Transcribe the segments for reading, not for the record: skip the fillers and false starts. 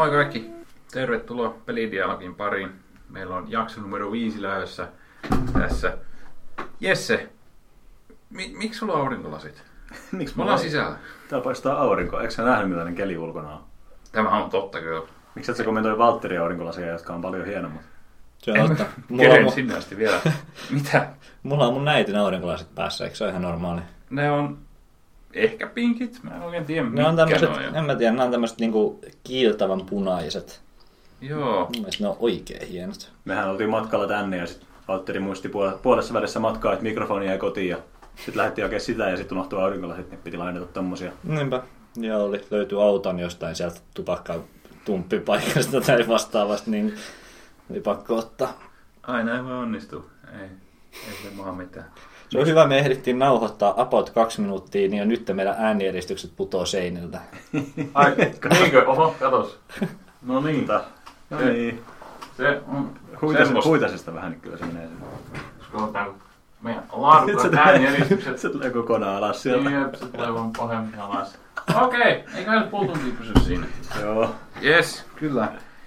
Moi kaikki! Tervetuloa Pelidialogin pariin. Meillä on jakso numero 5 lähdössä tässä. Jesse, miksi sulla on aurinkolasit? Miksi me ollaan sisällä? Täällä paistaa aurinko. Eikö sä nähnyt millainen keli ulkona on? Tämä on totta kyllä. Miksi et sä kommentoi Valtterin aurinkolasia, jotka on paljon hienommat? Se on totta. Keren sinne asti vielä. Mitä? Mulla on mun näitin aurinkolasit päässä, eikö se ole ihan normaali? Ne on ehkä pinkit, mä en oikein tiedä ne on tämmöset, ne en mä tiedä, ne on tämmöset niinku kiiltävän punaiset. Joo. Mun mielestä ne on oikein hienot. Mehän oltiin matkalla tänne ja sitten Valtteri muisti puolessa välissä matkaa, että mikrofoni jäi kotiin ja sitten lähdettiin oikein sitä ja sitten unohtui aurinkolasit, niin piti lainata tommosia. Niinpä. Ja löytyi auton jostain sieltä tupakka-tumppipaikasta tai vastaavasti, niin oli pakko ottaa. Aina ei voi onnistua. Ei se maa mitään. Se on hyvä, me ehdittiin nauhoittaa about 2 minuuttia, niin jo nyt meidän äänieristykset putoo seiniltä. Ai, niinkö? Oho, katos. No niin. No niin. Se on Huitasesta vähän, niin kyllä se menee. Skotaan meidän laadukkaat äänieristykset. Se tulee kokonaan alas sieltä. Jep, se tulee vaan pahemmin alas. Okei, eiköhän puoli tuntia pysy siinä. Joo. Jes, kyllä.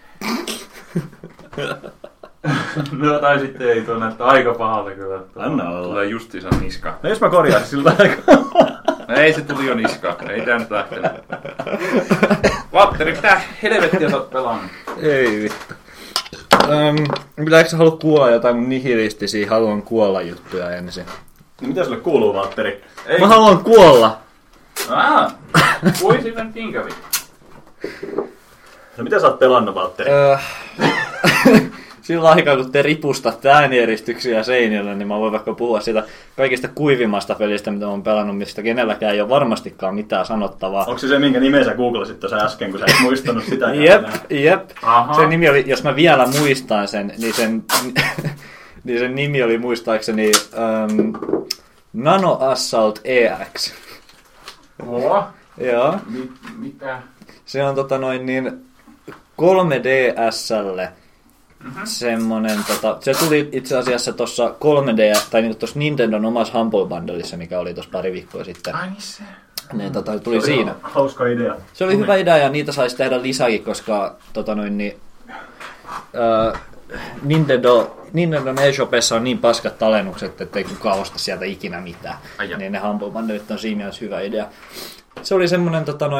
No tai sitten ei tuo näyttää aika pahalta kyllä. Anna olla. Tulee justiinsa niskaan. No jos mä korjaisin sillä aikaa. No ei se tuli jo niskaan, ei tää nyt lähtenyt. Valtteri, mitä helvettiä sä oot pelannut? Ei vittu. Pitääkö sä halua kuulla jotain mun nihilistisiä haluan kuolla juttuja ensin? No mitä sulle kuuluu, Valtteri? Ei. Mä haluan kuolla! Voi sinne niin kävi. No mitä sä oot pelannut, Valtteri? Sillä aikaa, kun te ripustatte äänieristyksiä seinillä, niin mä voin vaikka puhua siitä kaikista kuivimmasta pelistä, mitä mä oon pelannut, mistä kenelläkään ei ole varmastikaan mitään sanottavaa. Onko se minkä nimen sä googlasit tuossa äsken, kun sä et muistanut sitä? Jep. Sen nimi oli, jos mä vielä muistan sen, niin sen nimi oli muistaakseni Nano Assault EX. Joo. Mitä? Se on 3DS:lle. Semmonen, se tuli itse asiassa tuossa 3D, tai niin tuossa Nintendon omassa Humble Bundleissa, mikä oli tuossa pari viikkoa sitten. Ai niin se. Ne, tuli se siinä. Hauska idea. Se oli hyvä idea ja niitä saisi tehdä lisäkin, koska Nintendon eShopissa on niin paskat talennukset, ettei kukaan osta sieltä ikinä mitään. Niin ne Humble Bundlet on siinä mielessä hyvä idea. Se oli semmonen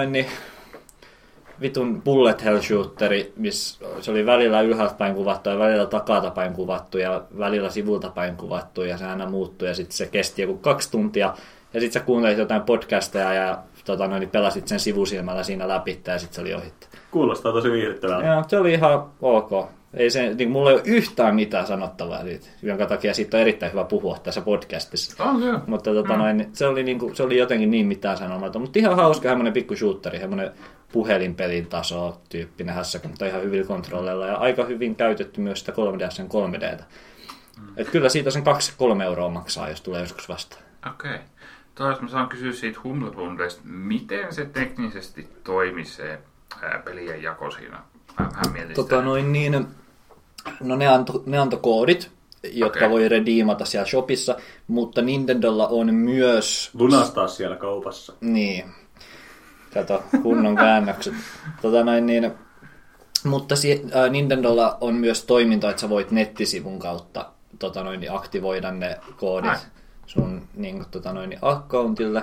vitun bullet hell shooteri, missä se oli välillä ylhäältä päin kuvattu ja välillä takalta päin kuvattu ja välillä sivulta päin kuvattu ja se aina muuttui ja sitten se kesti joku 2 tuntia ja sitten sä kuuntelit jotain podcasteja ja pelasit sen sivusilmällä siinä läpi ja sitten se oli ohittu. Kuulostaa tosi viihdyttävältä. Joo, se oli ihan ok. Ei se, niin mulla ei ole yhtään mitään sanottavaa siitä, jonka takia siitä on erittäin hyvä puhua tässä podcastissa. Mutta se oli jotenkin niin mitään sanomaton. Mutta ihan hauska, semmoinen pikku shooteri, semmoinen puhelinpelin taso tyyppinen hässäkä, mutta ihan hyvin kontrollilla ja aika hyvin käytetty myös sitä 3DS:n 3D:tä. Et kyllä siitä sen 2-3 euroa maksaa, jos tulee joskus vastaan. Okei. Jos mä saan kysyä siitä Humble Bundlesta, miten se teknisesti toimii se pelien jako siinä? Vähän mietin sitä. No ne antoi koodit, jotka voi redeemata siellä shopissa, mutta Nintendolla on myös... Lunastaa siellä kaupassa. Niin. Kato, kunnon käännökset. Mutta Nintendolla on myös toiminta, että sä voit nettisivun kautta aktivoida ne koodit sun accountille.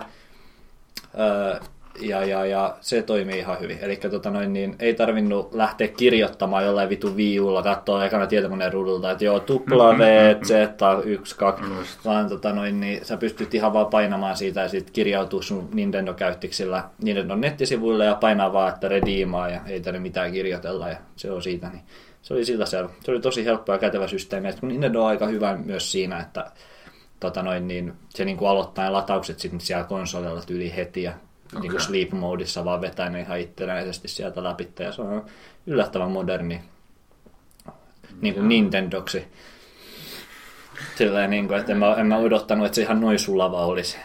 Ja se toimii ihan hyvin. Eli ei tarvinnut lähteä kirjoittamaan jollain vitun viiulla, katsoa ekana tietokoneen ruudulta, että joo, W, Z, 1, 2, vaan niin sä pystyt ihan vaan painamaan siitä ja sitten kirjautuu sun Nintendo-käyttiksillä Nintendon nettisivuille ja painaa vaan, että redeemaa ja ei tarvitse mitään kirjoitella ja se on siitä. Niin se oli sillä selvä. Se oli tosi helppo ja kätevä systeemi. Ja kun Nintendo on aika hyvä myös siinä, että se niin kuin aloittaa ne lataukset sitten siellä konsolilla tyyli heti ja niin kuin sleep modissa vaan vetää ne ihan itsenäisesti sieltä läpi. Ja se on yllättävän moderni niin kuin Nintendoksi. Silleen, niin kuin, että en mä odottanut, että se ihan noin sulava olisi.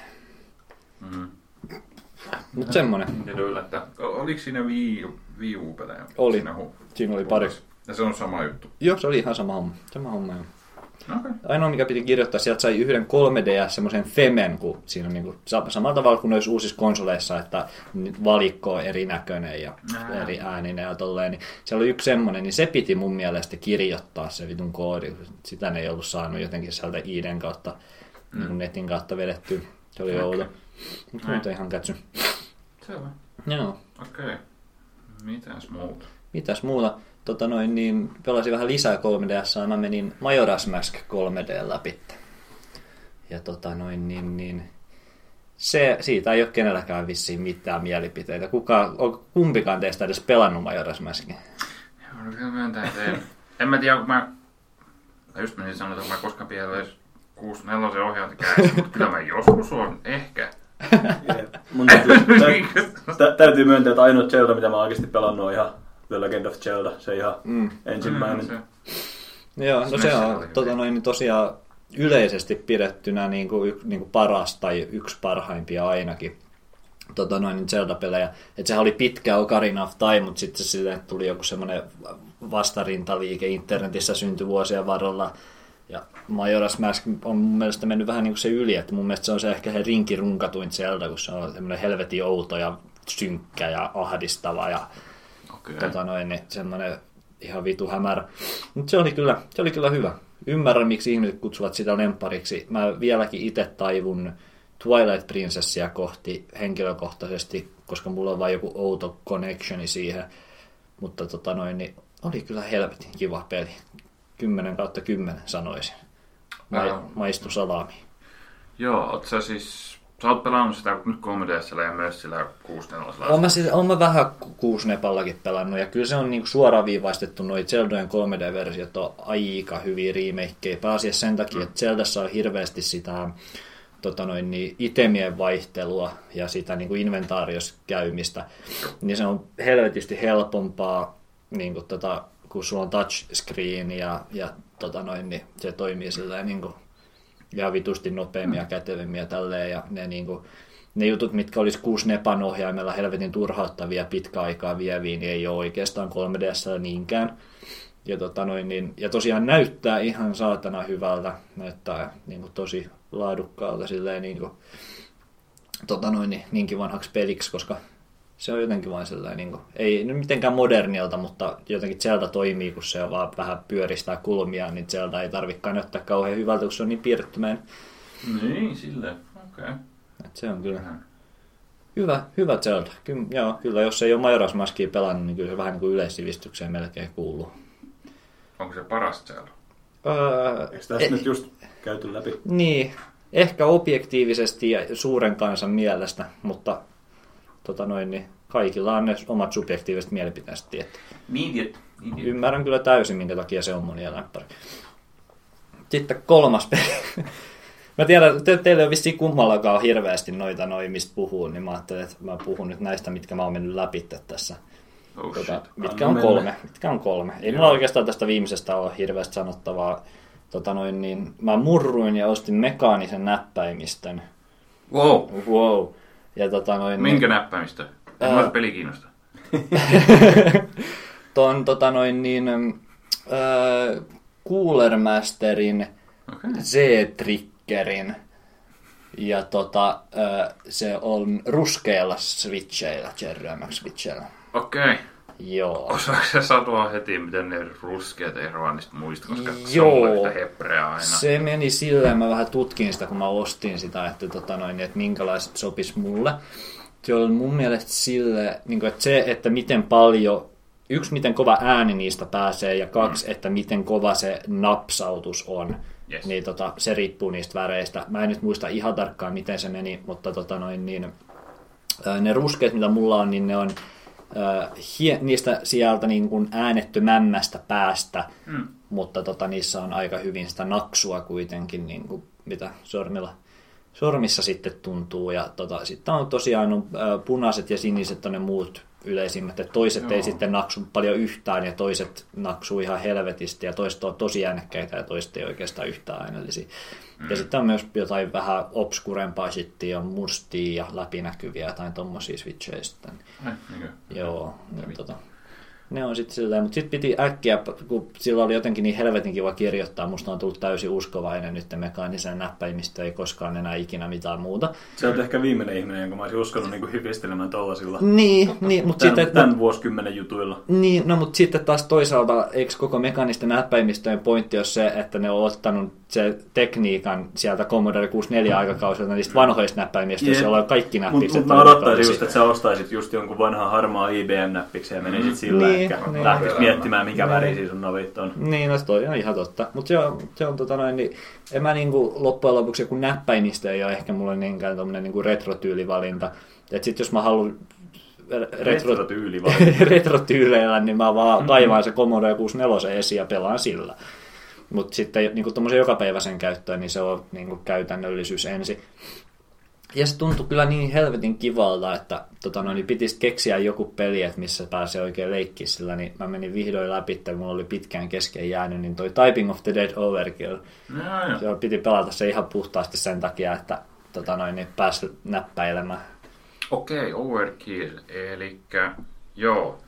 Mutta semmonen. Nintendo yllättää. Oliko siinä Wii U-pelejä? Oli. Siinä oli pari. Ja se on sama juttu? Joo, se oli ihan sama homma. Okay. Ainoa, mikä piti kirjoittaa, sieltä sai yhden 3D semmoisen Femen, kun siinä on niin kuin, samalla tavalla kuin noissa uusissa konsoleissa, että valikko on erinäköinen ja eri ääninen ja tolleen, niin siellä oli yksi semmoinen, niin se piti mun mielestä kirjoittaa se vitun koodi. Sitä ne ei ollut saanut jotenkin sieltä ID:n kautta, niin netin kautta vedettyä. Se oli outo. Mutta muuten ihan kätsy. Selvä. Joo. Okei. Mitäs muuta? Niin pelasin vähän lisää 3DS, mä menin Majora's Mask 3D läpi. Ja siitä ei ole kenelläkään vissiin mitään mielipiteitä. Kumpikaan teistä edes pelannut Majora's Maskia? Joo, no kyllä myöntää, että en mä tiedä, kun mä just menin sanoa, että mä koskaan vielä edes 64 ohjaalta käydä, mutta kyllä mä joskus on, ehkä. Mun täytyy myöntää, että ainoa Zelda, mitä mä oon oikeasti pelannut, on ihan The Legend of Zelda. Se ihan ensimmäinen. Joo, no se on tosiaan yleisesti pidettynä niin kuin paras tai yksi parhaimpia ainakin Zelda-pelejä. Että sehän oli pitkä Ocarina of Time, mutta sitten sille tuli joku semmoinen vastarintaliike internetissä syntyi vuosien varrella. Ja Majora's Mask on mun mielestä mennyt vähän niin kuin se yli, että mun mielestä se on se ehkä se rinkirunkatuin Zelda, kun se on semmoinen helvetin outo ja synkkä ja ahdistava ja niin semmoinen ihan vitu hämärä. Mutta se oli kyllä hyvä. Ymmärrän, miksi ihmiset kutsuvat sitä lemppariksi. Mä vieläkin itse taivun Twilight Princessia kohti henkilökohtaisesti, koska mulla on vain joku outo connectioni siihen. Mutta niin oli kyllä helvetin kiva peli. 10/10 sanoisin. Maistu salami. Joo, sä oot pelannut sitä nyt 3DS:llä ja myös sillä 64:llä. Oon mä vähän 6-nepallakin pelannut, ja kyllä se on niinku suoraviivaistettu, noi Zeldojen 3D-versiot on aika hyviä remakeja. Pääasiassa sen takia, että Zeldassa on hirveästi sitä itemien vaihtelua ja sitä niinku inventaariossa käymistä. Niin se on helvetisti helpompaa, niinku kun sulla on touchscreen ja niin se toimii silleen niinku ihan vitusti nopeammin ja kätevimmin ja tälleen. Ja ne jutut, mitkä olisi 6-nepan ohjaimella helvetin turhauttavia pitkä aikaa vieviä, niin ei ole oikeastaan 3DS:llä niinkään. Ja tosiaan näyttää ihan saatana hyvältä, näyttää niinku tosi laadukkaalta silleen niinkin vanhaksi peliksi, koska se on jotenkin vain sellainen, ei nyt mitenkään modernilta, mutta jotenkin Zelda toimii, kun se vaan vähän pyöristää kulmia, niin Zelda ei tarvitsekaan näyttää kauhean hyvältä, kun se on niin piirrettymäinen. Niin, silleen, okei. Se on kyllä hyvä Zelda. Kyllä, jos ei ole Majora's Maskia pelannut, niin kyllä se vähän niin kuin yleissivistykseen melkein kuuluu. Onko se paras Zelda? Eikö tässä nyt just käyty läpi? Niin, ehkä objektiivisesti ja suuren kansan mielestä, mutta niin kaikilla on ne omat subjektiiviset mielipiteet. Niin. Ymmärrän kyllä täysin, minkä takia se on monia läppäri. Sitten 3. peli. Mä tiedän, teille on vissiin kummallakaan hirveästi noita mistä puhuu, niin mä ajattelin, että mä puhun nyt näistä, mitkä mä oon mennyt läpi tässä. Mitkä on kolme. Ei mulla oikeastaan tästä viimeisestä ole hirveästi sanottavaa. Niin mä murruin ja ostin mekaanisen näppäimistön. Wow. Ja minkä näppäimistö? Ei mulla peli kiinnostaa. Cooler Masterin, Z-Triggerin ja se on ruskeilla switcheillä, Cherry MX-switcheillä. Okei. Joo. Osaatko sä sanoa heti, miten ne ruskeat eroaa niistä muista, koska se on yhtä hebreaa aina. Se meni silleen, mä vähän tutkin sitä, kun mä ostin sitä, että minkälaiset sopis mulle. Se on mun mielestä silleen, että se, että miten paljon, yksi, miten kova ääni niistä pääsee, ja kaksi, että miten kova se napsautus on. Yes. Niin se riippuu niistä väreistä. Mä en nyt muista ihan tarkkaan, miten se meni, mutta ne ruskeat, mitä mulla on, niin ne on niistä sieltä niin kuin äänettömämmästä päästä, mutta niissä on aika hyvin sitä naksua kuitenkin, niin kuin, mitä sormissa sitten tuntuu. Ja sitten on tosiaan punaiset ja siniset on ne muut yleisimmät, että toiset ei sitten naksu paljon yhtään ja toiset naksuu ihan helvetisti ja toiset on tosi äänekkäitä ja toiset ei oikeastaan yhtään äänellisiä. Ja sitten on myös jotain vähän obskurempaa shittia, mustia ja läpinäkyviä tai tommosia switcheistä. Joo. Ne on sitten silleen, mutta sitten piti äkkiä, kun sillä oli jotenkin niin helvetin kiva kirjoittaa, musta on tullut täysin uskovainen nyt mekaaniseen näppäimistö, ei koskaan enää ikinä mitään muuta. Se on ehkä viimeinen ihminen, jonka mä olisin uskonut niin hypistelemään tollasilla. Niin, mutta sitten... Tämän vuosikymmenen jutuilla. Niin, no mutta sitten taas toisaalta, eikö koko mekaanisten näppäimistöjen pointti ole se, että ne on ottanut se tekniikan sieltä Commodore 64-aikakausilta niistä vanhoista näppäimistä, joilla on kaikki näppikset. Mutta mä odottaisin just, että sä ostaisit just jonkun vanhan harmaa IBM-näppiksen ja menisit sillä, niin, lähtisit miettimään, mikä väri siis sun novit on. Niin, no toi on ihan totta. Mutta se on niin, en mä niinku loppujen lopuksi joku näppäimistö ei ole ehkä mulle niinkään tommonen niinku retrotyylivalinta. Et sit jos mä haluan retrotyyleillä, niin mä vaan kaivaan se Commodore 64 esiin ja pelaan sillä. Mutta sitten niinku tommosen jokapäiväisen käyttöön, niin se on niinku käytännöllisyys ensin. Ja se tuntui kyllä niin helvetin kivalta, että niin pitisi keksiä joku peli, että missä pääsee oikein leikkiä sillä, niin mä menin vihdoin läpi, että mulla oli pitkään kesken jäänyt, niin toi Typing of the Dead Overkill. Se piti pelata se ihan puhtaasti sen takia, että niin pääsi näppäilemään. Okei, Overkill, elikkä joo.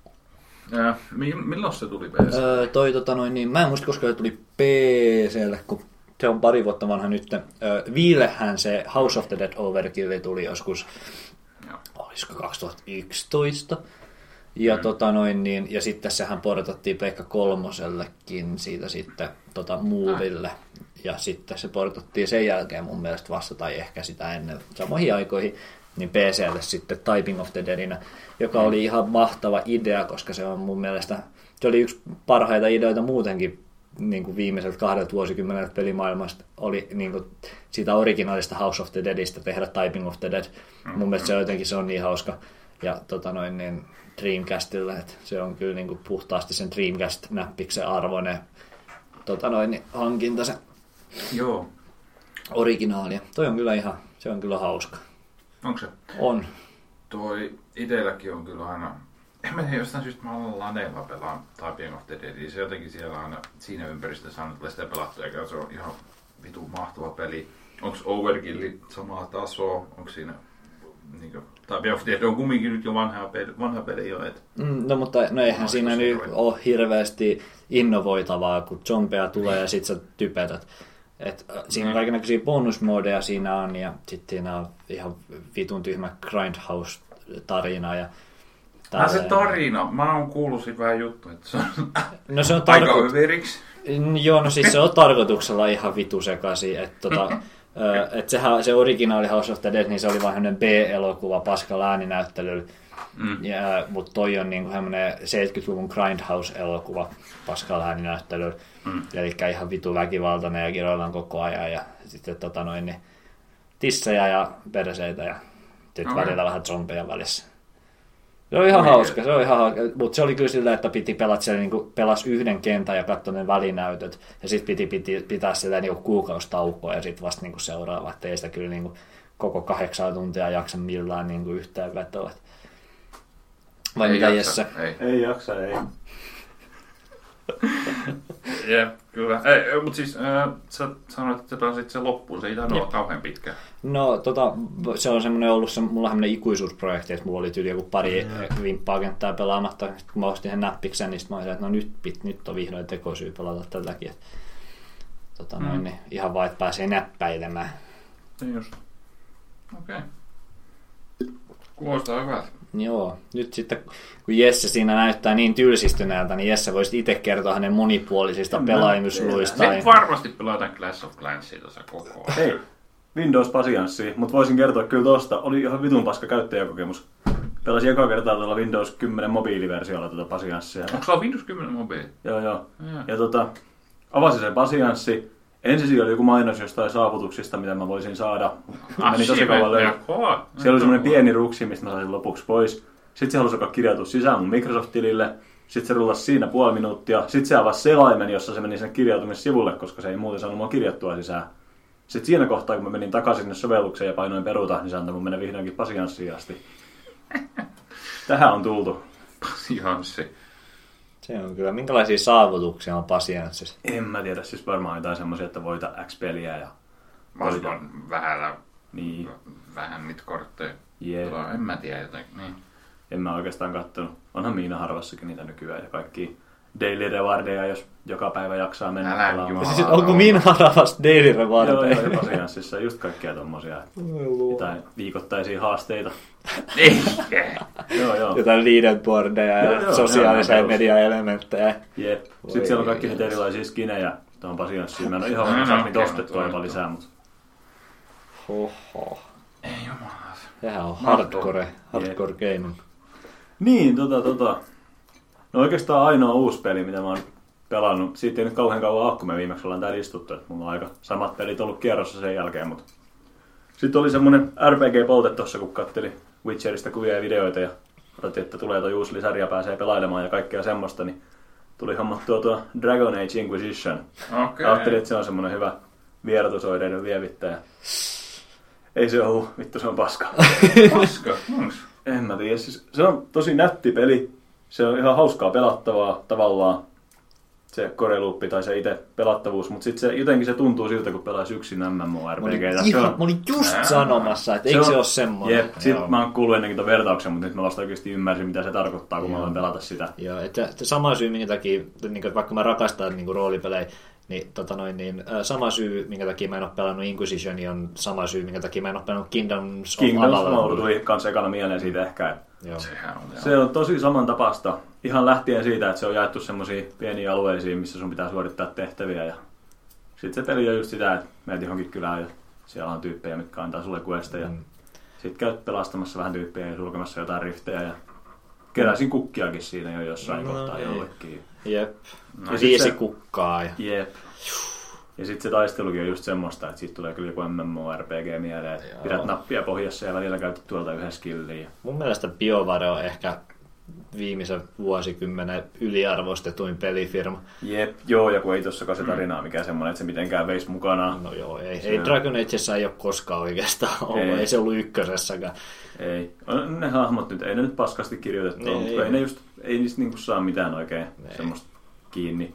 Milloin se tuli PC? Niin, mä en muista, koska se tuli PC:lle, kun se on pari vuotta vanha nyt. Viillehän se House of the Dead Overkill tuli joskus, olisiko 2011. Ja, ja sitten sehän portattiin Pleikka 3:llekin siitä sitten Moville. Ja sitten se portattiin sen jälkeen mun mielestä vasta, tai ehkä sitä ennen samoihin aikoihin, niin PC:lle sitten Typing of the Deadinä, joka oli ihan mahtava idea, koska se on mun mielestä, se oli yksi parhaita ideoita muutenkin niin kuin viimeiseltä 2 vuosikymmeneltä pelimaailmasta oli niin kuin siitä originaalista House of the Deadistä tehdä Typing of the Dead. Mun mielestä se on niin hauska. Ja niin Dreamcastilla, että se on kyllä niin kuin puhtaasti sen Dreamcast-näppiksen arvoinen hankinta se. Joo. Originaalia. Toi on kyllä se on kyllä hauska. Onko se? On. Toi itelläkin on kyllä aina, en mä tiedä, jostain syystä mä olen laneilla pelaan Typing of the Dead. Se jotenkin siellä aina siinä ympäristössä on sitä pelattu, eikä se on ihan vitun mahtava peli. Onko Overkill samaa tasoa? Onko siinä niinku Typing of the Dead on kumminkin nyt jo vanha peli jo, et no mutta eihän siinä nyt ole hirveästi innovoitavaa, kun zombeja tulee ja sit sä typetät. Siinä on kaikennäköisiä bonusmodeja siinä on, ja sitten siinä on ihan vitun tyhmä Grindhouse-tarina. Ja se tarina, mä oon kuullut siitä vähän juttu, että se on, se on aika överiksi. Joo, no siis se on tarkoituksella ihan vitu sekaisin, että et se originaali House of the Dead, niin se oli vaan B-elokuva paskalla ääninäyttelyllä. Mutta toi on niinku semmoinen 70-luvun Grindhouse-elokuva paskalla ääninäyttelyllä. Eli ihan vitu väkivaltainen ja kiroillaan koko ajan. Ja sitten niin tissejä ja perseitä ja sitten välillä vähän zombeja välissä. Se on ihan hauska, mutta se oli kyllä sillä, että piti pelata siellä, niin pelasi yhden kentän ja katsoa ne välinäytöt. Ja sitten piti pitää sillä niin kuukausitaukoa ja sitten vasta niin seuraava. Että ei sitä kyllä niin koko 8 tuntia jaksa millään niin yhteenvetoa. Vai mitä Jesse? Ei jaksa, ei. Jep, kyllä. Mutta siis sä sanoit, että pelasit sen loppuun. Se ei tainnut olla kauhean pitkä. No se on semmoinen ollut, mulla on semmoinen ikuisuusprojekti, että mulla oli tyyli joku pari vimppaa kenttää pelaamatta. Sitten kun mä ostin sen näppiksen, niin mä olisin, että no nyt on vihdoin tekosyy pelata tälläkin. Niin, ihan vaan, että pääsee näppäilemään. Niin just. Okei. Kuulostaa hyvältä. Joo, nyt sitten kun Jesse siinä näyttää niin tylsistyneeltä, niin Jesse voisi itse kertoa hänen monipuolisista pelailusluista. Me varmasti pelataan Clash of Clansia tuossa koko ajan. Hei, Windows-pasianssi, mutta voisin kertoa kyllä tosta. Oli ihan vitun paska käyttäjäkokemus. Pelasin joka kertaa tuolla Windows 10 mobiiliversiolla tuota pasianssia. Onko sulla Windows 10 mobiili? Joo. Ja avasin sen pasianssi. Ensin oli joku mainos jostain saavutuksista, mitä mä voisin saada. Meni tosi kauan löytää. Siellä oli semmoinen pieni ruksi, mistä mä saisin lopuksi pois. Sitten se halusi alkaa kirjautua sisään mun Microsoft-tilille. Sitten se rullasi siinä puoli minuuttia. Sitten se avasi selaimen, jossa se meni sen kirjautumissivulle, koska se ei muuten saanut mua kirjattua sisään. Sitten siinä kohtaa, kun mä menin takaisin sinne sovellukseen ja painoin peruuta, niin se antoi mun mennä vihdoinkin pasianssiin asti. Tähän on tultu. Pasianssi. Se on kyllä. Minkälaisia saavutuksia on pasianssissa? En mä tiedä. Siis varmaan jotain semmoisia, että voita X-peliä ja Vastaan niin. Vähän niitä kortteja. Yeah. En mä tiedä jotenkin. Niin. En mä oikeastaan kattonut. onhan Miina harvassakin niitä nykyään ja kaikki daily rewardeja, jos joka päivä jaksaa mennä pelaamaan. Siis onko Miina harvassa daily rewardeja? Joo, Pasianssissa just kaikkia tommosia. Jotain viikoittaisia haasteita. Joo. Jotain leaderboardeja ja sosiaalisia media-elementtejä. Jep. Sitten siellä on kaikki niitä erilaisia skinejä tuohon Pasianssiin. Mä en ole ihan varma, saanut niitä ostettua jopa lisää, mutta... Hoho. Ei jumalauta. Sehän on hardcore gaming. Niin, No oikeastaan ainoa uusi peli, mitä mä oon pelannut. Siitä ei nyt kauhean kauan ole, kun me viimeksi ollaan täällä istuttu. Että mulla on aika samat pelit ollut kierrossa sen jälkeen. Mutta... Sitten oli semmonen RPG-polte tossa, kun katteli Witcherista kuvia ja videoita. Ja odotin, että tulee toi uusi lisäri ja pääsee pelailemaan ja kaikkea semmoista. Niin tuli hommattua tuo Dragon Age Inquisition. Okay. Ajattelin, että se on semmonen hyvä vierotusoireiden lievittäjä. Ei se oo, vittu se on paska. Paska? En mä tiedä. Siis se on tosi nätti peli. Se on ihan hauskaa pelattavaa tavallaan. Se koreluuppi tai se itse pelattavuus, mutta sitten se, jotenkin se tuntuu siltä, kun pelaisi yksin MMORPGtä. Mä olin just sanomassa, että eikö se ole semmoinen. Jep, sit mä oon kuullut ennenkin ton vertauksen, mutta nyt mä vasta oikeasti ymmärsin, mitä se tarkoittaa, kun mä aloin pelata sitä. Joo, että sama syy, minkä takia, niin vaikka mä rakastan niin roolipelejä, niin, sama syy, minkä takia mä en ole pelannut Inquisition, on sama syy, minkä takia mä en ole pelannut Kingdoms of Amalur. Tuli kans ekana mieleen siitä ehkä. Joo. Se on tosi samantapaista. Ihan lähtien siitä, että se on jaettu semmosia pieniä alueisiin, missä sun pitää suorittaa tehtäviä. Ja sitten se peli on just sitä, että menet johonkin kylään ja siellä on tyyppejä, mitkä antaa sulle questeja. Sitten käyt pelastamassa vähän tyyppejä ja sulkemassa jotain riftejä. Ja keräsin kukkiakin siinä jo jossain kohtaa jollekin. Jep. Ja 5 kukkaa. Jep. Ja sitten se taistelukin on just semmoista, että siitä tulee kyllä joku MMORPG mieleen, että pidät nappia pohjassa ja välillä käytät tuolta yhden skilliin. Mun mielestä BioWare on ehkä viimeisen vuosikymmenen yliarvostetuin pelifirma. Jep, joo, ja kun ei tossakaan se tarinaa mikään semmoinen, että se mitenkään veisi mukanaan. No joo, ei Dragon Agessa ei ole koskaan oikeastaan ollut, ei se ollut ykkösessäkään. Ei, ne hahmot nyt, ei ne nyt paskasti kirjoitettu, mutta ei niistä niinku saa mitään oikein semmoista kiinni.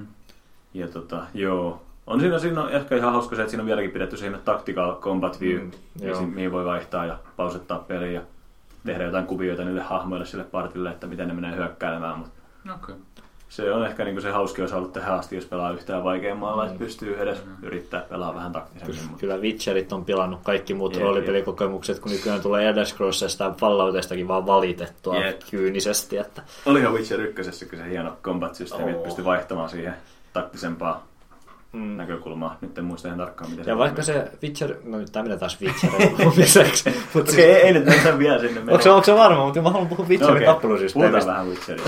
Ja joo. Siinä on ehkä ihan hauska se, että siinä on vieläkin pidetty siinä tactical combat view, mihin voi vaihtaa ja pausettaa peliä ja tehdä jotain kuvioita niille hahmoille sille partille, että miten ne menee hyökkäilemään. Okay. Se on ehkä niinku se hauski osa ollut tähän asti, jos pelaa yhtään vaikeammalla, että pystyy edes yrittää pelaa vähän taktisemmin. Kyllä Witcherit on pilannut kaikki muut roolipelikokemukset, kun nykyään tulee Elder Scrollsista ja Falloutistakin vaan valitettua kyynisesti. Että... Olihan Witcher 1:ssä se hieno combat-systeemi, että pystyi vaihtamaan siihen taktisempaa näkökulmaa. Nyt en muista ihan tarkkaan, miten se ja vaikka se Witcher... No nyt tämä menee taas Witcherin. Okei, ei nyt mennä vielä sinne. Onko se varma? Mutta mä haluan puhua Witcherin tappelusysteemistä. Puhutaan vähän Witcheria.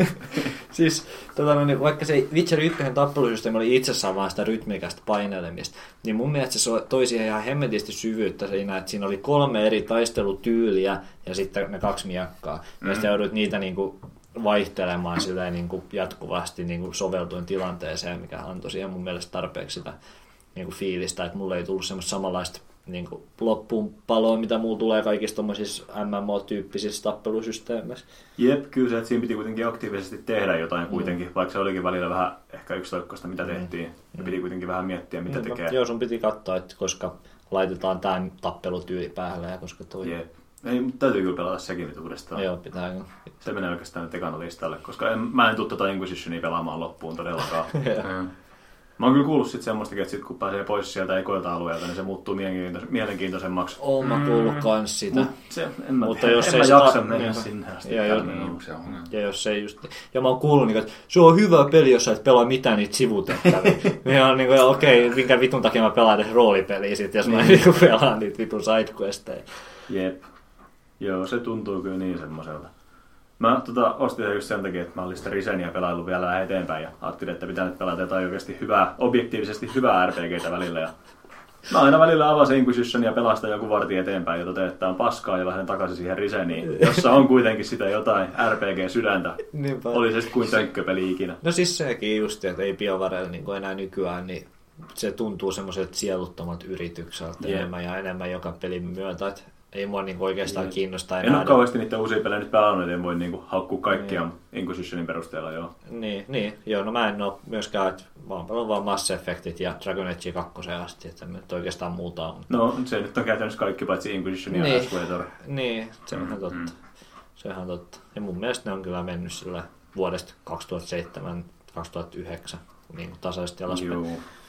Siis, vaikka se Witcher 1 tappelusysteemi oli itsessään vaan sitä rytmikästä painelemista, niin mun mielestä se toi siihen ihan hemmetisti syvyyttä siinä, että siinä oli 3 eri taistelutyyliä ja sitten ne 2 miekkaa. Ja sitten joudut niitä niinku vaihtelemaan silleen niinku jatkuvasti niinku soveltuin tilanteeseen, mikä antoi siihen mun mielestä tarpeeksi sitä niinku fiilistä, että mulle ei tullut semmoista samanlaista niinku loppuun paloa, mitä mulla tulee kaikissa tommosissa MMO-tyyppisissä tappelusysteemeissä. Jep, kyllä se, että siinä piti kuitenkin aktiivisesti tehdä jotain kuitenkin, vaikka se olikin välillä vähän ehkä yksilöikkoista, mitä tehtiin. Ja piti kuitenkin vähän miettiä, mitä tekee. Joo, sun piti katsoa, että koska laitetaan tämän tappelutyyli päälle ja koska toi... Jep. Ei, mutta täytyy kyllä pelata sekin nyt uudestaan. Joo, pitää. Se menee oikeastaan nyt ekana listalle, koska mä en tule tuota Inquisitionia pelaamaan loppuun todellakaan. Mä oon kyllä kuullut sit semmoistakin, että sit kun pääsee pois sieltä ekoilta alueelta, niin se muuttuu mielenkiintoisemmaksi. Oon mä kuullut kans sitä. Mutta jos ei jaksa mennä sinne asti. Ja jos ei just... Ja mä oon kuullut, että se on hyvä peli, jos sä et pelaa mitään niitä sivutehtäviä. Niin on niinku, okei, minkä vitun takia mä pelaan edes roolipeliä sit, jos mä pelaan niitä vitun sidequesteja. Jep. Joo, se tuntuu kyllä niin semmoiselta. Mä ostin sen just sen takia, että mä olin sitä Risenia pelaillut vielä vähän eteenpäin ja ajattelin, että pitää nyt pelata jotain oikeasti hyvää, objektiivisesti hyvää RPGtä välillä. Ja mä aina välillä avasin Inquisition ja pelastan joku vartin eteenpäin ja totean, että on paskaa ja lähden takaisin siihen Riseniin, jossa on kuitenkin sitä jotain RPG-sydäntä. Niinpä. Oli se sitten kuin tönkköpeli ikinä. No siis sekin just, että ei BioWarella niin enää nykyään, niin se tuntuu semmoiselta sieluttomalta yritykseltä enemmän ja enemmän joka pelin myötä. Että ei mua niinku oikeastaan kiinnostaa enää. En ole kauheasti niitä uusia pelejä nyt pelannut, en voi niinku haukkua kaikkia Inquisitionin perusteella, joo. Niin, joo, no mä en ole myöskään, että mä oon pelannut vaan Mass Effectit ja Dragon Age 2 asti, että en nyt oikeastaan muuta on. No, se nyt on käytännössä kaikki paitsi Inquisition ja Esquator. Niin, se on totta. Sehän totta. Ja mun mielestä ne on kyllä mennyt sillä vuodesta 2007-2009 niin tasaisesti alaspäin. Joo.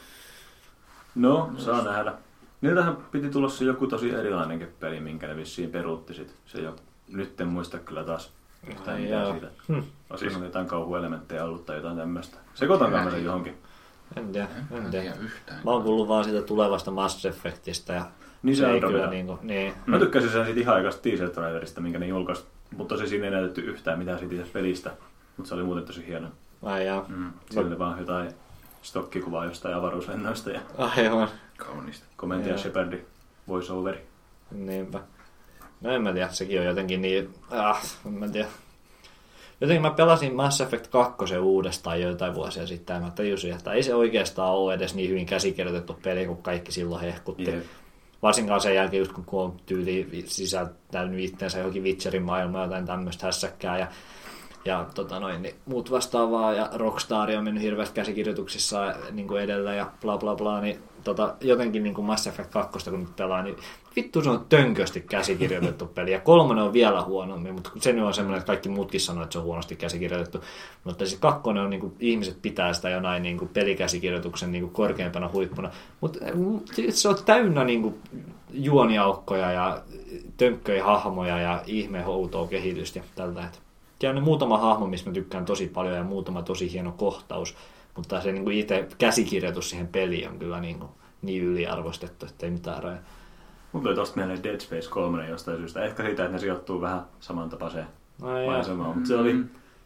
No, saa nähdä. Niiltähän piti tulla se joku tosi erilainenkin peli, minkä ne vissiin peruutti sit. Se jo, nyt en muista kyllä taas yhtään mitään siitä. Olisiko siis jotain kauhuelementtejä ollut tai jotain tämmöistä. Sekoitankaan mä sen johonkin. En tiedä yhtään. Mä oon kuullut vaan siitä tulevasta Mass Effectistä. Ja niin se ei Andromeda. kyllä niinku, niin. Mä tykkäsin sen siitä ihan aikaista teaser-trailerista, minkä ne julkaisi. Mutta tosi siinä ei näytetty yhtään mitään siitä itse pelistä. Mutta se oli muuten tosi hieno. Ai jaa. Siellä oli vaan jotain stokkikuvaa jostain avaruuslennoista ja Aivan. Kaunista. komentaja Shepardi voiceoveri. Niinpä. No en mä tiedä, sekin on jotenkin niin... en mä tiedä. Jotenkin mä pelasin Mass Effect 2 uudestaan joitain vuosia sitten, ja mä tajusin, että ei se oikeastaan ole edes niin hyvin käsikirjoitettu peli, kuin kaikki silloin hehkutti. Jep. Varsinkaan sen jälkeen, just kun on tyyli sisältänyt itseensä johonkin Witcherin maailmaa, jotain tämmöistä hässäkkää, ja niin muut vastaavaa, ja Rockstar on mennyt hirveästi käsikirjoituksissa niin kuin edellä, ja bla bla bla, niin jotenkin niin kuin Mass Effect 2, kun nyt pelaa, niin vittu se on tönkösti käsikirjoitettu peli, ja 3 on vielä huonommin, mutta se nyt on semmoinen, että kaikki muutkin sanoo, että se on huonosti käsikirjoitettu, mutta se 2 on, niin kuin, ihmiset pitää sitä jonain niin kuin pelikäsikirjoituksen niin kuin korkeimpana huippuna, mutta se on täynnä niin kuin juoniaukkoja ja tönkköjä hahmoja ja ihmehoutoa kehitystä ja tältä, ja on muutama hahmo, missä mä tykkään tosi paljon ja muutama tosi hieno kohtaus, mutta se niin kuin itse käsikirjoitus siihen peliin on kyllä niin yliarvostettu, että ei mitään rajaa. Mun tuli tosta mieleen Dead Space 3 jostain syystä. Ehkä siitä, että ne sijoittuu vähän samantapaiseen maisemaan. Mutta se oli...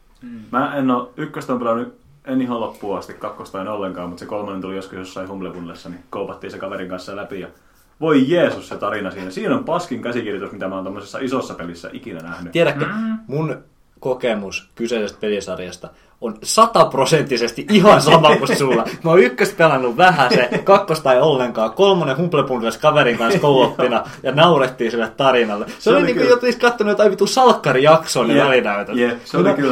Mä en oo ykköstä on pelannut en ihan loppuun asti, kakkosta en ollenkaan, mutta se 3 tuli joskus jossain Humble-Bundlessa, niin koupattiin se kaverin kanssa läpi ja voi Jeesus se tarina siinä. Siinä on paskin käsikirjoitus, mitä mä oon tommosessa isossa pelissä ikinä nähnyt. Tiedätkö, mun kokemus kyseisestä pelisarjasta on 100% ihan sama kuin sulla. Mä oon ykköstä pelannut vähän se, kakkosta ei ollenkaan, 3 Humble-Bundles kaverin kanssa co-opina ja naurettiin sille tarinalle. Se oli niinku jotain kattonut jotain vitu salkkarijaksoa ne välinäytöt. Se oli kyllä.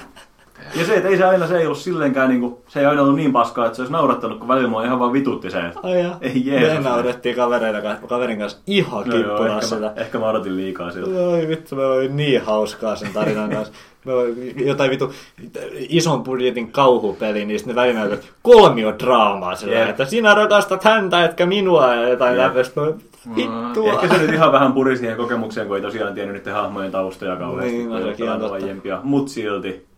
Ja se, että se ei ollut silleenkään niinku, se ei aina ollut niin paskaa, että se olisi naurattanut, kun välillä mua ihan vaan vitutti se, että ei Jeesus. Me naurettiin kaverin kanssa ihan kippuna sitä. Ehkä mä odotin liikaa siltä. Oi vittu, me oli niin hauskaa sen tarinan kanssa. Me oli jotain vitu ison budjetin kauhupeli, niin sitten ne välinäytöt kolmiodraamaa sillä, että sinä rakastat häntä, etkä minua, ja jotain läpestä. Vittua. Ehkä se nyt ihan vähän puri siihen kokemukseen, kun ei tosiaan tiennyt niiden hahmojen taustoja kauheasti. Niin, no sekin on totta. Mut silti.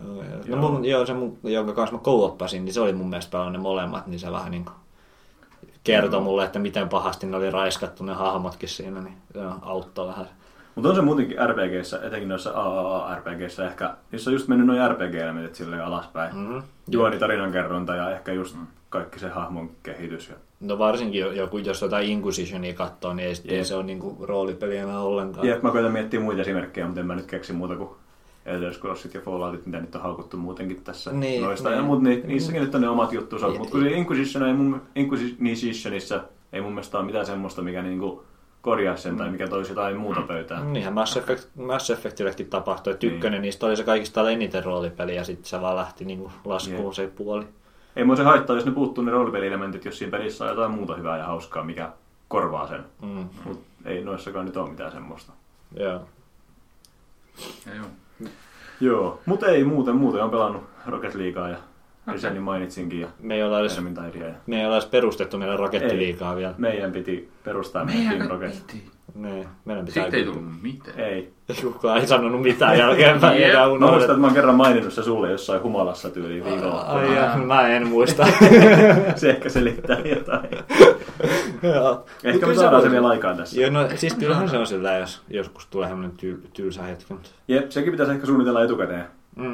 Se jonka kanssa mä co-oppasin, niin se oli mun mielestä pelannut ne molemmat, niin se vähän niin kuin kertoi mulle, että miten pahasti ne oli raiskattu ne hahmotkin siinä, niin se auttoi vähän. Mutta on se muutenkin RPGissä, etenkin noissa AAA-RPGissä ehkä, niissä on just mennyt noin RPG-elementit silleen alaspäin. Juoni, tarinankerronta ja ehkä just kaikki se hahmon kehitys. No varsinkin jos jotain Inquisitionia katsoo, niin ei se ole niinku roolipeli enää ollenkaan. Jep, mä koitan miettiä muita esimerkkejä, mutta en mä nyt keksi muuta kuin Elder Scrollsit ja Falloutit, mitä nyt on haukuttu muutenkin tässä noista. Mutta niissäkin nyt on ne omat juttuunsa. Mutta kun Inquisitionissa ei mun mielestä ole mitään semmoista, mikä niinku korjaa sen tai mikä toisi jotain muuta pöytään. Niinhän Mass Effectillekin tapahtui, että ykkönen niistä oli se kaikista eniten roolipeli ja sitten se vaan lähti niinku laskuun se puoli. Ei mua se haittaa, jos ne puuttuu ne roolipeli-elementit, jos siinä pelissä on jotain muuta hyvää ja hauskaa, mikä korvaa sen. Mutta ei noissakaan nyt ole mitään semmoista. Joo. Joo, mutta ei muuten on pelannut Rocket Leaguea ja Lisänin mainitsinkin ja me ei olla edes perustettu meidän Rocket Leaguea vielä. Meidän piti perustaa meidän Rocket. Meidän pitää. Sitten ei tullut mitään. Ei. Kukaan ei sanonut mitään jälkeenpäin. Mä muistan, että mä oon kerran maininnut se sulle jossain humalassa tyyliin viikolla. Ai mä en muista. Se ehkä selittää jotain. Ehkä me saadaan se vielä aikaan tässä. Joo, no siis kyllähän se on sillä, jos joskus tulee semmoinen tylsä hetki. Jep, sekin pitäisi ehkä suunnitella etukäteen.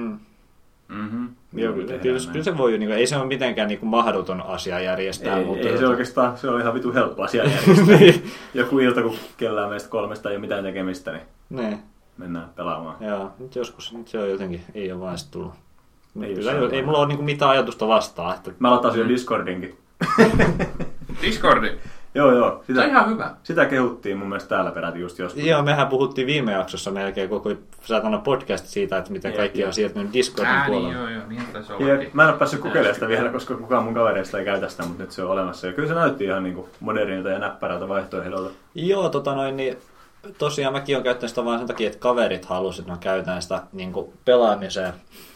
Joo, kyllä se voi, niin kuin, ei se ole mitenkään niin kuin mahdoton asia järjestää. Ei se oikeastaan, se on ihan vitu helppo asia järjestää. Niin. Joku ilta, kun kellään meistä 3 ei ole mitään tekemistä, niin mennään pelaamaan. Joo, nyt joskus nyt se on jotenkin, ei ole vaan sitten tullut. Ei mulla ole niin kuin mitään ajatusta vastaan. Että... Mä latasin jo Discordinkin. Discordi? Joo. Se on ihan hyvä. Sitä kehuttiin mun mielestä täällä peräti just joskus. Joo, mehän puhuttiin viime jaksossa melkein koko saatana podcast siitä, että miten kaikki on siirtynyt Discordin puolella. Niin taisi ollakin. Mä en ole päässyt kokeilemaan sitä vielä, koska kukaan mun kavereista ei käytä sitä, mutta nyt se on olemassa. Ja kyllä se näytti ihan niin kuin modernilta ja näppärältä vaihtoehdolta. Joo, niin tosiaan mäkin olen käyttänyt sitä vain sen takia, että kaverit halusivat, että mä käytän sitä niin kuin pelaamiseen.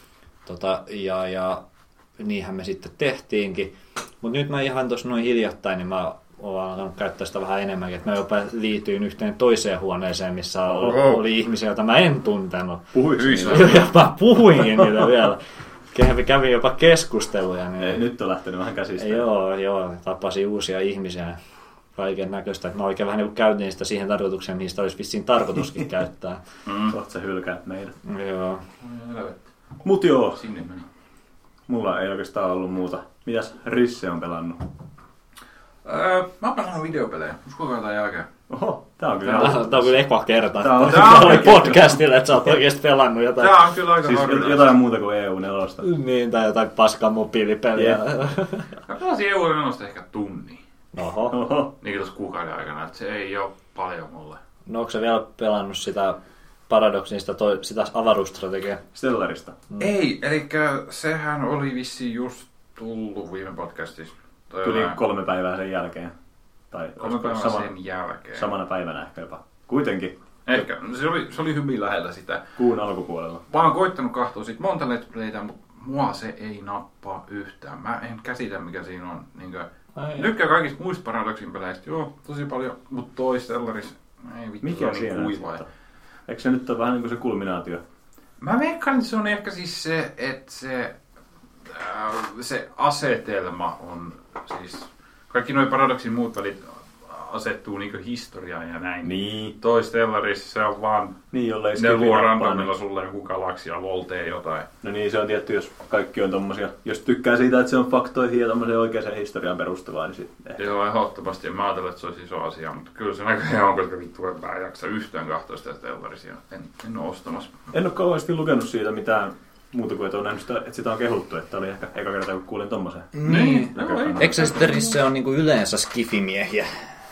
Ja niinhän me sitten tehtiinkin. Mutta nyt mä ihan tuossa noin hiljattain, niin mä olen alkanut käyttää sitä vähän enemmänkin. Että mä jopa liityin yhteen toiseen huoneeseen, missä oli ihmisiä, joita mä en tuntenut. Ja mä puhuinkin niitä vielä. Kävin jopa keskusteluja. Niin... Nyt on lähtenyt vähän käsistä. Joo, tapasin uusia ihmisiä. Kaiken näköistä. Mä oikein vähän niin käytin sitä siihen tarkoitukseen, mihin sitä olisi vissiin tarkoituskin käyttää. Kohta sä hylkäät meidät. Joo. Mut joo. Sinne meni. Mulla ei oikeastaan ollut muuta. Mitäs Risse on pelannut? Mä oon pelannut videopelejä. Uskokaa tämän jälkeen. Oho, tää on kyllä... Tää on kyllä eka kerta. Tää on podcastilla, että sä oot oikeesti pelannut jotain. Tää on kyllä aika siis jotain muuta kuin EU4. Niin, tai jotain paskaa mobiilipeliä. Mä pelasin EU4 ehkä tunnin. Oho. Niin tuossa kuukauden aikana, että se ei oo paljon mulle. No onko sä vielä pelannut sitä Paradoxin, sitä avaruusstrategiaa? Stellarista. Ei, eli sehän oli vissiin just tullut viime podcastissa. Tuli 3 päivää sen jälkeen. Tai 3 päivää sen jälkeen. Samana päivänä ehkä jopa. Kuitenkin. Ehkä. Se oli hyvin lähellä sitä. Kuun alkupuolella. Mä oon koittanut katsoa sit monta let's playtä, mutta mua se ei nappaa yhtään. Mä en käsitä mikä siinä on. Tykkää kaikista muista Paradoxin peleistä. Joo, tosi paljon. Mutta toi Stellaris, ei vittu. Mikä se siinä on niin kuivaa. Eikö se nyt ole vähän niin kuin se kulminaatio? Mä veikkaan, että se on ehkä siis se, että se asetelma on siis... Kaikki nuo Paradoxin muut välit asettuu niinku historiaan ja näin. Niin. Toi Stellaris, se on vaan... Niin, jollei ne luo randomilla sulle joku galaksi ja loltee jotain. No niin, se on tietty, jos kaikki on tommosia... Jos tykkää siitä, että se on faktoihin ja tommoseen oikeaan historiaan perustuvaa, niin sitten ehkä... Joo, ehdottomasti. En mä ajatella, että se olisi iso asia, mutta kyllä se näköjään on, koska vittu en mä jaksa yhtään katsoa sitä Stellarisia. En ole ostamassa. En ole kauheasti lukenut siitä mitään muuta kuin, että on nähnyt sitä, että sitä on kehuttu, että oli ehkä eka kerta, kun kuulin tommosen. Niin. Eikö se sitten Risse on niinku yleensä skifimiehiä?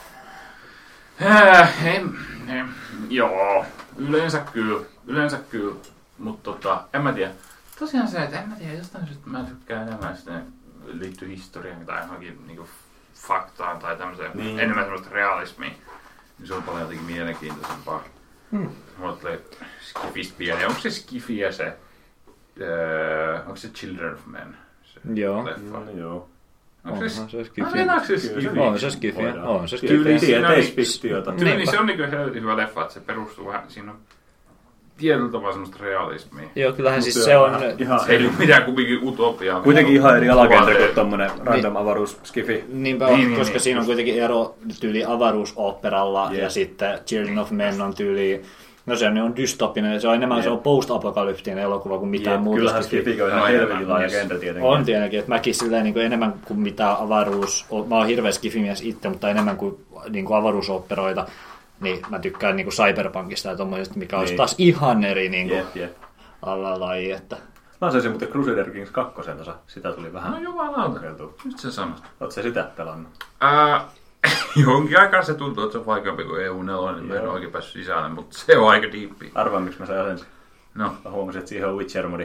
Joo, yleensä kyllä, mutta en mä tiedä. Tosiaan se, että en mä tiedä, jostain syystä mä tykkään enemmän sitä liittyy historiaan tai johonkin niinku faktaan tai tämmöiseen enemmän semmoista realismia, niin se on paljon jotenkin mielenkiintoisempaa. Mulla tulee Skifistä pieni. Onko se Skifiä se, onko se Children of Men? Joo. Leffa? No, joo. Onko se Skifi? On se Skifi. On se Skifi. Tieteisfiktiota. Niin se on niinku hyvä leffa, että se perustuu vähän, siinä on tietyllä tavalla semmoista realismia. Joo, kyllähän siis se on... Se ei ole mitään kumminkin utopiaa. Kuitenkin ihan eri alagenre kuin tommonen random avaruus-skifi. Niinpä, koska siinä on kuitenkin ero tyyli avaruusoperalla ja sitten Children of Men on tyyli... No se on dystopinen, se on enemmän se on post-apokalyptinen elokuva kuin mitään muuta. Kyllähän skifi on ihan helvetin laaja genre tietenkin. On tietenkin, että mäkin silleen niin kuin enemmän kuin mitään avaruus... Mä oon hirveä skifimies itse, mutta enemmän kuin avaruusoperoita. Niin mä tykkään niinku Cyberpunkista ja tommosesta, mikä olisi taas ihan eri niinku alalaji, että... Mä saisin muuten Crusader Kings 2 tossa. Sitä tuli vähän... No jumalauta. Nyt sä sanot. Oot sä sitä pelannut? Jonkin aikaa se tuntuu, että se on vaikeampi kuin EU4, niin mä en oikein päässyt sisälle, mutta se on aika diippi. Arvaan, miksi mä sain asensin. No. Mä huomasin, että siihen on Witcher-modi.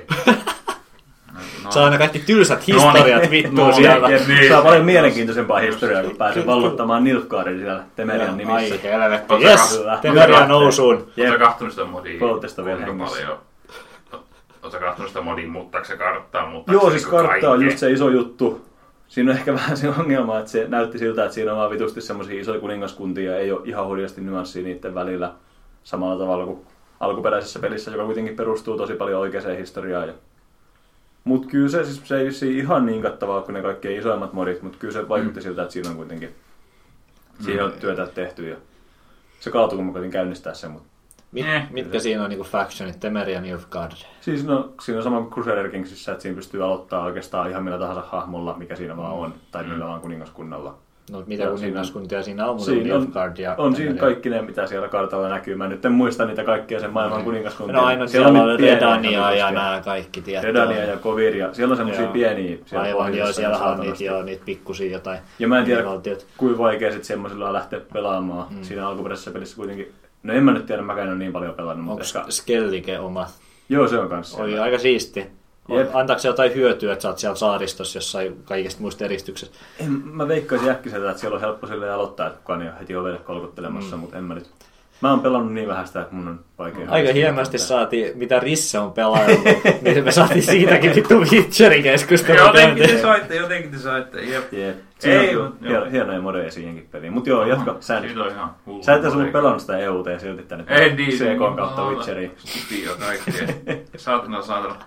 Saa aina kaikki tylsät historiat vittuun siellä. Saa paljon mielenkiintoisempaa historiaa, kun pääsee vallottamaan Nilfgaardin siellä Temerian nimissä. Ai helvetti, jes! Temerian nousuun. Oletko kahtunut sitä modia? Poltesta vielä hengissä. Oletko kahtunut sitä modia, muuttaako se karttaa? Joo, siis kartta on just se iso juttu. Siinä on ehkä vähän se ongelma, että se näytti siltä, että siinä on vaan vitusti semmosia isoja kuningaskuntia ja ei ole ihan hurjasti nyanssia niiden välillä samalla tavalla kuin alkuperäisessä pelissä, joka kuitenkin perustuu tosi paljon oikeaan historiaan. Mutta kyllä se ei vissiin ihan niin kattavaa kuin ne kaikkein isoimmat modit, mutta kyllä se vaikutti siltä, että siinä on kuitenkin siihen on työtä tehty ja se kaatui, kun mä koitin käynnistää sen. Mutta mitkä siinä on niinku factionit, Temeria ja Nilfgaard? Siis no, siinä on sama kuin Crusader Kingsissä, että siinä pystyy aloittaa oikeastaan ihan millä tahansa hahmolla, mikä siinä vaan on, tai millä vaan kuningaskunnalla. No mitä kuningaskuntia siinä on? Nilfgaard ja on siinä kaikki ne, mitä siellä kartalla näkyy. Mä nyt en muista niitä kaikkia sen maailman kuningaskuntia. No aina siellä on Redania ja nämä kaikki tietää. Redania ja Kovir ja siellä on semmosia pieniä. Aivan, joo, siellä on niitä pikkusia jotain. Ja mä en tiedä, kuinka vaikea sit semmoisella lähteä pelaamaan siinä alkuperäisessä pelissä kuitenkin. No en mä nyt tiedä, mäkään en ole niin paljon pelannut. Onko Skellike oma? Joo, se on kanssa. Oli aika siisti. Antaako se jotain hyötyä, että sä oot siellä saaristossa jossain kaikista muista eristyksessä? Mä veikkaisin äkkiseltä, että siellä on helppo silleen aloittaa, että kukaan ei ole heti ovelle kolkuttelemassa, mutta en mä nyt. Mä oon pelannut niin vähän sitä, että mun on vaikea. Aika hienosti saatiin, mitä Risse on pelaillut, niin me saatiin siitäkin vittu Witcherin keskustelua. Jotenkin te saitte. Jep. Ei, hienoja modeja siihenkin peliin. Mut joo, jatka. Sä et ollut pelannut sitä EUT silti tänne. CK kautta Witcheria. Stupio kaikkea. Saatana.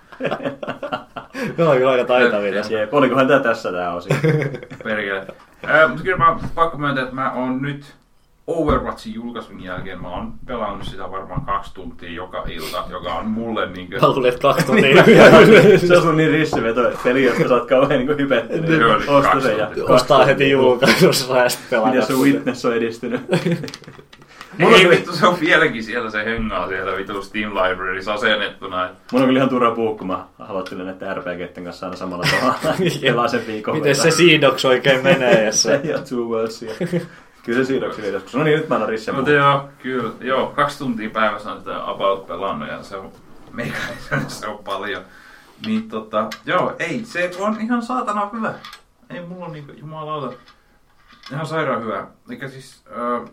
Ne on kyllä aika taitavia tässä. Jep, olikohan tässä tää osin? Perkele. Mutta kyllä mä pakko myöntää, että mä oon nyt Overwatchin julkaisun jälkeen, mä oon pelannut sitä varmaan 2 tuntia joka ilta, joka on mulle niinkö... Mä luulen, että 2 tuntia. Se on sun niin rissiveto, että peli, josta sä oot kauhean niinku hypettynyt. Osta sen ja... Ostaa heti julkaisussa ja sitten pelata. Miten sun Witness on edistynyt? Ei vittu, se on vieläkin siellä, se hengaa siellä vittu Steam Libraryssa asennettuna. Mun on kyllä ihan turha puhua, kun mä aloittelen näiden RPG-tten kanssa aina samalla tavalla. Pelaa sen viikon. Miten se Seedox oikein menee? Se ja Two Worldsia. Kyllä se Seedoxi oli joskus. No niin, nyt mä annan Risse puhua. Mutta joo, 2 tuntia päivässä on sitä about pelannut ja se on se on paljon. Niin ei, se on ihan saatana hyvä. Ei mulla on niinku, jumalauta, ihan sairaan hyvä. Eikä siis...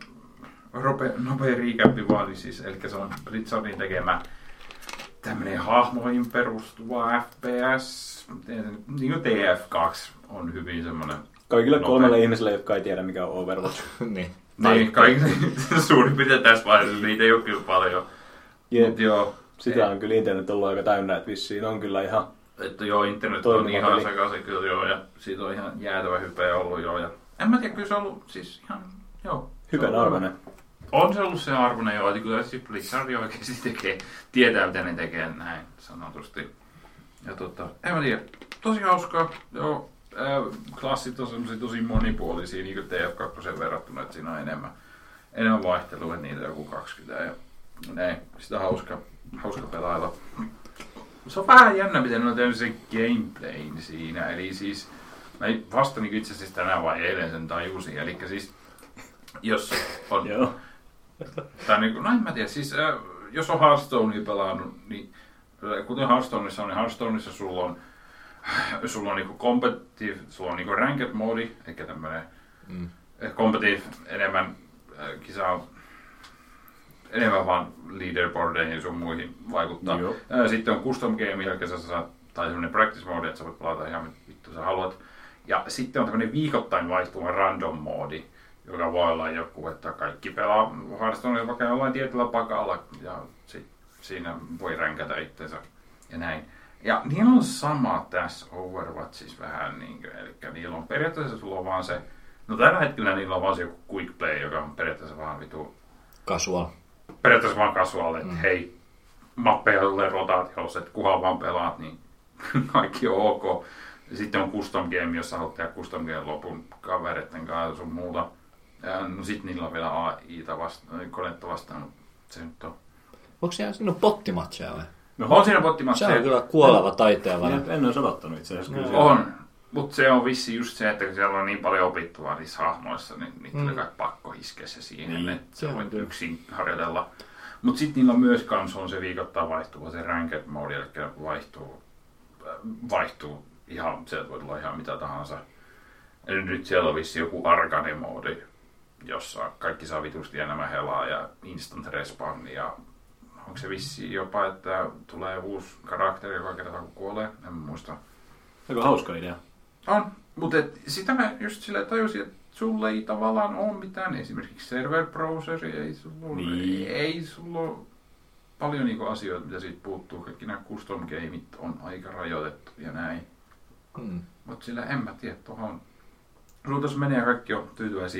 nopea recappi vaan, siis, eli se on Blizzardin tekemä tämmönen hahmoihin perustuva FPS, niin kuin TF2 on hyvin semmonen... Kaikille 3 ihmiselle, jotka ei tiedä mikä on Overwatch. Niin, kaikille suurin piirtein tässä vaiheessa, niitä ei ole kyllä paljon. Mut joo. Sitä on kyllä internet ollut aika täynnä, että vissiin on kyllä ihan... Että joo, internet on ihan sekaisin kyllä joo, ja siitä on ihan jäätävä hype ollut joo, ja... En mä tiedä, kyllä se on ollut siis ihan, joo... Hypen arvoinen. On se ollut se arvoinen joo, että kyllä siis Blizzard oikeasti tietää mitä ne tekee näin sanotusti. Ja en mä tiedä, tosi hauskaa, joo, klassit on semmosia tosi monipuolisia niin kuin TF2 verrattuna, että siinä on enemmän vaihtelua, että niitä joku 20 ja näin, sitä hauska pelailla. Se on vähän jännä, miten ne on tehnyt sen gameplayn siinä, eli siis, mä vasta niin itse asiassa tänään vai eilen sen tajusin, eli siis jos on... Joo. Tai niin kuin, no en mä tiedä, siis jos on Hearthstonea pelannut, niin kuten Hearthstoneissa on, niin Hearthstoneissa sulla on niinku competitive, sulla on niinku ranked modi, eli tämmönen competitive enemmän kisaa, enemmän vaan leaderboardeihin ja sun muihin vaikuttaa. Sitten on custom game, eli sä saat, tai semmonen practice mode, että sä voit pelata ihan vittu sä haluat. Ja sitten on tämmönen viikoittain vaihtuva random modi, joka voi olla joku, että kaikki pelaa Hearthstonea vaikka jollain tietyllä pakalla ja siinä voi ränkätä itsensä ja näin. Ja niillä on sama tässä Overwatchissa vähän niinkö, eli niillä on periaatteessa sulla on vaan se, no tällä hetkellä niillä on vaan se joku quick play, joka on periaatteessa vaan vitu... Casual. Periaatteessa vaan casual, että hei, mappeja tulee rotaatiossa, että kunhan vaan pelaat, niin kaikki on ok. Ja sitten on custom game, jos sä haluat tehdä custom game lopun kavereiden kanssa sun muuta. No sit niillä on vielä AI:ta konetta vastaan, mutta se nyt on. Onko siinä pottimatcheja vai? No on siinä pottimatcheja. Se on kyllä kuoleva taiteella. En ole odottanut itse asiassa. No, on, mutta se on vissi just se, että kun siellä on niin paljon opittua niissä hahmoissa, niin niitä on kai pakko iskeä se siihen, niin, että se voi yksin harjoitella. Mutta sitten niillä on myös on se viikoittain vaihtuva se ranked mode, eli vaihtuu ihan, sieltä voi tulla ihan mitä tahansa. Eli nyt siellä on vissi joku arcane mode, jossa kaikki saa vitusti enemmän helaa ja instant respawn ja onko se vissi jopa, että tulee uusi karakteri joka kertaa kun kuolee, en muista. Aika hauska idea. On, mutta sitä mä just silleen tajusin, että sulla ei tavallaan ole mitään, esimerkiksi server browseri, ei sulla ole paljon niinku asioita, mitä siitä puuttuu, kaikki nämä custom gameit on aika rajoitettu ja näin. Mutta sillä en mä tiedä, tuohon tuossa menee kaikki on tyytyväisiä.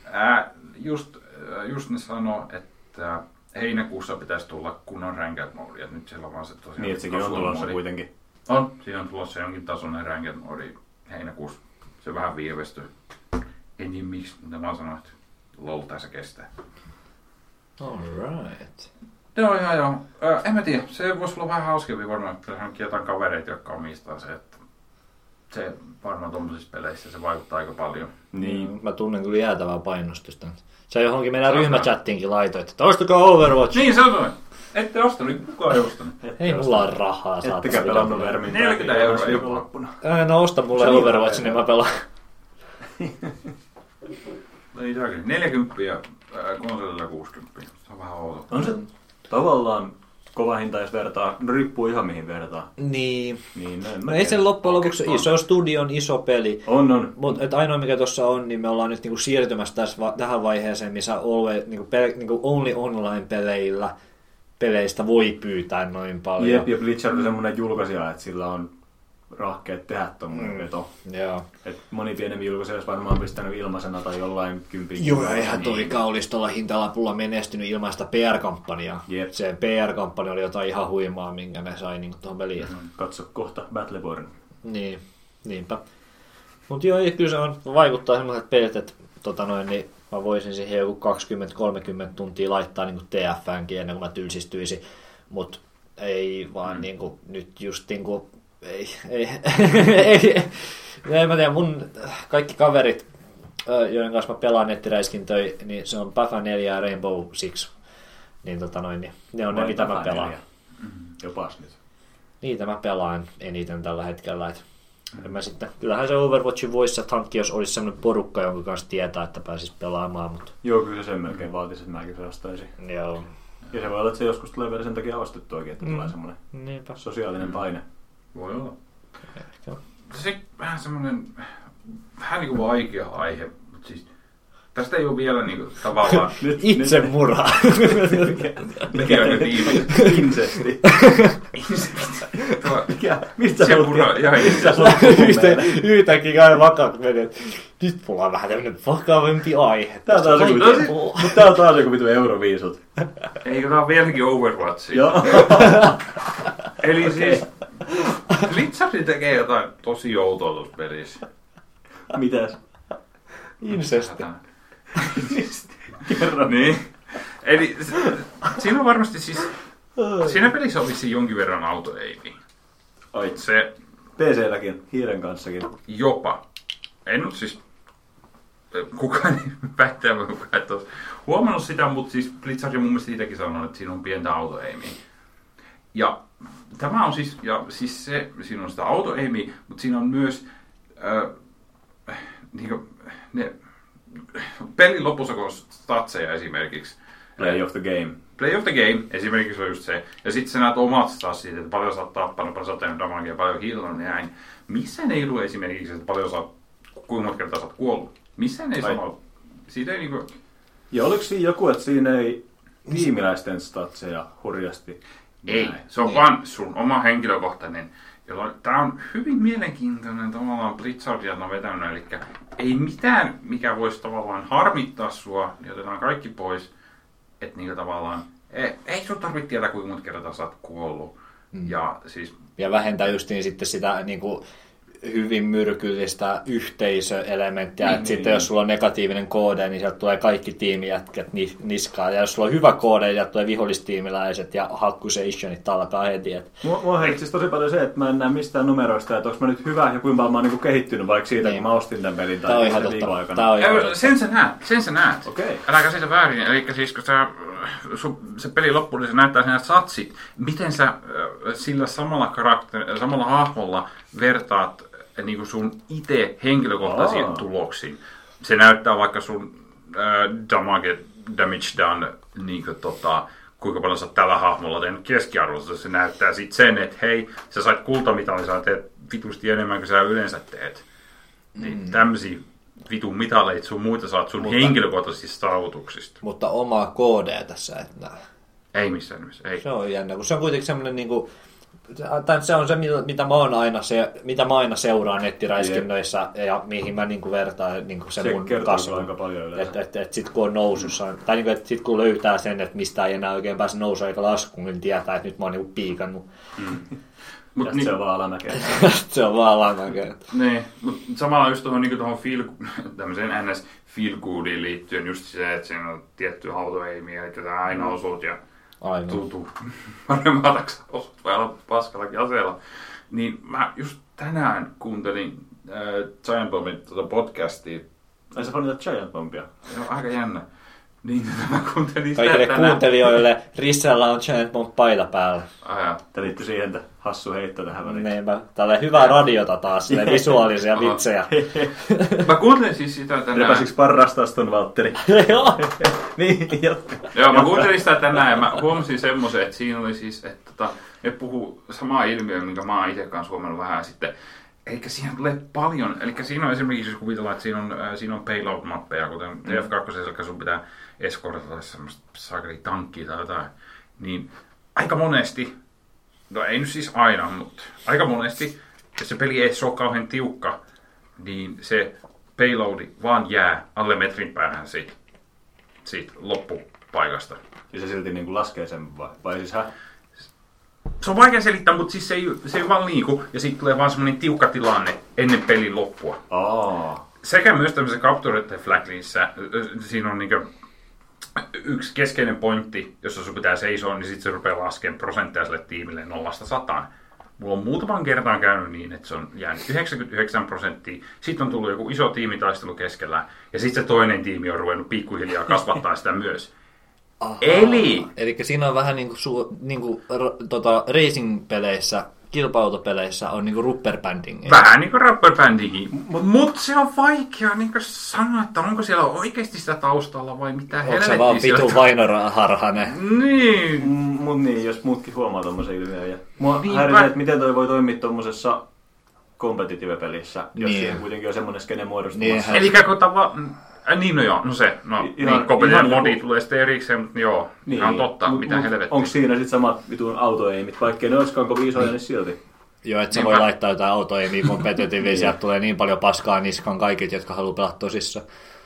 Just ne sanoo, että heinäkuussa pitäisi tulla kunnon ranked mode, nyt siellä on vaan se tosiaan... Niin, että sekin on tulossa kuitenkin. On, siinä on tulossa jonkin tasoinen ranked mode heinäkuussa. Se vähän viivästyy. En niin miksi, mitä mä sanoin, että lol tässä kestää. Alright. Joo. En mä tiedä, se voisi olla vähän hauskempi varmaan, että hankkii jotain kavereita, jotka omistaa se, että se varmaan tommosissa peleissä se vaikuttaa aika paljon. Niin. Mä tunnen kyllä jäätävää painostusta. Se johonkin meidän ryhmächattiinkin laitoit, että ostakaa Overwatch. Niin se on. Ette ostanut, kukaan ei ostanut. Ei mulla ole rahaa. Ettekä pelannut vermin. 40 € viikonloppuna. No osta mulle Overwatch, niin mä pelaan. Ei saakeli. 40 ja konsolilla 60. Se on vähän outo. On se tavallaan kova hinta, jos vertaa. No riippuu ihan mihin vertaa. Niin. No ei se loppujen lopuksi iso studion iso peli. On. Mutta ainoa mikä tuossa on, niin me ollaan nyt niinku siirtymässä tähän vaiheeseen, missä niinku only online-peleistä voi pyytää noin paljon. Jep, ja Blizzard on semmoinen julkaisija, että sillä on rahkeet tehdä tommoinen veto. Joo. Et moni pienempi julkaisija olisi varmaan pistänyt ilmaisena tai jollain 10. Joo, eihän toikaan olisi tuolla hintalapulla menestynyt ilman sitä PR-kampanjaa. Jep. Se PR-kampanja oli jotain ihan huimaa, minkä ne sai niin tuohon peliin. Katso kohta Battleborn. Niin, niinpä. Mutta joo, kyllä se on, vaikuttaa sellaiset pelit, että niin mä voisin siihen joku 20-30 tuntia laittaa niin TF:nkin ennen kuin mä tylsistyisin. Mutta ei vaan niinku, nyt just niinku, en mä tiedä, mun kaikki kaverit, joiden kanssa mä pelaan nettiräiskintöjä, niin se on Bafa 4 ja Rainbow Six. Niin niin ne on ne, mitä mä pelaan. Jopas nyt. Niitä mä pelaan eniten tällä hetkellä. Et en mä sitten, kyllähän se Overwatchin voisi hankkia, jos olisi sellainen porukka, jonka kanssa tietää, että pääsis pelaamaan. Mutta... Joo, kyllä se sen melkein vaatisi, että mäkin se ostaisin. Joo. Ja se voi olla, että se joskus tulee vielä sen takia ostettuakin, että tulee semmoinen sosiaalinen paine. Voi olla. Se vähän semmoinen, vähän niin kuin vaikea aihe, mutta siis tästä ei ole vielä niin kuin tavallaan... Itsemurha. Mikä on nyt viimeinen? Insesti. Mistä se murha? Yhtäkkiä kai vakat menee. Nyt mulla on vähän tämmönen vakavampi aihe. Tää on taas joku vitu Euroviisut. Eikö tää on vieläkin Overwatch? Joo. Eli siis Blizzard tekee jotain tosi outoa tuossa pelissä. Mitäs? Insesti. Kerro. Niin. Eli siinä on varmasti siis... Siinä pelissä on vissiin jonkin verran auto-aimia. Ai. Se... PC-läkin, hiiren kanssakin. Jopa. En nyt siis... Kukaan ei väittää, että olisi huomannut sitä, mutta siis Blizzard mun mielestä siitäkin sanoo, että siinä on pientä auto-aimia. Ja tämä on siis... Ja siis se... Siinä on sitä auto-aimia, mutta siinä on myös... niinku, ne... Pelin lopussa kun on statseja esimerkiksi. Play of the game. Play of the game esimerkiksi on just se. Ja sitten sä näet omat statsit, että paljon sä oot tappanut, paljon sä oot tehnyt damagea, paljon hiilannut ja näin. Missään ei lue esimerkiksi, että paljon sä oot, kuinka monta kertaa sä oot kuollut. Missään ei sano. Siitä ei niinku... Ja oliko siinä joku, että siinä ei tiimiläisten statseja hurjasti? Ei, se on vaan sun oma henkilökohtainen. Tämä on hyvin mielenkiintoinen tavallaan Blizzardia on vetänyt, eli ei mitään, mikä voisi tavallaan harmittaa sua, niin otetaan kaikki pois, että niinku tavallaan, ei sun tarvitse tietää, kuinka monta kertaa sä oot kuollut. Ja vähentää justiin sitten sitä niinku hyvin myrkyllistä yhteisöelementtiä, että sitten jos sulla on negatiivinen koode, niin sieltä tulee kaikki tiimijätkät niskaan, ja jos sulla on hyvä koode, niin sieltä tulee vihollistiimiläiset ja accusationit alkaa heti. Mua heitti siis tosi paljon se, että mä en näe mistään numeroista, että onko mä nyt hyvä ja kuinka paljon mä oon niinku kehittynyt vaikka siitä, kun mä ostin tämän pelin tai viikon aikana. Sen sä näet. Okay. Älä käsitä väärin, eli siis kun se peli loppuu, niin se näyttää sen satsit, miten sä sillä samalla hahmolla vertaat niin sun itse henkilökohtaisiin tuloksiin. Se näyttää vaikka sun damage done, niin kuin, kuinka paljon sä oot tällä hahmolla tehnyt keskiarvosta. Se näyttää sitten sen, että hei, sä sait kultamitalin, sä teet vitusti enemmän kuin sä yleensä teet. Niin tämmöisiä vitun mitaleita sun muita saat sun henkilökohtaisista saavutuksista. Mutta omaa koodea tässä et näe. Ei missään nimessä, ei. Se on jännä, kun se on kuitenkin semmoinen niinku... Se on se, mitä mä aina seuraan nettiräiskinnöissä ja mihin mä niinku vertaan niinku sen mun kasvun. Että sit kun on nousussa, tai niinku, että sit kun löytää sen, että mistä ei enää oikein pääse nousua eikä laskuun, niin tietää, että nyt mä oon niinku piikannut. Ja se on vaan alamäkeä. Se on vaan alamäkeä. Niin, mutta samalla just tuohon tämmöiseen NS feel goodiin liittyen just se, että siinä on tietty auto-aimia, että tämä aina osut ja tuntuu paremmataksi osut vai olla paskallakin aseella. Niin mä just tänään kuuntelin Giant Bombin podcastia. Ai sä fanitat Giant Bombia? Joo, aika jännä. Niin, mä kuuntelin sitä Kaikille tänään. kuuntelijoille Rissellä on Giant Bomb paita päällä. Aja. Tämä liittyy siihen, että hassu heitto tähän väliin. Niinpä. Tällä hyvää radiota taas, visuaalisia vitsejä. Mä kuuntelin siis sitä tänään. Repäsiks parrastas ton Valtteri? Joo. Niin, jatka. Joo, mä kuuntelin sitä tänään ja mä huomasin semmoisen, että siinä oli siis, että ne puhuu samaa ilmiöä, minkä mä oon itse kanssa huomannut vähän sitten. Eli siihen tulee paljon, eli siinä on esimerkiksi, jos kuvitellaan, että siinä on payload-mappeja, kuten TF2, sun pitää eskortata semmoista saakeli tankkia tai jotain, niin aika monesti, no ei nyt siis aina, mutta aika monesti, jos se peli ei ole kauhean tiukka, niin se payloadi vaan jää alle metrin päähän siitä loppupaikasta. Ja se silti niin kuin laskee sen vai siis Se on vaikea selittää, mutta siis se ei vaan liiku, ja sitten tulee vaan semmoinen tiukka tilanne ennen pelin loppua. Sekä myös tämmöisessä Capture the Flaglissä, siinä on niinku yksi keskeinen pointti, jossa sun pitää seisoa, niin sitten se rupeaa laskemaan prosentteja sille tiimille 0-100. Mulla on muutaman kertaan käynyt niin, että se on jäänyt 99%. Sitten on tullut joku iso tiimitaistelu keskellä, ja sitten se toinen tiimi on ruvennut pikkuhiljaa kasvattaa sitä myös. Aha. Eli siinä on vähän niinku racing-peleissä, kilpa-autopeleissä on niinku rubberbanding. vähän niin kuin rubberbandingi. Mutta se on vaikea niin sanoa, että onko siellä oikeasti sitä taustalla vai mitä helvettiä. Onko se vaan vitun vainoharhainen? Niin. Mut niin, jos muutkin huomaa tommosen ilmiön. Mua häiritsee, että miten toi voi toimia tommosessa competitive-pelissä, jos siihen kuitenkin on semmonen skene muodostumassa. Eli niin, no joo, niin competitive modi tulee sitten erikseen, mutta joo, ihan totta, mitä helvettiä. Onko siinä sitten samat vitun autoeimit, vaikkei ne olisikaan kovin isoja, niin silti? Joo, että se voi laittaa jotain autoeimiä competitive, sieltä tulee niin paljon paskaa niskaan kaikilta, jotka haluaa pelata tosissaan.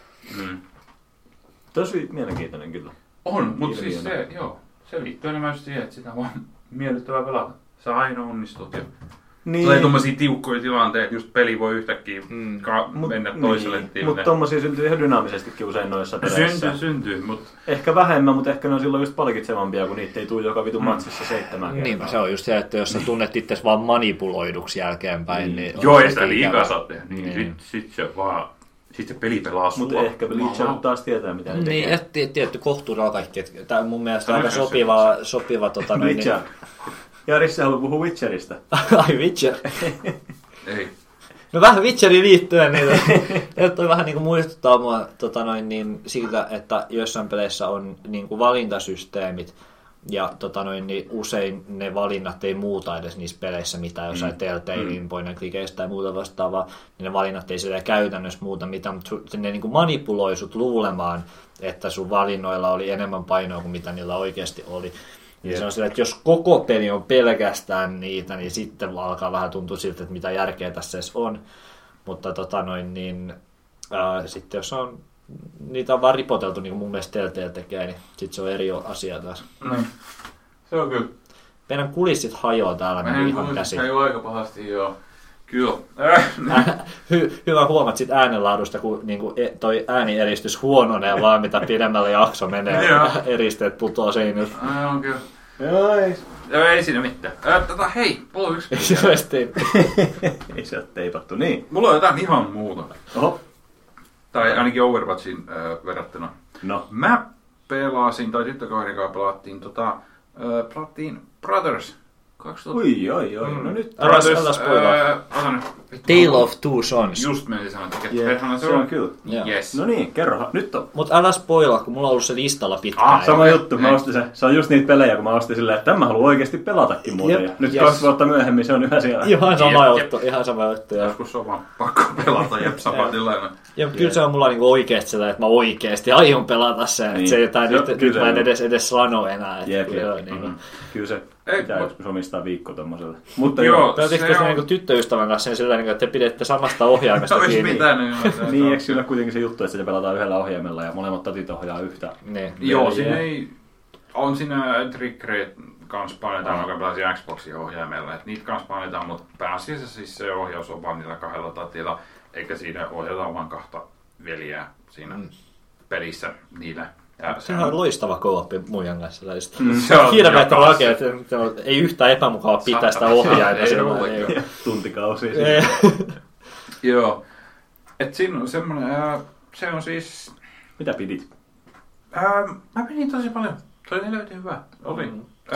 Tosi mielenkiintoinen kyllä. On, mutta siis se liittyy enemmän siihen, että sitä on vaan miellyttävää pelata. Sä aina onnistut ja tulee tommosia tiukkoja tilanteita, just peli voi yhtäkkiä mennä toiselle tiimille. Mutta tommosia syntyy ihan dynaamisestikin usein noissa peleissä. Syntyy, mutta ehkä vähemmän, mutta ehkä ne on silloin just palkitsevampia, kun niitä ei tule joka vitun matsissa 7 kertaa. Niinpä se on just se, että jos sä tunnet itse vaan manipuloiduksi jälkeenpäin, niin joo, ei sitä liikaa saa tehdä, niin sit se vaan sitten se peli pelaa sua. Mutta ehkä Bleacher taas tietää, mitä ne tekee. Niin, tietty kohtuudella kaikki. Tämä on mun mielestä aika sopiva Witcher. Jari, sä haluat puhua Witcheristä. Ai Witcher. Ei. No vähän Witcheriin liittyen, niin toi vähän niin kuin muistuttaa mua siitä, että joissain peleissä on niin kuin valintasysteemit, ja niin usein ne valinnat ei muuta edes niissä peleissä mitään, jos ei Telltalein point and clickeistä tai muuta vastaavaa, niin ne valinnat ei siellä käytännössä muuta mitään, mutta ne niin kuin manipuloi sut luulemaan, että sun valinnoilla oli enemmän painoa kuin mitä niillä oikeasti oli. Ja se on sillä, että jos koko peli on pelkästään niitä, niin sitten alkaa vähän tuntua siltä, että mitä järkeä tässä edes on. Mutta sitten jos on niitä on vaan ripoteltu, niin kuin mun mielestä Telltale tekee, niin sitten se on eri asia taas. Se on kyllä. Meidän kulissit hajoaa täällä ihan käsin. Meidän kulissit aika pahasti, joo. Kyllä. Hyvä huomat sit äänenlaadusta, kun niinku toi äänieristys huononee vaan mitä pidemmälle jakso menee. Eristeet putoo seiniltä. On kyllä. Joo, ei siinä mitään. Hei, mulla on yksi. Ei se ole teipattu, niin. Mulla on jotain ihan muuta. Oho. Tai ainakin Overwatchin verrattuna. No. Mä pelasin, tai tyttökaverin kanssa pelattiin Brothers 2000. Oi. No nyt. Älä spoilaa. Tale of Two Sons. Just meni sanoa, että se on kyllä. Yes. No niin, kerro. Nyt on. Mut älä spoilaa, kun mulla on ollut se listalla pitkään. Sama juttu. Mä ostin se. Se on just niitä pelejä, kun mä ostin silleen, että mä haluan oikeesti pelatakin muuten. Nyt 2 vuotta myöhemmin se on yhä siellä. Ihan sama juttu. Joskus on vaan pakko pelata ja sapatilainen. Ja kyllä se on mulla niinku oikeesti sellainen, että mä oikeesti aion pelata sen. Niin. Se jotain nyt mä en edes sano enää. Kyllä se pitää joskus omistaa viikko tommoselle. Mutta pelatitko se niinku tyttöystävän kanssa sillä että te pidette samasta ohjaimesta kiinni? Niin, eikö kyllä kuitenkin se juttu, että se pelataan yhdellä ohjaimella ja molemmat tatit ohjaa yhtä? Joo, on siinä triggereet kanssa painetaan, joka pelasin Xboxin ohjaimella. Niitä kanssa painetaan, mutta pääasiassa siis se ohjaus on vaan niillä 2 tatilla, eikä siinä ohjataan vaan 2 veljää siinä pelissä niillä. Se on loistava co-oppi muijan kanssa. Se on hirveät rakeet, ei yhtään epämukavaa pitää sitä ohjainta. Tuntikausia. Joo. Et siinä on semmoinen, se on siis... Mitä pidit? Mä menin tosi paljon. Toi löytyi hyvä. Oli.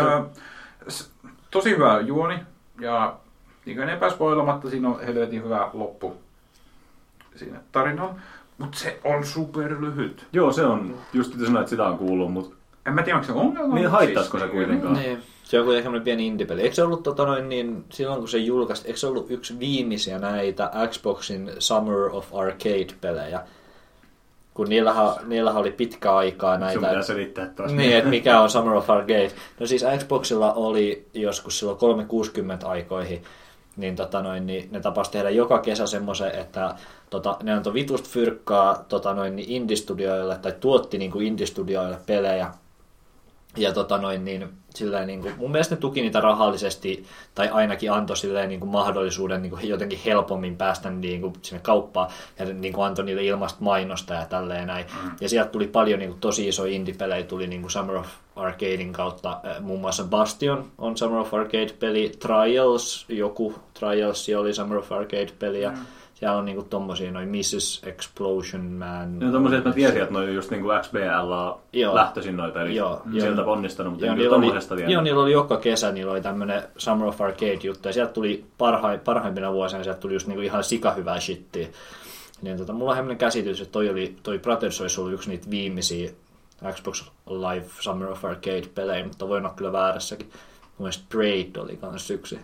Tosi hyvä juoni. Ja niin epäspoilamatta siinä on helvetin hyvä loppu siinä tarinalla. Mutta se on superlyhyt. Joo, se on. Just että sanoit, että sitä on kuullut, mutta... En mä tiedä, onko se ongelma. Niin haittaisiko se kuitenkaan? Niin. Se on kuitenkin semmoinen pieni indie-peli. Eikö se ollut niin, silloin kun se julkaisi, eikö se ollut yksi viimeisiä näitä Xboxin Summer of Arcade-pelejä? Kun niillähän oli pitkä aikaa näitä... Sun pitää selittää taas. Niin, että mikä on Summer of Arcade. No siis Xboxilla oli joskus silloin 360 aikoihin, niin, ne tapas tehdä joka kesä semmoisen, että ne antoi vitusta fyrkkaa indie-studioille, tai tuotti niin kuin indie-studioille pelejä. Ja silleen, niin kuin, mun mielestä ne tuki niitä rahallisesti, tai ainakin antoi silleen, niin kuin, mahdollisuuden niin kuin, jotenkin helpommin päästä niin kuin, sinne kauppaan, ja niin kuin, antoi niille ilmaista mainosta ja tälleen näin. Ja sieltä tuli paljon niin kuin, tosi isoja indie-pelejä, tuli niin kuin Summer of Arcadein kautta, muun muassa Bastion on Summer of Arcade-peli, Trials oli Summer of Arcade-peli, ja siellä on niinku tommosia noin Mrs. Explosion Man. Ne on tommosia, että mä tiesin, että noi just niinku XBL lähtöisin noita, eli sieltä ponnistanut, mutta en kyllä tommosesta tiedä. Joo, niillä oli joka kesä, niillä oli tämmönen Summer of Arcade-juttu, ja sieltä tuli parhaimpina vuosina, sieltä tuli just niinku ihan sikahyvää shittiä. Niin mulla on semmoinen käsitys, että toi Brothers olisi ollut yksi niitä viimeisiä Xbox Live Summer of Arcade-pelejä, mutta voin olla kyllä väärässäkin. Mun mielestä Braid oli kans yksi.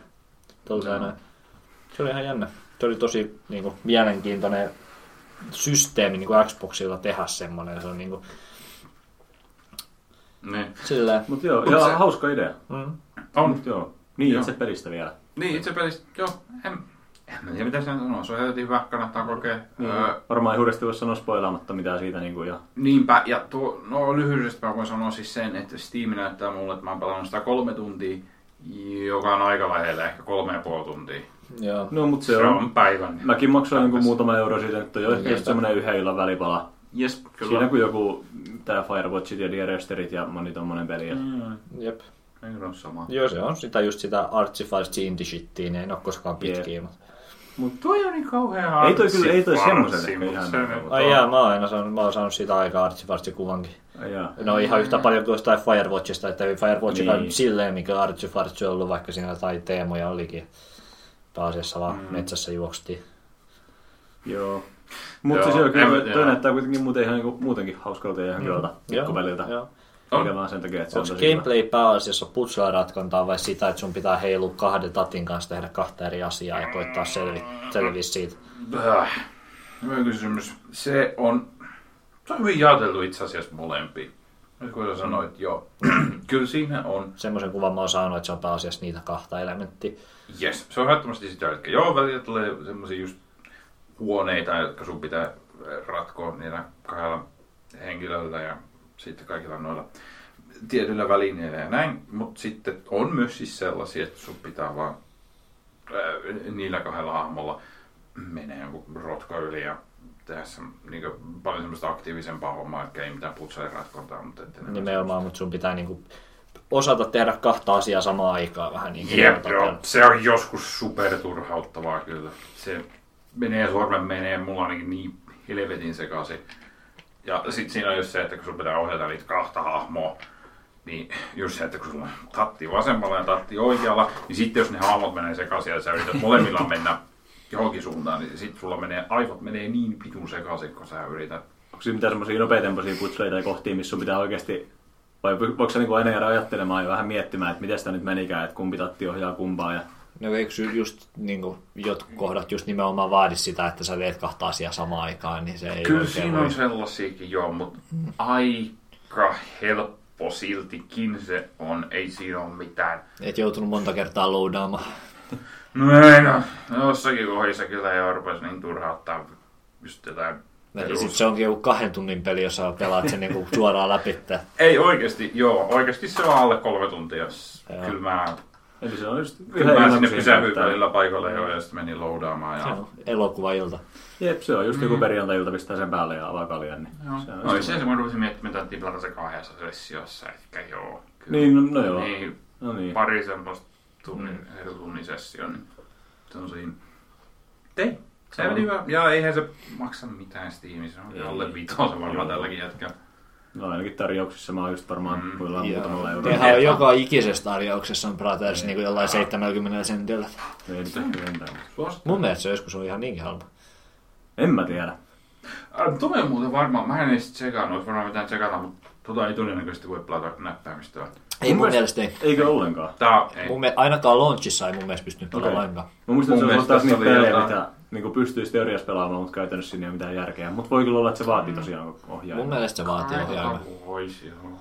Se oli ihan jännä. Se oli tosi niin kuin, mielenkiintoinen systeemi niin kuin Xboxilla tehdä semmoinen. Se on niin kuin... Silleen. Mut joo, ja hauska idea. On. Joo. Niin, itse pelistä vielä. Niin, itse pelistä, joo. En tiedä mitä sinä sanoo. Se on helvetin hyvä, kannattaa kokea. Varmaan ei uudesti voi sanoa spoilaamatta mitään siitä. Niin kuin, ja... Niinpä, ja lyhyesti mä voin sanoa siis sen, että Steam näyttää mulle, että mä oon pelannut sitä 3 tuntia, joka on aika lähellä, ehkä 3,5 tuntia. Joo. No, mutta se on päivän. Mäkin maksoin niin muutama euro siitä, että on ehkä just semmoinen yhden illan välipala. Yes, kyllä. Siinä kuin joku tää Firewatchit ja Diaresterit ja moni tommonen peli. Jep. Ei ole sama. Joo, se on sitä artsy-fartsy indie-shittiä, ne ei ole koskaan pitkiä. Mutta toi on niin kauhean artsy-fartsy. Ei toi semmosen ehkä ihan. Ai jaa, mä oon saanut siitä aika artsy-fartsy kuvankin. No ihan yhtä paljon kuin jostain Firewatchista, että Firewatchika on silleen mikä artsy-fartsy on ollut, vaikka siinä jotain teemoja olikin. Pääasiassa vaan metsässä juokstiin. Joo. Mutta siis joo, kyllä toi näyttää kuitenkin muutenkin hauskalta ja ihan kivalta pikkupeliltä. Eikä vaan sen takia, että se on tosi gameplay pääasiassa puzzle-ratkontaa vai sitä, että sun pitää heilua 2 tatin kanssa tehdä 2 eri asiaa ja koittaa selviä siitä? Hyvä kysymys. Se on hyvin jaoteltu itse asiassa molempiin. Nyt kun sä sanoit, joo. Kyllä siinä on. Semmoisen kuvan mä oon saanut, että se on pääasiassa niitä 2 elementtiä. Jes, se on ehdottomasti sitä, että joo, välillä tulee semmosia just huoneita, jotka sun pitää ratkoa niillä 2 henkilöllä ja sitten kaikilla noilla tietyillä välineillä ja näin. Mutta sitten on myös siis sellaisia, että sun pitää vaan niillä 2 hahmolla menee joku rotka yli ja tehdä niin paljon semmoista aktiivisempaa hommaa, että ei mitään putsaleja ratkontaa. Nimenomaan, mutta sun pitää niinku osata tehdä 2 asiaa samaan aikaan vähän niin. Jep, joo. Se on joskus superturhauttavaa kyllä. Se sormen menee mulla ainakin niin helvetin sekaisin. Ja sit siinä on just se, että kun sun pitää ohjata niitä 2 hahmoa, niin just se, että kun sulla on tatti vasemmalla ja tatti oikealla, niin sitten jos ne hahmot menee sekaisin ja sä yrität molemmilla mennä johonkin suuntaan, niin sit sulla aivot menee niin pitun sekaisin, kun sä yrität. Onko siinä mitään semmosia nopeatempoisia putsleita ja kohtia, missä sun pitää oikeasti, vai voiko sä niinku aina jäädä ajattelemaan ja vähän miettimään, että miten sitä nyt menikään, että kumpi tatti ohjaa kumpaa ja... No eikö just niinku, jotkut kohdat just nimenomaan vaadi sitä, että sä teet 2 asiaa samaan aikaan, niin se ei kyllä siinä on sellaisiakin joo, mutta aika helppo siltikin se on, ei siinä ole mitään. Et joutunut monta kertaa loadaamaan. No ei no, jossakin kohdissa kyllä jo rupesi niin turhauttaa just jotain. Eli sit se onkin joku 2 tunnin peli, jos sä pelaat sen niinku suoraan läpi. Ei oikeesti, joo. Oikeesti se on alle 3 tuntia. Kyllä mä... Eli se on just... Kyllä mä sinne pysähdyin välillä paikalle ja sitten menin loadaamaan. Se on elokuvailta. Jep, se on just joku perjantai-ilta pistää sen päälle ja avaa kaljan. Niin joo. Se mä rupesin miettimään, että tiplata se 2 sessiossa. Ehkä joo. Kyllä. Niin, no joo. Niin, pari semmoista tunnin sessio, niin se on siinä. Se on hyvä. Ja eihän se maksa mitään Steamissa. Se on alle 5 varmaan tälläkin jätkällä. No ainakin tarjouksissa mä oon just varmaan puillaan muutamalla eurolla. Tehän on joka ikisessä tarjouksessa on Brothers niin kuin jollain 70 sentillä. Ei nyt ehkä lentää. Mun mielestä se joskus on ihan niinkin halpa. En mä tiedä. Toi on muuten varmaan, mä en edes tsekannut, olisi varmaan mitään tsekata, mutta ei todennäköisesti voi pelata näppäimistöä. Ei mun mielestä ei. Eikö ollenkaan? Ei. Ainakaan launchissa ei mun mielestä pystynyt pelaamaan lainkaan. Mä muistan, että se on taas niitä pelejä, mitä niin pystyisi teoriassa pelaamaan, mutta käytännössä siinä ei ole mitään järkeä. Mutta voi kyllä olla, että se vaatii tosiaan ohjaimen. Mun mielestä se vaatii ohjaimen. Voisi olla.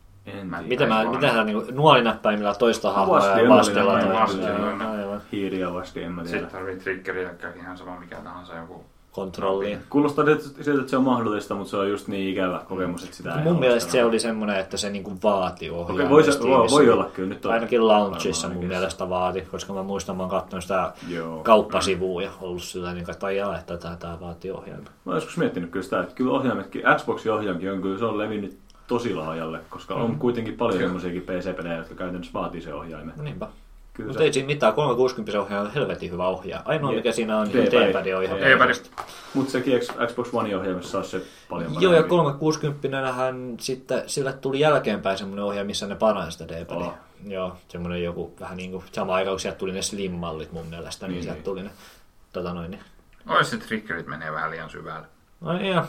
Mitähän niinku nuolinäppäimillä toista hahmoa ja vastilla toista. Hiiri ja vasti, en mä tiedä. Sitten tarvii triggeriä, ihan sama mikä tahansa joku kontrolliin. Kuulostaa siltä, että se on mahdollista, mutta se on just niin ikävä kokemus, että sitä ei mun mielestä se oli semmoinen, että se niinku vaati ohjaimen. Voi olla kyllä. Nyt ainakin launchissa mun mielestä vaati, koska mä muistan, mä oon katsonut sitä kauppasivua ja ollut sillä niin, että ajaa, että tää vaatii ohjaimen. Mä oon joskus miettinyt kyllä sitä, että kyllä ohjaimetkin, Xboxin ohjaimkin on kyllä, se on levinnyt tosi laajalle, koska on kuitenkin paljon semmoisiakin PC-pelejä, jotka käytännössä vaatii se ohjaimen. Niinpä. Mutta ei siinä mitään, 360 ohjaaja on helvetin hyvä ohjaaja. Ainoa mikä siinä on D-padin ohjaaja. Mutta sekin Xbox One ohjaimessa on se paljon paremmin. Joo, ja 360-nähän sitten sille tuli jälkeenpäin semmoinen ohjaaja, missä ne paransi sitä D-padia. Joo, semmoinen joku vähän niin kuin sama aika, kun sieltä tuli ne Slim-mallit mun mielestä, niin sieltä tuli ne Ois se triggerit menee vähän liian syvälle. No joo.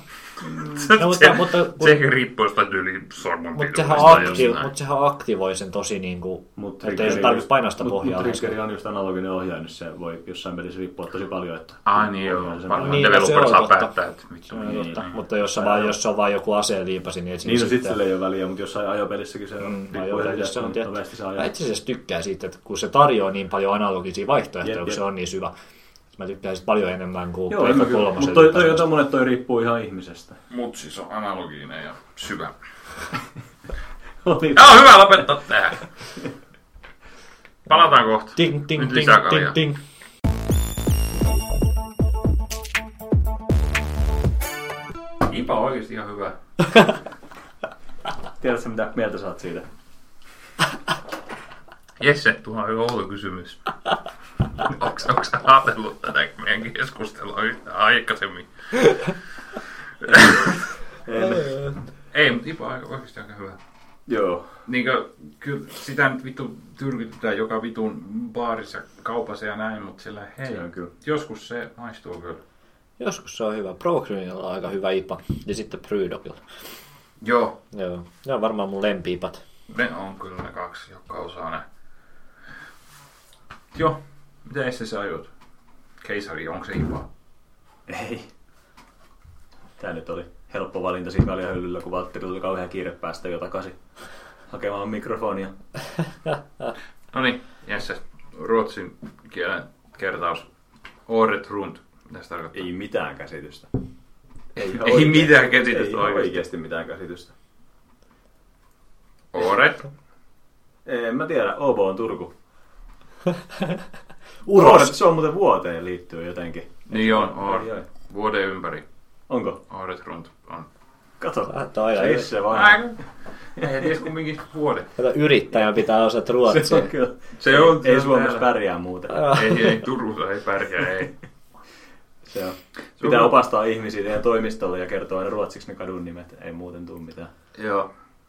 Sekin riippuu sitä yli sormenpiluista. Mutta sehän aktivoi sen tosi niinku, että ei se tarvitse painaa sitä pohjaa. Mutta triggeri on just analoginen ohjaaja, niin se voi jossain pelissä riippua tosi paljon. Että niin joo. Developer saa päättää, että vittu. Mutta jos se on vaan joku aseen liipasi, niin niin no sitten sille ei ole väliä, mutta jossain ajopelissäkin se on ajopelissäkin nopeasti se ajaa. Mä itse asiassa tykkää siitä, että kun se tarjoaa niin paljon analogisia vaihtoehtoja, kun se on niin syvä. Mä tykkään sitä paljon enemmän kuin Pleikka 3. Mutta toi on tommonen, toi riippuu ihan ihmisestä. Mut siis on analoginen ja syvä. On hyvä lopettaa tähän. Palataan kohta. Ting, ting, ting, ting, ting. IPA on oikeesti ihan hyvä. Tiedätkö mitä mieltä sä oot siitä? Jesse, tuo on outo kysymys. Onko sä ajatellut tätä meidän keskustelua yhtään aikaisemmin? Ei, mutta IPA on oikeasti aika hyvä. Joo. Niinkö, kyllä sitä nyt vittu tyrkytetään joka vitun baarissa, kaupassa ja näin, mutta sillä hei, joskus se maistuu kyllä. Joskus se on hyvä. Procreamilla on aika hyvä IPA. Ja sitten Brewdogilla. Joo. Ne on varmaan mun lempi-IPat. Ne on kyllä ne kaksi, jotka osaa ne. Joo. Mitä sä ajot? Keisari, onko se IPA? Ei. Tää nyt oli helppo valinta siinä kaljahyllyllä, kun Valtteri tuli kauhean kiire päästä jo takaisin hakemaan mikrofonia. Noniin, Jesse, ruotsin kielen kertaus. Året runt. Mitä se tarkoittaa? Ei mitään käsitystä. Ei mitään käsitystä oikeasti mitään käsitystä. Året? En mä tiedä, Åbo on Turku. Uros! Se on muuten vuoteen liittyy jotenkin. Niin on. Vuoden ympäri. Onko? Året runt on. Kato, se vaan. Ei tiedä kumminkin vuodet. Yrittäjän pitää osata ruotsia. Se on. Ei Suomessa pärjää muuten. Ei, Turussa ei pärjää, ei. Se on. Pitää opastaa ihmisiä teidän toimistolle ja kertoa aina ruotsiksi ne kadun nimet. Ei muuten tule mitään. Joo.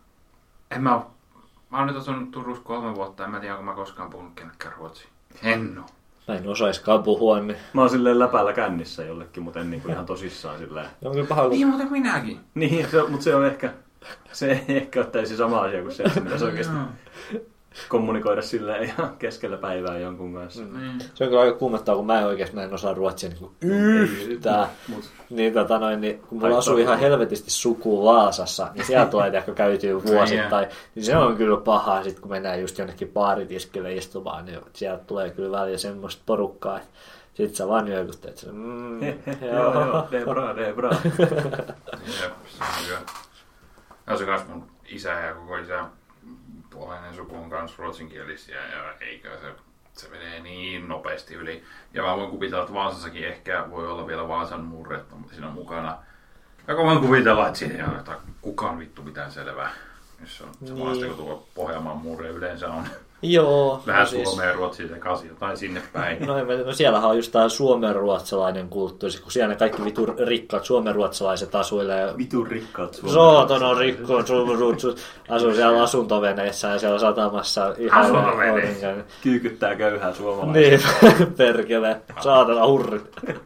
Mä oon nyt asunut Turussa 3 vuotta, en mä tiedä, onko mä koskaan puhunut kenenkään ruotsia. En oo. Mä en osaiskaan puhua, niin... Mä oon silleen läpällä kännissä jollekin, mutta en niinku ihan tosissaan silleen. No, kyllä paha, niin, mutta minäkin. Niin, mutta se on ehkä... Se ei ehkä ole täysin sama asia kuin se, että pitäisi oikeasti kommunikoida silleen ihan keskellä päivää jonkun kanssa. Se on kyllä aika kuumettaa, kun mä en osaa ruotsia niin yhtään. Niin, niin, kun mulla asuu ihan helvetisti sukua Vaasassa, niin siellä tulee ehkä käytyy vuosittain. Niin se on kyllä pahaa, sit kun mennään just jonnekin baaritiskille istumaan, niin sieltä tulee kyllä välillä semmoista porukkaa, että sit sä vaan joikutteet, että joo, de bra. Se on hyvä. Ja se kans mun isä ja koko isä puolinen suku on kans ruotsinkielisiä ja eikä se menee niin nopeasti yli. Ja mä voin kuvitella, että Vaasassakin ehkä voi olla vielä Vaasan murretta, mutta siinä on mukana. Ja voin kuvitella, että siinä ei ole kukaan vittu mitään selvää. Jos on samanlaista kuin tuo Pohjanmaan murre yleensä on. Joo. Vähän Suomeen ja Ruotsiin sekaisin jotain sinne päin. No siellähän on just tää suomenruotsalainen kulttuuri, kun siellä ne kaikki vitun rikkaat suomenruotsalaiset asuilee. Vitun rikkaat suomenruotsalaiset. Saatana rikkaat suomenruotsalaiset asuu siellä asuntoveneessä ja siellä satamassa ihan aurinkoinen. Kyykyttää köyhää suomalaista. Niin, perkele. Saatana hurrit.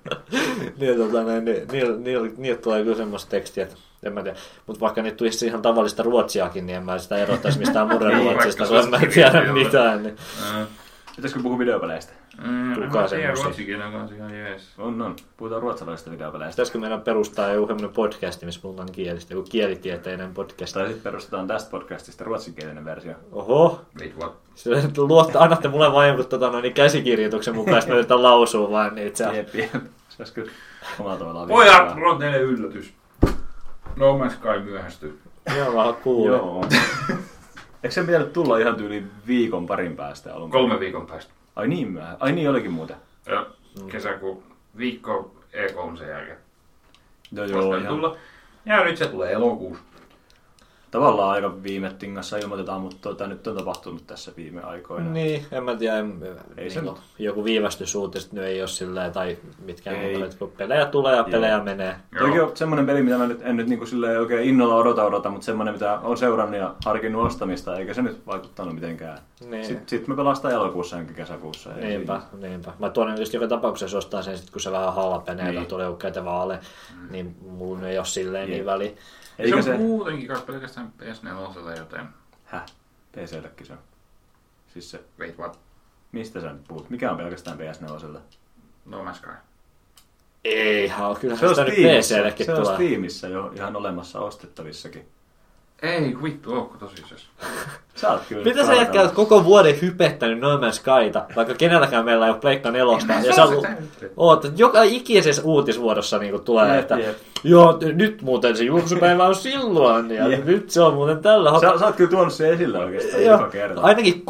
Niiltä tulee kyllä semmoista tekstiä, että en mä tiedä. Mutta vaikka nyt tulisi ihan tavallista ruotsiakin, niin en mä sitä erottaisi mistään murreruotsista, kun en mä tiedä mitään. Niin. Pitäisikö puhua videopeleistä? Kuka se ruotsikin on kanssa ihan jees. On. Puhutaan ruotsalaisista videopeleistä. Pitäisikö meidän perustaa joku sellainen podcasti, missä puhutaan kielistä, joku kielitieteinen podcast? Tai sitten perustetaan tästä podcastista ruotsinkielinen versio. Oho! Wait, what? Annatte mulle vain jonkun käsikirjoituksen mukaan, jos me yritän lausua vaan niitä. Jep. Se olisi kyllä omalla tavallaan. Pojat, mulla on teille yllätys. No Man's Sky myöhästyy. Joo, vähän kuulee. Joo. Eikö se pitänyt tulla ihan tyyliin viikon parin päästä alun? 3 viikon päästä. Ai niin myöhään. Ai niin olikin muuten. Joo. Kesäkuun viikko E3 sen jälkeen. Joo, ihan. Tulla. Ja nyt se tulee elokuussa. Tavallaan aika viime tingassa ilmoitetaan, mutta nyt on tapahtunut tässä viime aikoina. Niin, en mä tiedä. Ei se joku viivästysuutiset nyt ei ole silleen, tai mitkään muuta, kun pelejä tulee ja pelejä menee. Toki on semmoinen peli, mitä mä nyt en nyt niinku silleen oikein innolla odota, mutta semmoinen, mitä on seurannut ja harkinnut ostamista, eikä se nyt vaikuttanut mitenkään. Niin. Sitten me pelastaan elokuussa enkä kesäkuussa. Niinpä. Mä tuon just joka tapauksessa ostaa sen, kun se vähän halpenee tai tulee joku kätevä ale, niin mulla ei ole silleen niin väliä. Eikä se on muutenkin kai pelkästään PS4, joten... Häh? PC:llekin se on. Siis se... Wait, what? Mistä sä nyt puhut? Mikä on pelkästään PS4? No Man's Sky. Eihän, kyllähän sitä nyt PC:llekin tulee. Se on Steamissa jo ihan olemassa ostettavissakin. Ei, vittu, ootko tosissaan? Sä oot kyllä. Mitä sä jätkä oot koko vuoden hypettänyt No Man's Skyta, vaikka kenelläkään meillä ei ole Pleikka 4. Ja sä oot, joka ikisessä uutisvuodossa niinku tulee, että joo, nyt muuten se julkaisupäivä on silloin, ja nyt se on muuten tällä. Sä oot kyllä tuonut se esille oikeastaan joka kerta. Ainakin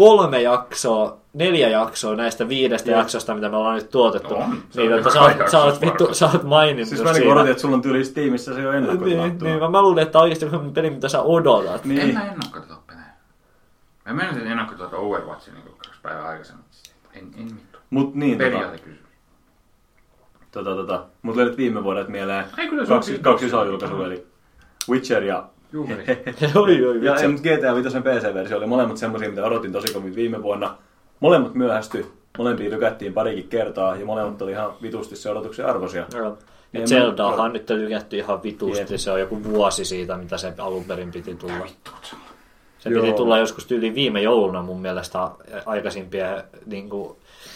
4 jaksoa näistä 5 jaksosta, mitä me ollaan nyt tuotettu. Niin, että sä oot maininnut siis mä niin odotin, että sulla on tyyli Steamissa se jo ennakkotilattua. Niin, mä luulen, että on oikeasti joku peli, mitä sä odotat. Niin. En mä ennakkotilata pelejä. Mä menisin ennakkotilata Overwatchin niin 2 päivää aikaisemmin. En vittu. Mut niin, periaatekysymys. Mut löydät viime vuodet mieleen kaksi isoa julkaisua, eli Witcher ja... ja GTA 5 PC-versio oli molemmat semmosia, mitä odotin tosi kovin viime vuonna. Molemmat myöhästyi, molempia lykättiin parikin kertaa ja molemmat oli ihan vitusti se odotuksen arvoisia. Ja Zeldaahan nyt lykätty ihan vitusti, se on joku vuosi siitä, mitä se alun perin piti tulla. Se piti tulla joskus yli viime jouluna mun mielestä aikaisimpia niinku,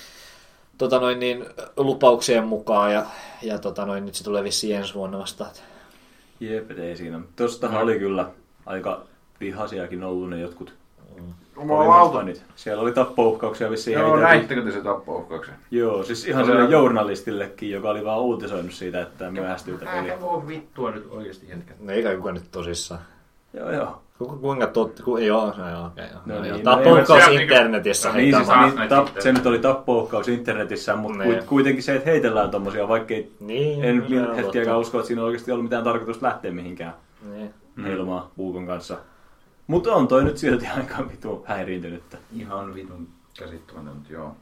lupauksien mukaan ja nyt se tulee vissiin ensi vuonna vasta. Jep, ei siinä. Tostahan oli kyllä aika vihasiakin ollut ne jotkut. Siellä oli tappouhkauksia vissiin. Joo, näittekö te se tappouhkauksen? Joo, siis ihan sellainen journalistillekin, joka oli vaan uutisoinut siitä, että myöhästyy tätä peliä. Voi vittua nyt oikeesti jätkät. No eikä kukaan nyt tosissaan. Joo. Kuinka totta? Joo. Tappouhkaus internetissä. Se nyt oli tappouhkaus internetissä, mutta kuitenkin se, että heitellään tommosia, vaikkei en hetkiäkään usko, että siinä on oikeasti ollut mitään tarkoitusta lähteä mihinkään heilumaan puukon kanssa. Mutta on toi nyt silti aika vitun häiriintynyttä. Ihan vitun käsittämätöntä, joo.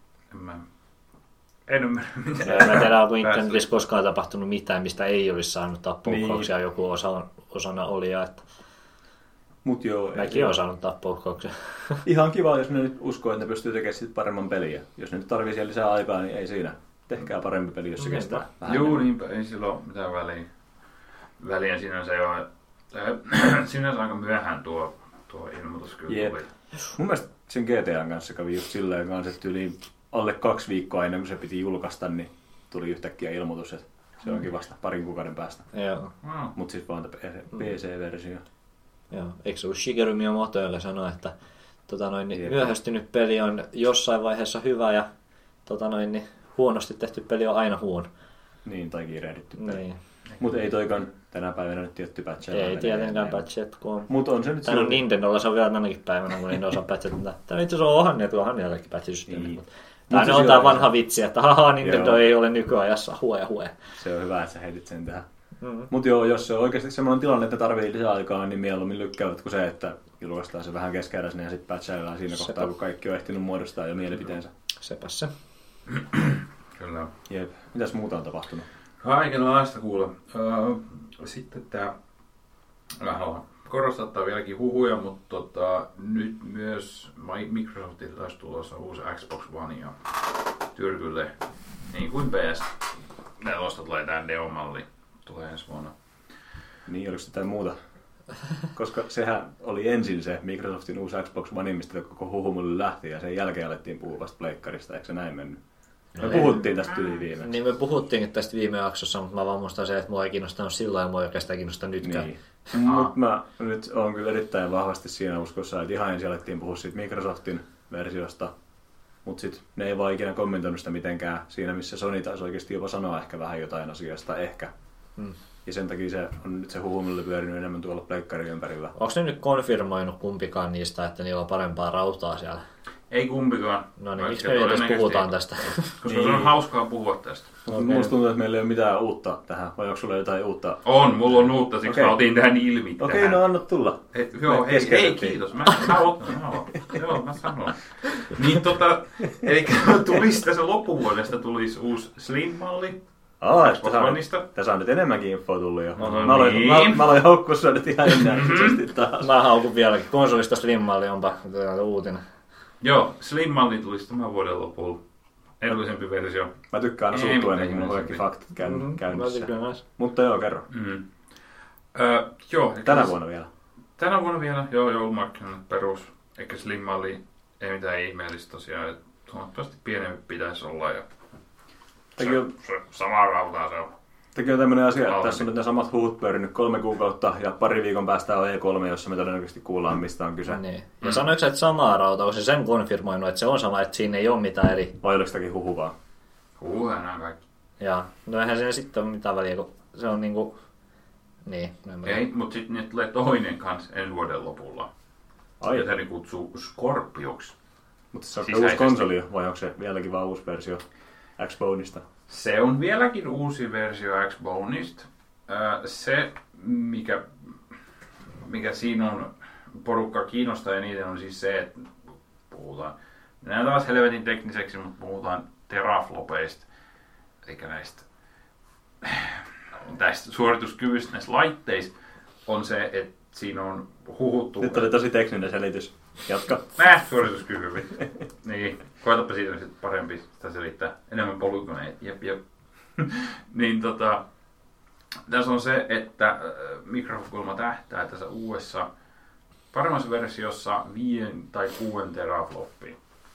En ymmärrä mitään. Mä tiedä, onko internetissä koskaan tapahtunut mitään, mistä ei olisi saanut tappouhkauksia, joku osana oli. Että... Mut joo. Mäkin olen saanut tappouhkauksia. Ihan kiva, jos ne nyt uskoo, että ne pystyy tekemään sit paremman peliä. Jos ne nyt tarvii siellä lisää aikaa, niin ei siinä. Tehkää parempi peli, jos se kestää vähän. Joo, niinpä. Ei sillä ole mitään väliä sinänsä jo. Sinänsä aika myöhään tuo ilmoitus kyllä tuli. Mun mielestä sen GTAn kanssa kävi just silleen kanssa, että yli alle 2 viikkoa ennen kuin se piti julkaista, niin tuli yhtäkkiä ilmoitus, että se onkin vasta parin kuukauden päästä. Joo. Mutta sitten vaan PC-versio. Joo. Eikö se ollut Shigeru Miyamoto, joka sanoi, että myöhästynyt peli on jossain vaiheessa hyvä ja huonosti tehty peli on aina huono. Niin, tai kiirehditty peli. Niin. Mutta ei toikaan tänä päivänä nyt tietty patcheilla. Ei tietenkään patchet, kun mutta on se nyt on Nintendolla se on vielä tänäkin päivänä, kun niin osaa patchet. Tämä itse asiassa on onhan jollekin patch-systeemi. Niin. Tämä on tämä vanha vitsi, että haha, Nintendo ei ole nykyajassa, hue. Se on hyvä, että sä heitit sen tähän. Mutta joo, jos se on oikeasti semmoinen tilanne, että tarvii lisää aikaa, niin mieluummin lykkäävät kuin se, että julkaistaan se vähän keskeräisenä ja sitten patchaillaan siinä kohtaa, kun kaikki on ehtinyt muodostaa jo mielipiteensä. Sepäs se. Kyllä. Jep. Mitäs muuta on tapahtunut? Kaikenlaista kuule. Sitten tää... Mä haluan korostaa vieläkin huhuja, mutta nyt myös Microsoftilla taas tulossa uusi Xbox One ja tyrkylle, niin kuin PS4 tulee tää Neo-malli, tulee ensi vuonna. Niin, oliko jotain muuta? Koska sehän oli ensin se Microsoftin uusi Xbox One, mistä koko huhumulle lähti, ja sen jälkeen alettiin puhua vasta pleikkarista, eikö se näin mennyt? Me puhuttiin tästä viimeksi. Niin me puhuttiinkin tästä viime jaksossa, mutta mä vaan muistan se, että mua ei kiinnostanut silloin ja mua ei oikeastaan kiinnosta nytkään. Niin. Mutta mä nyt on kyllä erittäin vahvasti siinä uskossa, että ihan ensin alettiin puhua siitä Microsoftin versiosta, mutta sitten ne ei vaan ikinä kommentoinut sitä mitenkään siinä, missä Sony taisi oikeasti jopa sanoa ehkä vähän jotain asiasta, ehkä. Ja sen takia se on nyt se huhumulle pyörinyt enemmän tuolla pleikkarin ympärillä. Onko ne nyt konfirmoinut kumpikaan niistä, että niillä on parempaa rautaa siellä? Ei kumpikaan. No niin, miksi me edes puhutaan tästä? Koska niin. Se on hauskaa puhua tästä. Okay. Musta tuntuu, että meillä ei ole mitään uutta tähän. Vai onko sulla jotain uutta? On, mulla on uutta, siksi mä otin tähän ilmi. Okei, no anna tulla. Joo, hei kiitos. Mä sanon. Niin eli tulisi tässä loppuvuodesta tulisi uusi Slim-malli. Tässä on nyt enemmänkin infoa tullut jo. Mä aloin haukkua sua nyt ihan ennäisesti taas. Mä haukun vieläkin. Konsolista Slim-malli onpa uutinen. Joo, Slim-malli tulisi tämän vuoden lopulla. Edullisempi versio. Mä tykkään aina suuttua ennen kuin mulla on kaikki faktat käynnissä. Mutta joo, kerro. Joo. Tänä vuonna vielä. Tänä vuonna vielä, joo, joulumarkkinat perus. Eikä Slim-malli, ei mitään ihmeellistä tosiaan. Huomattavasti pienempi pitäisi olla ja se samaa rautaa se on. Tekin on tämmöinen asia, että tässä on nyt ne samat huhut pyörinyt 3 kuukautta ja pari viikon päästä on E3, jossa me todennäköisesti kuullaan, mistä on kyse. Niin. Ja sanoiko sä, että samaa rautaa, onko se sen konfirmoinut, että se on sama, että siinä ei ole mitään eri? Vai oliko sitäkin huhu vaan? Huhuja nämä kaikki. Jaa, no eihän siinä sitten ole mitään väliä, kun se on niinku... Niin. Ei, mutta sitten nyt tulee toinen kanssa ensi vuoden lopulla. Jota ne kutsuu Scorpioksi. Mutta se on uusi konsoli vai onko se vieläkin vaan uusi versio Xboneista? Se on vieläkin uusi versio Xboneista. Se, mikä siinä on porukka kiinnostaa eniten, on siis se, että puhutaan, nämä taas helvetin tekniseksi, mutta puhutaan teraflopeista, eli tästä suorituskyvystä näissä laitteissa on se, että siinä on huhuttu... Nyt oli tosi tekninen selitys. Jatka. Suorituskyvy. Niin, koetapa siitä sitten parempi sitä selittää. Enemmän polygoneita. Jep. Niin tässä on se, että Microsoft tähtää tässä uudessa paremmassa versiossa 5 tai 6 terafloppiin.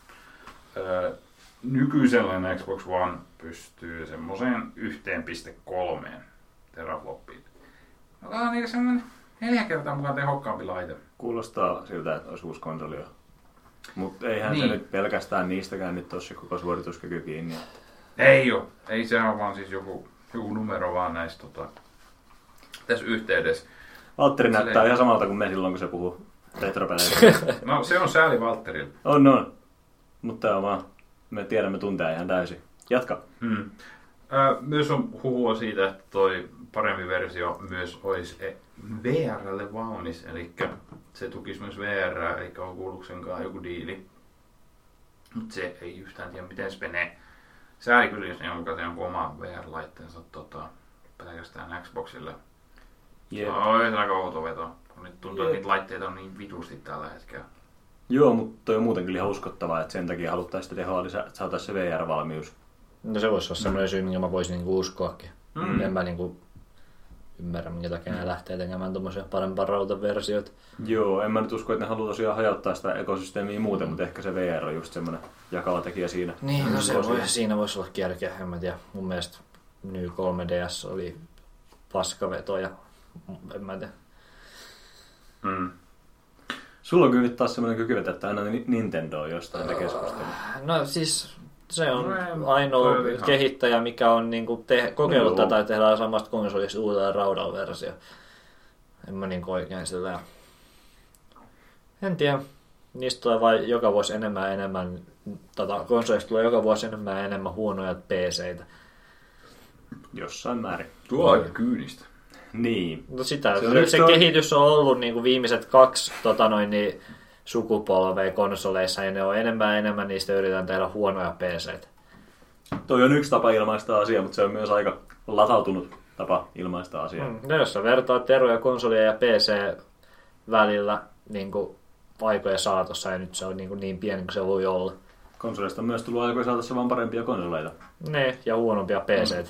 Nykyisellinen Xbox One pystyy semmoiseen 1.3 terafloppiin. Joka on niin semmoinen 4 kertaa mukaan tehokkaampi laite. Kuulostaa siltä, että olisi uusi konsoli. Mutta eihän se nyt pelkästään niistäkään nyt ole se koko suorituskyky kiinni. Ei ole. Ei se ole vaan siis joku numero vaan näistä tässä yhteydessä. Valtteri näyttää ihan samalta kuin me silloin, kun se puhuu retropeleistä. No se on sääli Valtterilla. On. Mutta vaan, me tiedämme tuntea ihan täysin. Jatka. Myös on huhua siitä, että toi parempi versio myös olisi VR:lle valmis, eli se tukisi myös VR, eli Oculusenkaan joku diili. Mutta se ei yhtään tiedä, miten se menee. Sääli kyllä, jos ne on jonkun oma VR-laitteensa pelkästään Xboxille. Se on aika outo veto, kun nyt tuntuu, että niitä laitteita on niin vitusti tällä hetkellä. Joo, mutta toi on muuten kyllä ihan uskottavaa, että sen takia haluttaisiin sitä tehoa lisää, että saataisiin se VR-valmius. No se voisi olla sellainen syy, minkä mä voisin uskoakin. En mä ymmärrä, minkä takia ne lähtee tekemään tommosia parempaa rautaversioita. Joo, en mä nyt usko, että ne haluaa tosiaan hajauttaa sitä ekosysteemiä muuten, mutta ehkä se VR on just semmoinen jakava tekijä siinä. Niin, no siinä voisi olla järkeä, en mä tiedä. Mun mielestä New 3DS oli paskaveto ja en mä tiedä. Sulla on kyllä nyt taas semmoinen kyky vetää, että aina Nintendo jostain keskustelua. No siis se on ainoa kehittäjä, mikä on niinku kokeillut tätä, että tehdään samasta konsolista uudelleen raudan versio. En mä niinku oikein sillä. En tiedä. Niistä tulee vain joka vuosi enemmän konsolista tulee joka vuosi enemmän huonoja PC:itä. Jossain määrin. Tuo on aika kyynistä. Niin. No se kehitys on ollut niin kuin viimeiset 2 sukupolvea konsoleissa, ja ne on enemmän niistä yritetään tehdä huonoja PC:tä. Toi on yksi tapa ilmaista asiaa, mutta se on myös aika latautunut tapa ilmaista asiaa. No jos sä vertaat eroja konsolia ja PC välillä niin kuin aikojen saatossa, ja nyt se on niin pieni kuin se voi olla. Konsoleista on myös tullut aikojen saatossa vaan parempia konsoleita. Ne, ja huonompia PC:tä.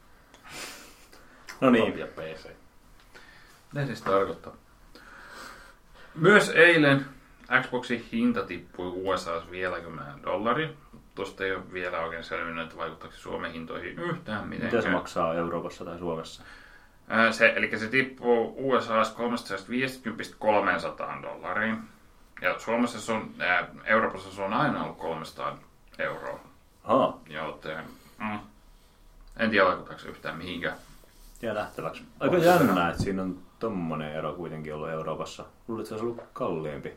No niin. Huonompia PC. Ne siis tarkoittaa. Myös eilen Xboxin hinta tippui USA:ssa vielä $10. Tuosta ei ole vielä oikein selvinnyt, että vaikuttaako se Suomen hintoihin yhtään mitenkään. Mitä se maksaa Euroopassa tai Suomessa? Eli se tippuu USA:ssa $350–300. Ja Suomessa se on, Euroopassa se on aina ollut €300. Joten en tiedä vaikuttaako se yhtään mihinkään. Jää nähtäväksi. Aika jännää, että siinä on tommonen ero kuitenkin ollut Euroopassa. Luulet, että se olisi ollut kalliimpi.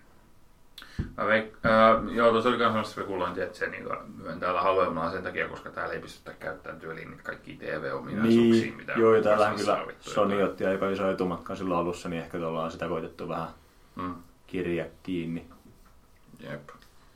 Joo, tuossa oli myös sellaista spekulointia, että se myön täällä halvemmalla sen takia, koska täällä ei pystytä käyttämään tyyliin niitä kaikkia TV-ominaisuuksia, niin, mitä joo, täällähän kyllä Sony otti aika iso etumatkan silloin alussa, niin ehkä ollaan sitä koitettu vähän kirja kiinni. Jep.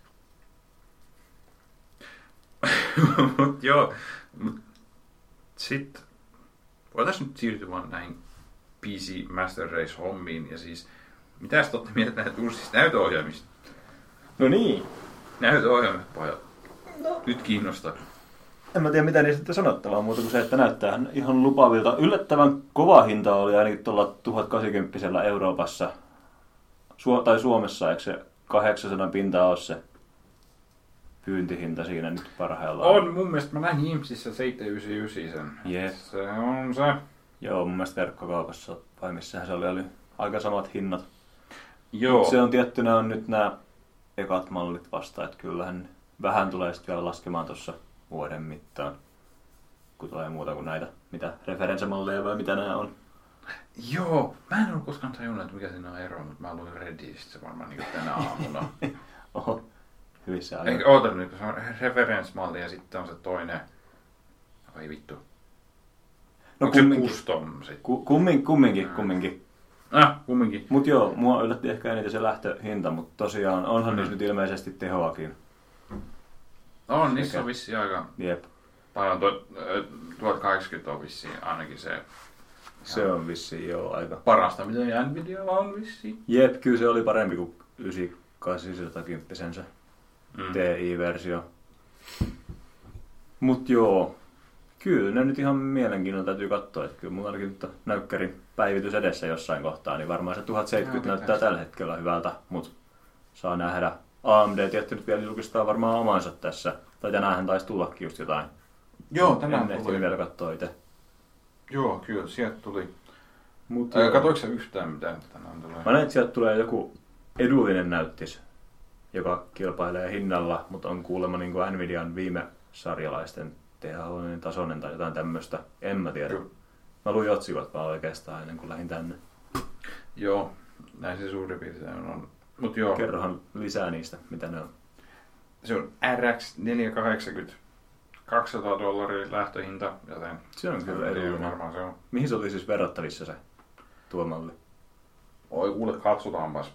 Joo, sitten voitaisiin nyt siirtyä vaan näihin PC Master Race-hommiin, ja siis mitäs te olette mieltä näitä uusista näytöohjelmista? No niin. Näytöohjelmat, pojat. No. Nyt kiinnostaa. En mä tiedä mitä niistä sitten sanottavaa muuta kuin se, että näyttää ihan lupavilta. Yllättävän kova hinta oli ainakin tuolla 1080 Euroopassa. Tai Suomessa, eikö se 800 pintaa ole se pyyntihinta siinä nyt parhaillaan? On, mun mielestä mä näin Imsissä 799 sen. Yes. Se on se. Joo, mun mielestä verkkokaupassa vai missähän se oli aika samat hinnat. Joo. Se on tiettynä on nyt nämä ekat mallit vasta, että kyllähän vähän tulee sitten vielä laskemaan tuossa vuoden mittaan, kun tulee muuta kuin näitä, mitä referenssimalleja vai mitä nämä on. Joo, mä en ole koskaan tajunnut, että mikä siinä on ero, mutta mä luin Redditistä se varmaan niin tänä aamuna. Oho, hyvissä ajoin. Eikä oota nyt, se on referenssimalli ja sitten on se toinen. Ai vittu. No onko se custom sitten? Kumminkin. Kumminkin. Mut joo, mua yllätti ehkä eniten se lähtöhinta, mutta tosiaan onhan niissä nyt ilmeisesti tehoakin. On, niissä on vissiin aika Jep. paljon. 1080 on vissiin ainakin se. Se on vissiin joo aika. Parasta mitä Nvidialla on vissiin. Jep, kyllä se oli parempi kuin 9810 se TI-versio. Mut joo, kyllä ne nyt ihan mielenkiinnolla täytyy katsoa, että kyllä mulla ainakin nyt näykkärin päivitys edessä jossain kohtaa, niin varmaan se 1070 näyttää tällä hetkellä hyvältä, mutta saa nähdä. AMD tietty nyt vielä julkistaa varmaan omansa tässä, tai tänäänhän taisi tullakin just jotain. Joo, tänään tuli. Vielä katsoa itse. Joo, kyllä, sieltä tuli. Katoiko sä yhtään mitään tänään tulee? Mä näin, että sieltä tulee joku edullinen näyttis, joka kilpailee hinnalla, mutta on kuulemma niin kuin Nvidian viime sarjalaisten tasoinen tai jotain tämmöistä. En mä tiedä. Mä luin otsikot vaan oikeastaan ennen kuin lähdin tänne. Joo, näin se suurin piirtein on. Mut joo. Kerrohan lisää niistä, mitä ne on. Se on RX 480. $200 lähtöhinta, joten se on kyllä edullinen. Varmaan se on. Mihin se oli siis verrattavissa se tuo malli? Oi kuule, katsotaanpas.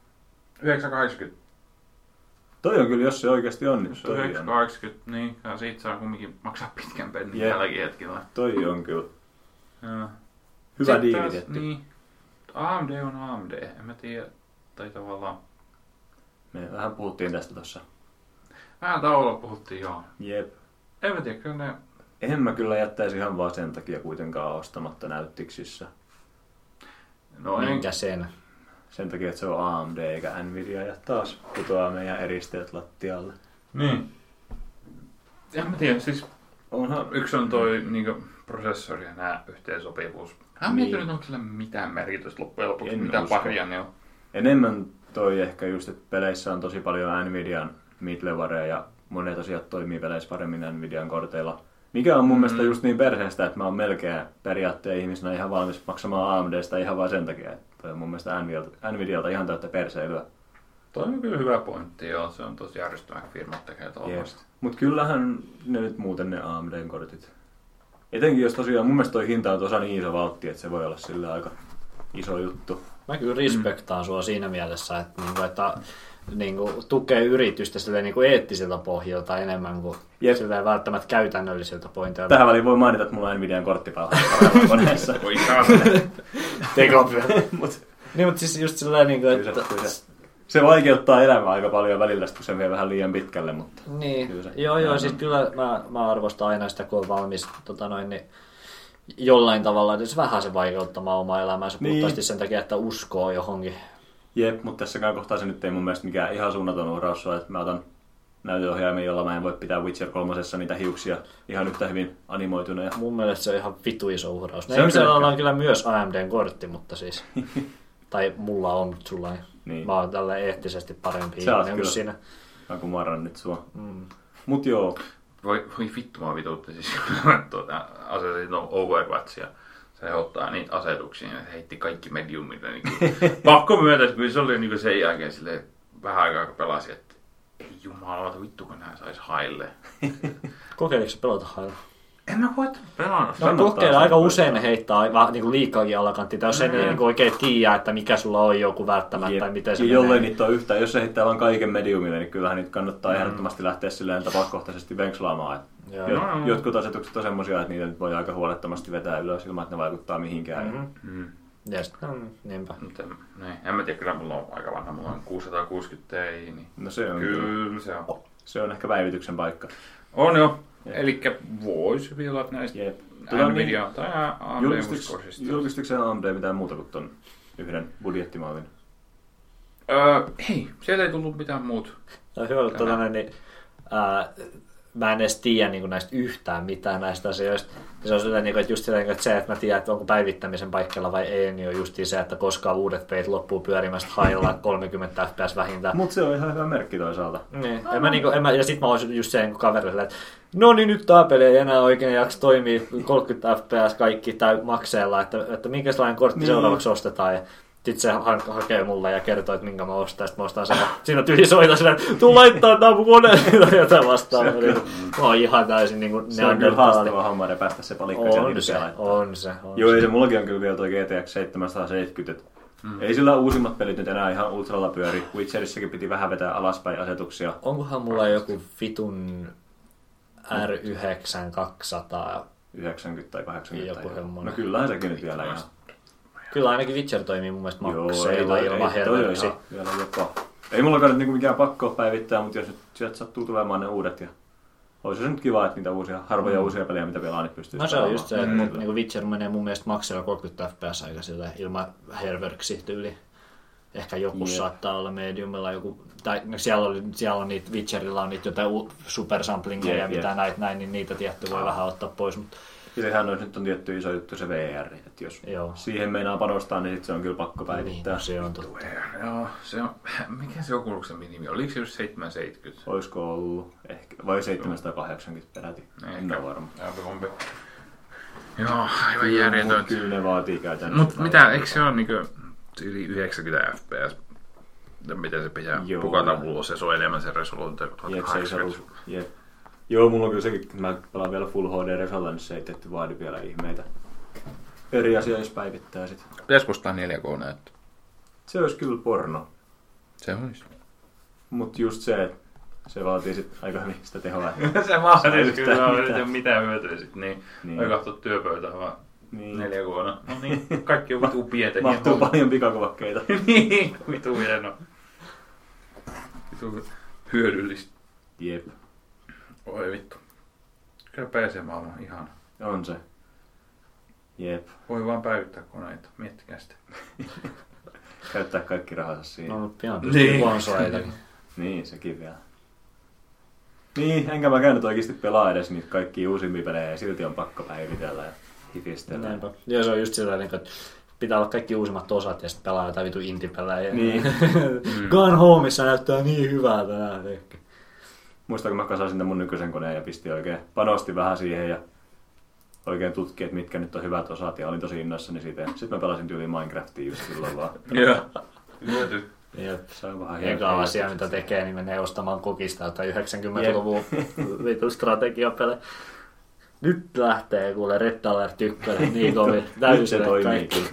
980. Toi on kyllä, jos se oikeasti on. Niin 980, niin. Ja siitä saa kumminkin maksaa pitkän pennin tälläkin hetkellä. Toi on kyllä. Ja. Hyvä diili tehty. Niin. AMD on AMD. En mä tiedä. Tai tavallaan. Me vähän puhuttiin tästä tossa. Vähän tauolla puhuttiin, joo. Jep. En mä tiedä, kyllä ne. En mä kyllä jättäisi ihan vaan sen takia kuitenkaan ostamatta näyttiksissä. No enkä sen. Sen takia, että se on AMD eikä Nvidia ja taas putoaa meidän eristeet lattialle. Niin. En mä tiedä, siis onhan yksi on toi niinku prosessori ja nää yhteensopivuus. Mä oon miettinyt, onko sillä mitään merkitystä loppujen lopuksi, mitä paria ne on. Enemmän toi ehkä just, että peleissä on tosi paljon Nvidian middlewareja ja monet asiat toimii peleissä paremmin Nvidian korteilla. Mikä on mun mielestä just niin perseestä, että mä oon melkein periaatteen ihmisenä ihan valmis maksamaan AMDstä ihan vaan sen takia. Toi on mun mielestä Nvidialta ihan täyttä perseilyä. Toi on kyllä hyvä pointti, joo. Se on tosi järjestävä, kun firmat tekee tuollaista. Mut kyllähän ne nyt muuten ne AMDn kortit. Etenkin jos tosiaan, mun mielestä toi hinta on tosa niin iso valtti, että se voi olla sille aika iso juttu. Mä kyllä respektaan sua siinä mielessä, että tukee yritystä eettisiltä pohjilta enemmän kuin välttämättä käytännöllisiltä pointeilta. Tähän väliin voi mainita, että mulla on Nvidian korttipalvelu parhaillaan koneessa. Voi saada. Tekopyö. Niin, mutta siis just silleen, että... Se vaikeuttaa elämää aika paljon välillä, kun se vie vähän liian pitkälle, mutta... Niin, joo, siis kyllä mä arvostan aina sitä, kun on valmis jollain tavalla edes vähän se vaikeuttamaan omaa elämäänsä puhtaasti sen takia, että uskoo johonkin. Jep, mutta tässäkään kohtaa se nyt ei mun mielestä mikään ihan suunnaton uhraus ole, että mä otan näytöohjaimen, jolla mä en voi pitää Witcher 3 niitä hiuksia ihan yhtä hyvin animoituneja. Mun mielestä se on ihan vitu iso uhraus. Ihmisellä on kyllä myös AMD-kortti, mutta siis... tai mulla on, mutta sulla ei. Niin. Mä oon tällä eettisesti parempi ihminen kuin siinä. Mä kumarran nyt sua. Mut joo. Voi vittu mä vituutti siis, asetin Overwatchia. Se ottaa niitä asetuksia ja heitti kaikki mediumille. Niin pakko myöntää, että se oli niin sen jälkeen silleen, vähän aikaa kun pelasin, että ei jumalauta vittu kun nää sais haille. Kokeiliko sä pelata haille? En mä koettanut pelata. No kokeilla aika usein ne heittää vähän niin liikaakin alakanttia. Tai jos ei niin oikein tiedä, että mikä sulla on joku välttämättä tai miten se menee. Jollei niitä ole yhtään. Jos se heittää vaan kaiken mediumille, niin kyllähän niitä kannattaa ehdottomasti lähteä silleen tapauskohtaisesti venkslaamaan. Jotkut asetukset on semmosia, että niitä voi aika huolettomasti vetää ylös ilman, että ne vaikuttaa mihinkään. Niinpä. En mä tiedä, kyllä mulla on aika vanha. Mulla on 660 Ti. Niin no se on kyllä. Se on ehkä päivityksen paikka. On jo. Elikkä voisi vielä näistä Nvidia tai AMD-uskoisista. Julkistiko se AMD mitään muuta kuin ton yhden budjettimallin? Hei, siellä ei tullut mitään muuta. No hyvä, mä en edes tiedä niin näistä yhtään mitään näistä asioista. Se on silleen, että just silleen, että se, että mä tiedän, että onko päivittämisen paikalla vai ei, niin on justiin se, että koska uudet peit loppuu pyörimästä hailla 30 fps vähintään. Mutta se on ihan hyvä merkki toisaalta. Niin. Ja sit mä olisin just sen kaverille, että no niin nyt tää peli ei enää oikein jaksa toimii 30 fps kaikki makseella, että minkä sellainen kortti seuraavaksi ostetaan. Ja sitten se hakee mulle ja kertoo, että minkä mä ostan. Sitten mä ostan sen. Siinä on tyyli soita silleen, tuu laittaa tää mun koneelle tai jotain vastaan. Mä oon ihan täysin niin kuin se on kyllä haastava homma repästä se palikka sieltä. On se. Joo, ei se mullakin on kyllä vielä toi GTX 770. Ei sillä uusimmat pelit nyt enää ihan ultralla pyöri. Witcherissäkin piti vähän vetää alaspäin asetuksia. Onkohan mulla joku vitun R9 200? 90 tai 80. Joku semmonen. No kyllähän sekin nyt vielä ihan. Kyllä ainakin Witcher toimii mun mielestä makseilla ilman helvetyksi. Ei mullakaan nyt niinku mikään pakko päivittää, mutta jos nyt sieltä sattuu tulemaan ne uudet. Ja olisi se nyt kiva, että niitä harvoja uusia pelejä, mitä pelaa, niin pystyy. No se on just se, että niinku Witcher menee mun mielestä makseilla 30 fps aika sille ilman hairworksi tyyli. Ehkä joku saattaa olla mediumilla joku, tai no siellä on niitä, Witcherilla on niitä jotain supersamplingeja ja mitä näin, niin niitä tietty voi vähän ottaa pois. Mutta sehän on nyt tietty iso juttu se VR, että jos siihen meinaa panostaa, niin sit se on kyllä pakko päivittää. Niin, se on totta. Joo, se on, mikä se jokuluksen minimi? Oliko se just 770? Olisiko ollut ehkä, vai 780 peräti? En ole varma. Joo, aivan järjetöntä. Kyllä ne vaatii käytännössä. Mutta mitä, eikö se ole niinku yli 90 fps? Miten se pitää pukata ulos? Se on enemmän se resoluutio kuin 1080. Joo, mulla on kyllä sekin, että mä pelaan vielä Full HD-resalla, niin se ei tehty vaadi vielä ihmeitä. Eri asia, jos päivittää sit. Pitäis postaa 4K-näyttö. Se olisi kyllä porno. Se olisi. Mut just se, että se vaatii sit aika hyvin sitä tehoa. Se vaatii kyllä, ei ole mitään hyötyä sit. Niin. Voi katsoa työpöytää vaan 4K-na. No niin, kaikki on vitu pientä. Mahtuu paljon pikakuvakkeita. Niin, vitu hieno. Vitu hyödyllistä. Jep. Oi vittu. Kyllä PC-maailma on ihana. On se. Jep. Voi vaan päivittää koneita. Miettikää sitä. Käyttää kaikki rahansa siihen. No, pian pystyy konsoleitakin. Niin, sekin vielä. Niin, enkä mä käynyt oikeasti pelaa edes niitä kaikkia uusimpia pelejä ja silti on pakko päivitellä ja hifistellä. Näinpä. Ja se on just sillä että pitää olla kaikki uusimmat osat ja sitten pelaa jotain vitu indie-pelejä. Niin. Gone Homeissa näyttää niin hyvältä nää ehkä. Muistan, kun mä kasasin tämän mun nykyisen koneen ja pistin oikein, panosti vähän siihen ja oikein tutki, että mitkä nyt on hyvät osat ja olin tosi innoissani siitä. Sitten mä pelasin tyyliin Minecraftia just silloin vaan. Joo. Hyöty. Jep. Se on vähän eka asia, mitä tekee, niin menee ostamaan kokista tai 90-luvun vitun strategiapelejä. Nyt lähtee kuule Red Alert 1, niin kovin täysille kaikki.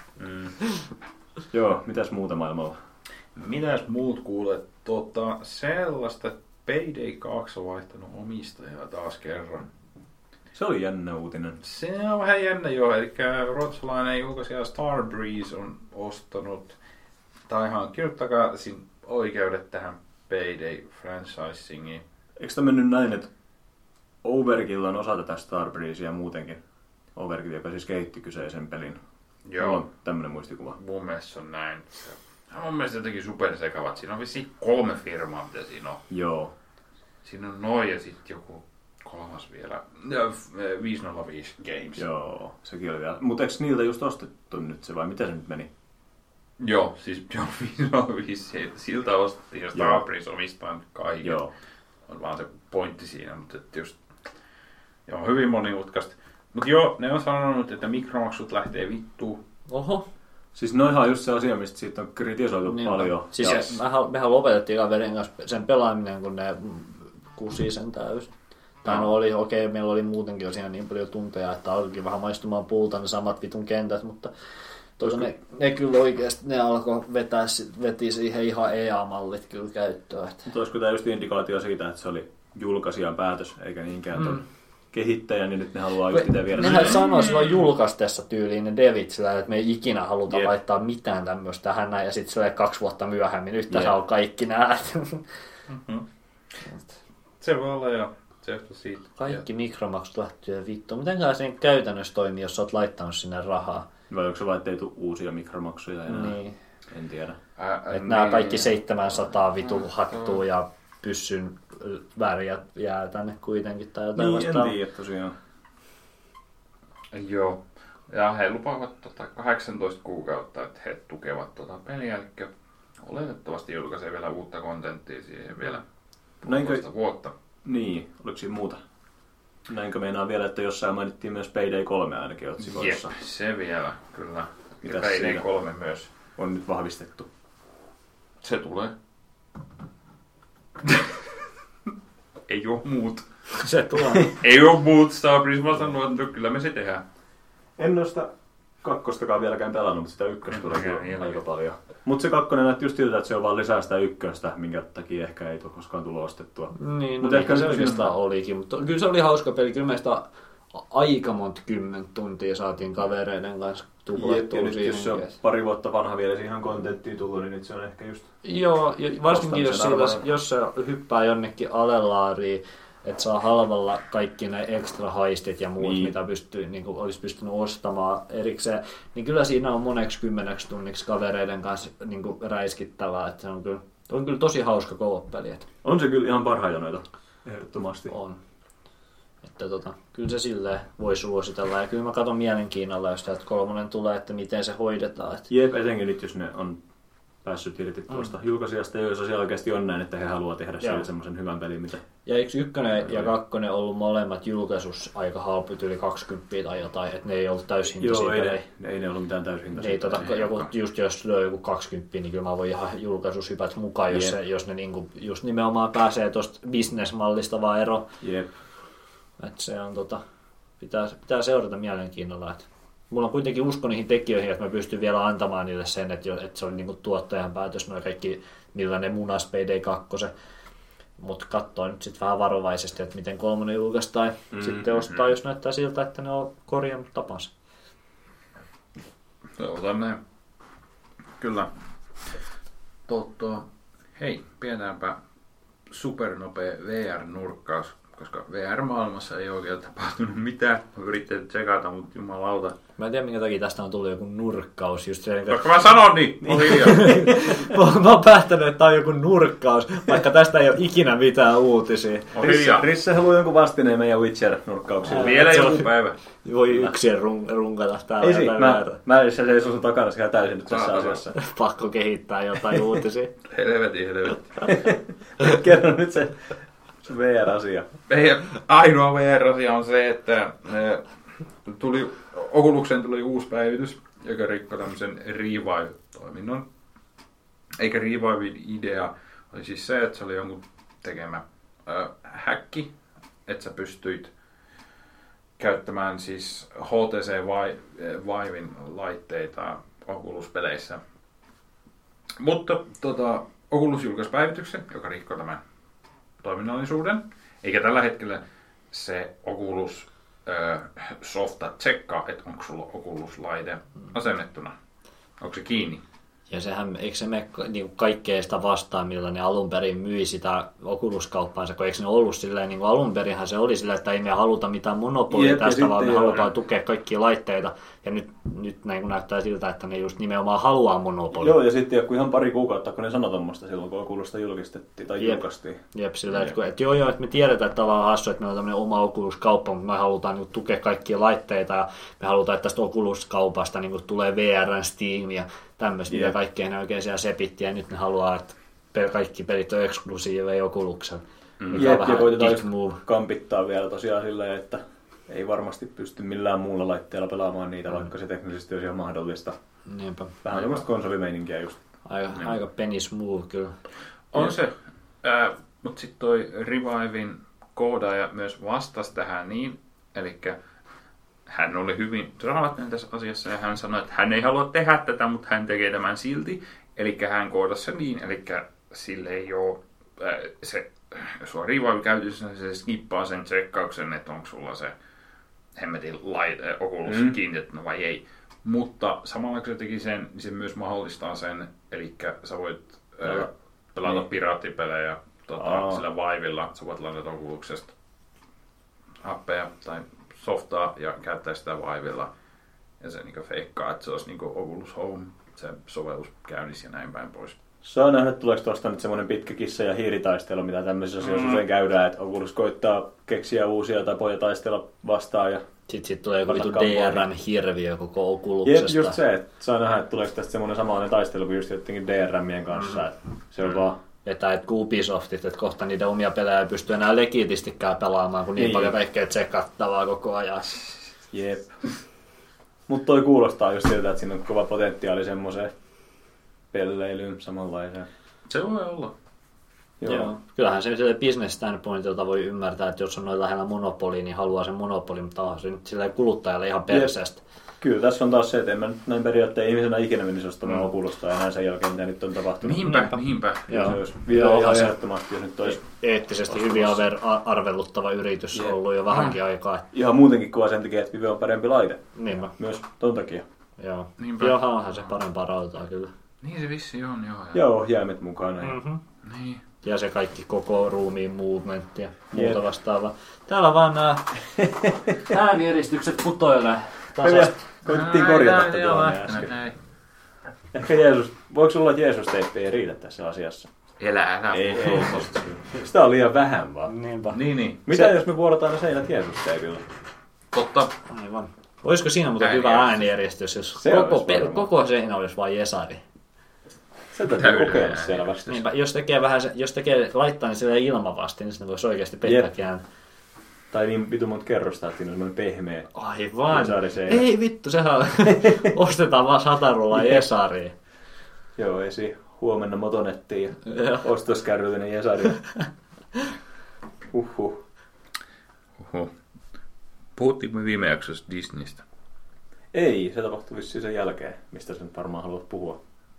Joo, mitäs muuta maailmalla? Mitäs muut kuulet? Sellaista, että Payday 2 on vaihtanut omistajaa taas kerran. Se oli jännä uutinen. Se on vähän jännä joo, eli ruotsalainen julkaisija Starbreeze on ostanut tai hankkinut takaisin oikeudet tähän Payday-franchisingiin. Eikö tämä mennyt näin, että Overkill on osa tätä Starbreezea muutenkin? Overkill, joka siis kehitti kyseisen pelin. Joo. Mulla on tämmönen muistikuva. Mun mielestä on näin. Mun mielestä jotenkin supersekavat. Siinä on vissiin 3 firmaa, mitä siinä on. Joo. Siinä on noin ja sitten joku kolmas vielä. 505 Games. Joo, sekin oli vielä. Mutta eikö niiltä just ostettu nyt se vai mitä se nyt meni? Joo, siis 505 siltä ostettiin ja Starbreeze omistaa nyt kaiken. Joo. On vaan se pointti siinä, mutta just joo, hyvin monimutkaista. Mutta joo, ne on sanonut, että mikromaksut lähtee vittuun. Oho. Siis noihan on just se asia, mistä siitä on kritisoitu niin paljon. Siis mehän lopetettiin kaverin kanssa sen pelaaminen, kun ne kusi sen täysin. Tai no oli okei, meillä oli muutenkin jo siinä niin paljon tunteja, että alkoikin vähän maistumaan puulta ne samat vitun kentät, mutta toisaalta ne kyllä oikeasti, ne alkoi veti siihen ihan EA-mallit kyllä käyttöön. Mutta olisiko tämä just indikaatio siitä, että se oli julkaisijan päätös, eikä niinkään ton kehittäjä, niin nyt ne haluaa just itse viedä. Nehän sanoi silloin julkaistessa tyyliin ne devit sillä, että me ei ikinä haluta laittaa mitään tämmöistä tähän näin, ja sitten 2 vuotta myöhemmin, nyt tässä on kaikki nää. Se voi olla jo. Se siitä. Kaikki mikromaksut lähtee vittuun. Mitenköhän se käytännössä toimii, jos sä oot laittanut sinne rahaa? Vai onko se vaan, ettei tule uusia mikromaksuja enää? Niin. En tiedä. Että nämä kaikki 700 vitun hattua ja pyssyn väriä jää tänne kuitenkin tai jotain niin, vastaan. en tiedä tosiaan. Joo. Ja he lupaavat 18 kuukautta, että he tukevat peliä. Eli oletettavasti julkaisee vielä uutta kontenttia siihen vielä puolesta vuotta. Niin, oliko siinä muuta? Näinkö meinaa vielä, että jossain mainittiin myös Payday 3 ainakin otsikoissa? Jep, se vielä, kyllä. Ja Mitäs Payday siinä 3 myös. On nyt vahvistettu. Se tulee. Ei oo muut. Se tulee. Ei oo muut. Starbreeze vaan sanoo, että kyllä me se tehdään. En ole sitä kakkostakaan vieläkään pelannut, mutta sitä ykköstä tulee aika paljon. Mutta se kakkonen näytti just siltä, että se on vaan lisää sitä ykköstä, minkä takia ehkä ei tule koskaan tullut ostettua. Niin, no ehkä se oikeastaan olikin, mutta kyllä se oli hauska peli. Kyllä meistä aika monta 10 tuntia saatiin kavereiden kanssa tuplattua. Ja nyt jos se on pari vuotta vanha vielä ihan kontenttia tullut, niin nyt se on ehkä just... Joo, ja varsinkin jos se hyppää jonnekin alelaariin, että saa halvalla kaikki ne extra haistit ja muut, mitä olisi pystynyt ostamaan erikseen, niin kyllä siinä on moneksi 10 tunniksi kavereiden kanssa räiskittävää, että se on kyllä tosi hauska co-op-peli. On se kyllä ihan parhaita noita, ehdottomasti. On. Että kyllä se silleen voi suositella, ja kyllä mä katson mielenkiinnolla, jos sieltä 3 tulee, että miten se hoidetaan. Että... Jep, etenkin nyt, jos ne on päässyt irti tuosta julkaisijasta, jos asia oikeasti on näin, että he haluaa tehdä sille semmoisen hyvän pelin, mitä... Ja eikö 1 ja 2 ollut molemmat julkaisus aika halput, yli 20 tai jotain, että ne ei ollut täyshintaisia pelejä? Ei ne ollut mitään täyshintaisia. Just jos lyö joku 20, niin kyllä mä voin ihan julkaisushypät mukaan, jos ne just nimenomaan pääsee tuosta business-mallista vaan ero. Jep. Että se on pitää seurata mielenkiinnolla, että mulla on kuitenkin usko niihin tekijöihin, että mä pystyn vielä antamaan niille sen, että se oli niinku tuottajan päätös, noin kaikki, millä ne munas Payday 2. Mutta katsoo nyt sitten vähän varovaisesti, että miten 3 julkaistaan ja sitten ostaa, jos näyttää siltä, että ne on korjannut tapansa. Otan näin. Kyllä. Hei, pidetäänpä supernopea VR-nurkkaus. Koska VR-maailmassa ei oikein tapahtunut mitään. Mä yritin tsekata, mutta jumalauta. Mä en tiedä, minkä takia tästä on tullut joku nurkkaus. Just sen, koska mä sanon niin, on hiljaa. Mä oon päättänyt, että tää on joku nurkkaus, vaikka tästä ei ole ikinä mitään uutisia. On hiljaa. Risse haluaa jonkun vastineen meidän Witcher-nurkkauksille. Vielä joku päivä. Voi yksin runkata täällä. Ei mä seison sun takana sekä täysin nyt tässä asiassa. Pakko kehittää jotain uutisia. Helvetin. Kerro nyt se VR-asia. Ainoa VR-asia on se, että Oculukseen tuli uusi päivitys, joka rikkoi tämmöisen Revive-toiminnon. Eikä Revivein idea oli siis se, että se oli jonkun tekemä häkki, että sä pystyit käyttämään siis HTC Viven laitteita Oculus-peleissä. Mutta Oculus julkaisi päivityksen, joka rikkoo tämän toiminnallisuuden. Eikä tällä hetkellä se Oculus softa tsekkaa, että onko sulla Oculus-laite asennettuna. Onko se kiinni? Ja sehän, eikö se mene niin kaikkea sitä vastaan, millä ne alun perin myi sitä Oculus-kauppaansa, kun eikö ne ollut silleen, niin kuin alun perinhän se oli silleen, että ei me haluta mitään monopolia tästä, vaan me halutaan tukea kaikkia laitteita. Ja nyt näin kun näyttää siltä, että ne just nimenomaan haluaa monopolia. Joo, ja sitten joku ihan pari kuukautta, kun ne sanoi tommoista silloin, kun Oculusta julkistettiin tai julkaistiin. Jep, silleen, että joo, että me tiedetään, että tavallaan hassu, että meillä on tämmöinen oma Oculus-kauppa, mutta me halutaan niin tukea kaikkia laitteita, ja me halutaan, että tästä Oculus-kaupasta niin tulee VR, Steam ja tämmöistä, mitä kaikkea ne oikein siellä sepitti, ja nyt ne haluaa, että kaikki pelit on eksklusiiveja Oculuksen. Jep, ja koitetaan kampittaa vielä tosiaan silleen, että ei varmasti pysty millään muulla laitteella pelaamaan niitä, vaikka se teknisesti olisi ihan mahdollista. Niinpä. Vähän tämmöistä konsolimeininkiä just. Aika penny smooth kyllä. On se, mutta sitten toi Reviven koodaaja myös vastasi tähän niin, eli hän oli hyvin dramaattinen tässä asiassa ja hän sanoi, että hän ei halua tehdä tätä, mutta hän tekee tämän silti. Eli hän koodasi sen niin, eli sille ei ole se, jos on Revive käytössä, se skippaa sen tsekkauksen, että onko sulla se hemmetin Oculus kiinnitettynä vai ei. Mutta samalla kun se teki sen, niin se myös mahdollistaa sen, eli sä voit pelata piraattipelejä sillä Vivella, sä voit ladata Oculuksesta appeja tai softaa ja käyttää sitä Vivella. Ja se niinku feikkaa, että se olisi niinku Oculus Home, se sovellus käynnissä ja näin päin pois. Saa nähdä, että tuleeko tuosta nyt semmoinen pitkä kissa- ja hiiritaistelu, mitä tämmöisissä asioissa usein käydään, että Oculus koittaa keksiä uusia tapoja taistella vastaan. Ja sitten tulee joku vitu DRM-hirviö koko Oculuksesta. Jep, just se, että saa nähdä, että tuleeko tästä semmoinen samanlainen taistelu kuin just jotenkin DRMien kanssa. Se on vaan että Ubisoftit, että kohta niiden omia pelejä ei pysty enää legitistikään pelaamaan, kun niin paljon kaikkea tsekattavaa koko ajan. Jep. Mutta toi kuulostaa just siltä, että siinä on kova potentiaali semmoiseen pelleilyyn samanlaiseen. Se voi olla. Joo. Kyllähän se sille business standpointilta voi ymmärtää, että jos on noin lähellä monopolia, niin haluaa sen monopoli, mutta on se nyt sille kuluttajalle ihan perseestä. Kyllä, tässä on taas se, että en mä nyt näin periaatteessa ihmisenä ikinä menisi ostamaan Oculusta ja näin sen jälkeen, mitä nyt on tapahtunut. Niinpä. Joo. Se olisi vielä ihan ehdottomasti, jos nyt olisi eettisesti hyvin arveluttava yritys ollut jo vähänkin aikaa. Ihan muutenkin kuin sen takia, että Vive on parempi laite. Niinpä. Myös ton takia. Joo. Johan se parempaa rautaa kyllä. Niin se vissi on, joo. Joo, ohjaimet mukana. Niin. Ja se kaikki koko ruumiin movement ja muuta vastaavaa. Täällä vaan nämä äänieristykset putoilee tasasta. Koitettiin korjata tätä äsken. Ehkä Jeesus, voiko olla, että Jeesus-teippi ei riitä tässä asiassa? Älä. Ei. Sitä on liian vähän vaan. Niinpä. Niin. Mitä jos me vuodataan ne seinät Jeesus-teipillä? Totta. Aivan. Olisiko siinä muuten hyvä äänieristys, jos koko seinä olisi vain Jesari? Se täytyy kokeilla siellä vasta. Niinpä, jos laittaa niin sille ilmavasti, niin sitten voisi oikeasti pettääkin ääntä. Tai niin vitu monta kerrosta, että siinä on semmoinen pehmeä. Aivan. Ei vittu, sehän ostetaan vaan 100 rullaa Jesariin. Joo, esi huomenna Motonettiin ja ostoskärryllinen Jesari. Puhuttiinko viime jaksossa Disneystä? Ei, se tapahtui vissiin sen jälkeen, mistä sä nyt varmaan haluat puhua.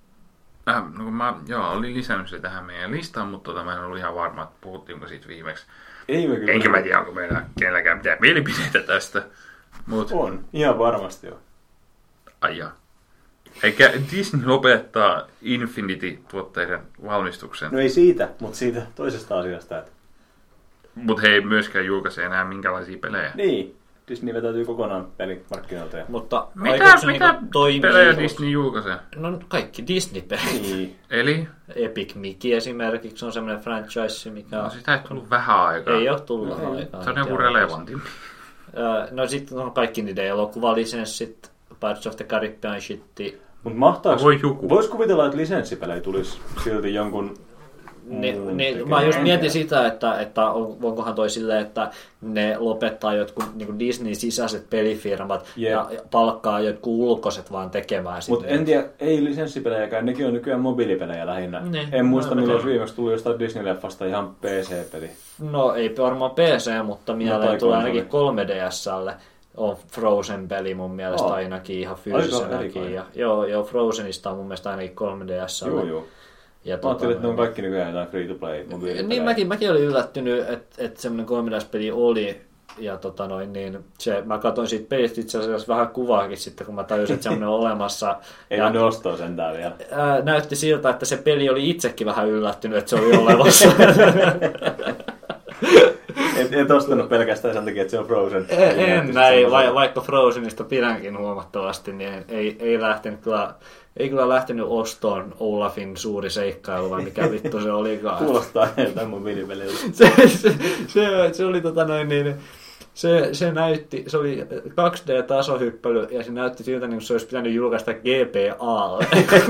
Olin lisännyt se tähän meidän listaan, mutta mä en ollut ihan varma, että puhuttiinko siitä viimeksi. Ei me kyllä. Enkä mä tiedä, onko meillä kenelläkään mitään mielipiteitä tästä. On, ihan varmasti jo. Aijaa. Eikä Disney lopettaa Infinity-tuotteiden valmistuksen. No ei siitä, mutta siitä toisesta asiasta. Että Mutta he ei myöskään julkaise enää minkälaisia pelejä. Niin, Disney vetäytyy kokonaan pelimarkkinoilta. Mutta mitä pelejä Disney julkaisee? No kaikki Disney-pelejä. Niin. Eli? Epic Mickey esimerkiksi on semmoinen franchise, mikä No sitä ei tullut vähän aikaa. Ei ole tullut aikaa. Se on joku relevantin. No sitten on kaikki niiden elokuvalisenssit, Pirates of the Caribbean shitti. Mutta mahtaako? Vois kuvitella, että lisenssipelejä tulisi silti jonkun mä just mietin sitä, että onkohan toi silleen, että ne lopettaa jotkut niin Disneyn sisäiset pelifirmat ja palkkaa jotkut ulkoiset vaan tekemään sitä. Mutta en tiedä, ei lisenssipelejäkään, nekin on nykyään mobiilipelejä lähinnä. En muista, milloin olisi viimeksi tullut jostain Disney-leffasta ihan PC-peli. No ei varmaan PC, mutta mieleen tulee ainakin 3DS:lle. on Frozen-peli mun mielestä ainakin ihan fyysisenäkin. Joo, Frozenista on mun mielestä ainakin 3DS. Joo. Ja mä ajattelin, että ne on kaikki nykyään jotain free-to-play. Niin mäkin olin yllättynyt, että semmoinen 3DS-peli oli. Ja mä katsoin siitä pelistä itse asiassa vähän kuvaakin sitten, kun mä tajusin, että semmoinen on olemassa. Ei ne ostaa sentään vielä. Näytti siltä, että se peli oli itsekin vähän yllättynyt, että se oli olemassa. Et ostanut pelkästään sen takia, että se on Frozen. Vaikka Frozenista pidänkin huomattavasti, niin ei kyllä lähtenyt ostoon Olafin suuri seikkailu, vai mikä vittu se olikaan. Kuulostaa jotain mun minipeliltä. Se oli se näytti, se oli 2D-tasohyppely ja se näytti siltä, niin kuin se olisi pitänyt julkaista GPA:lle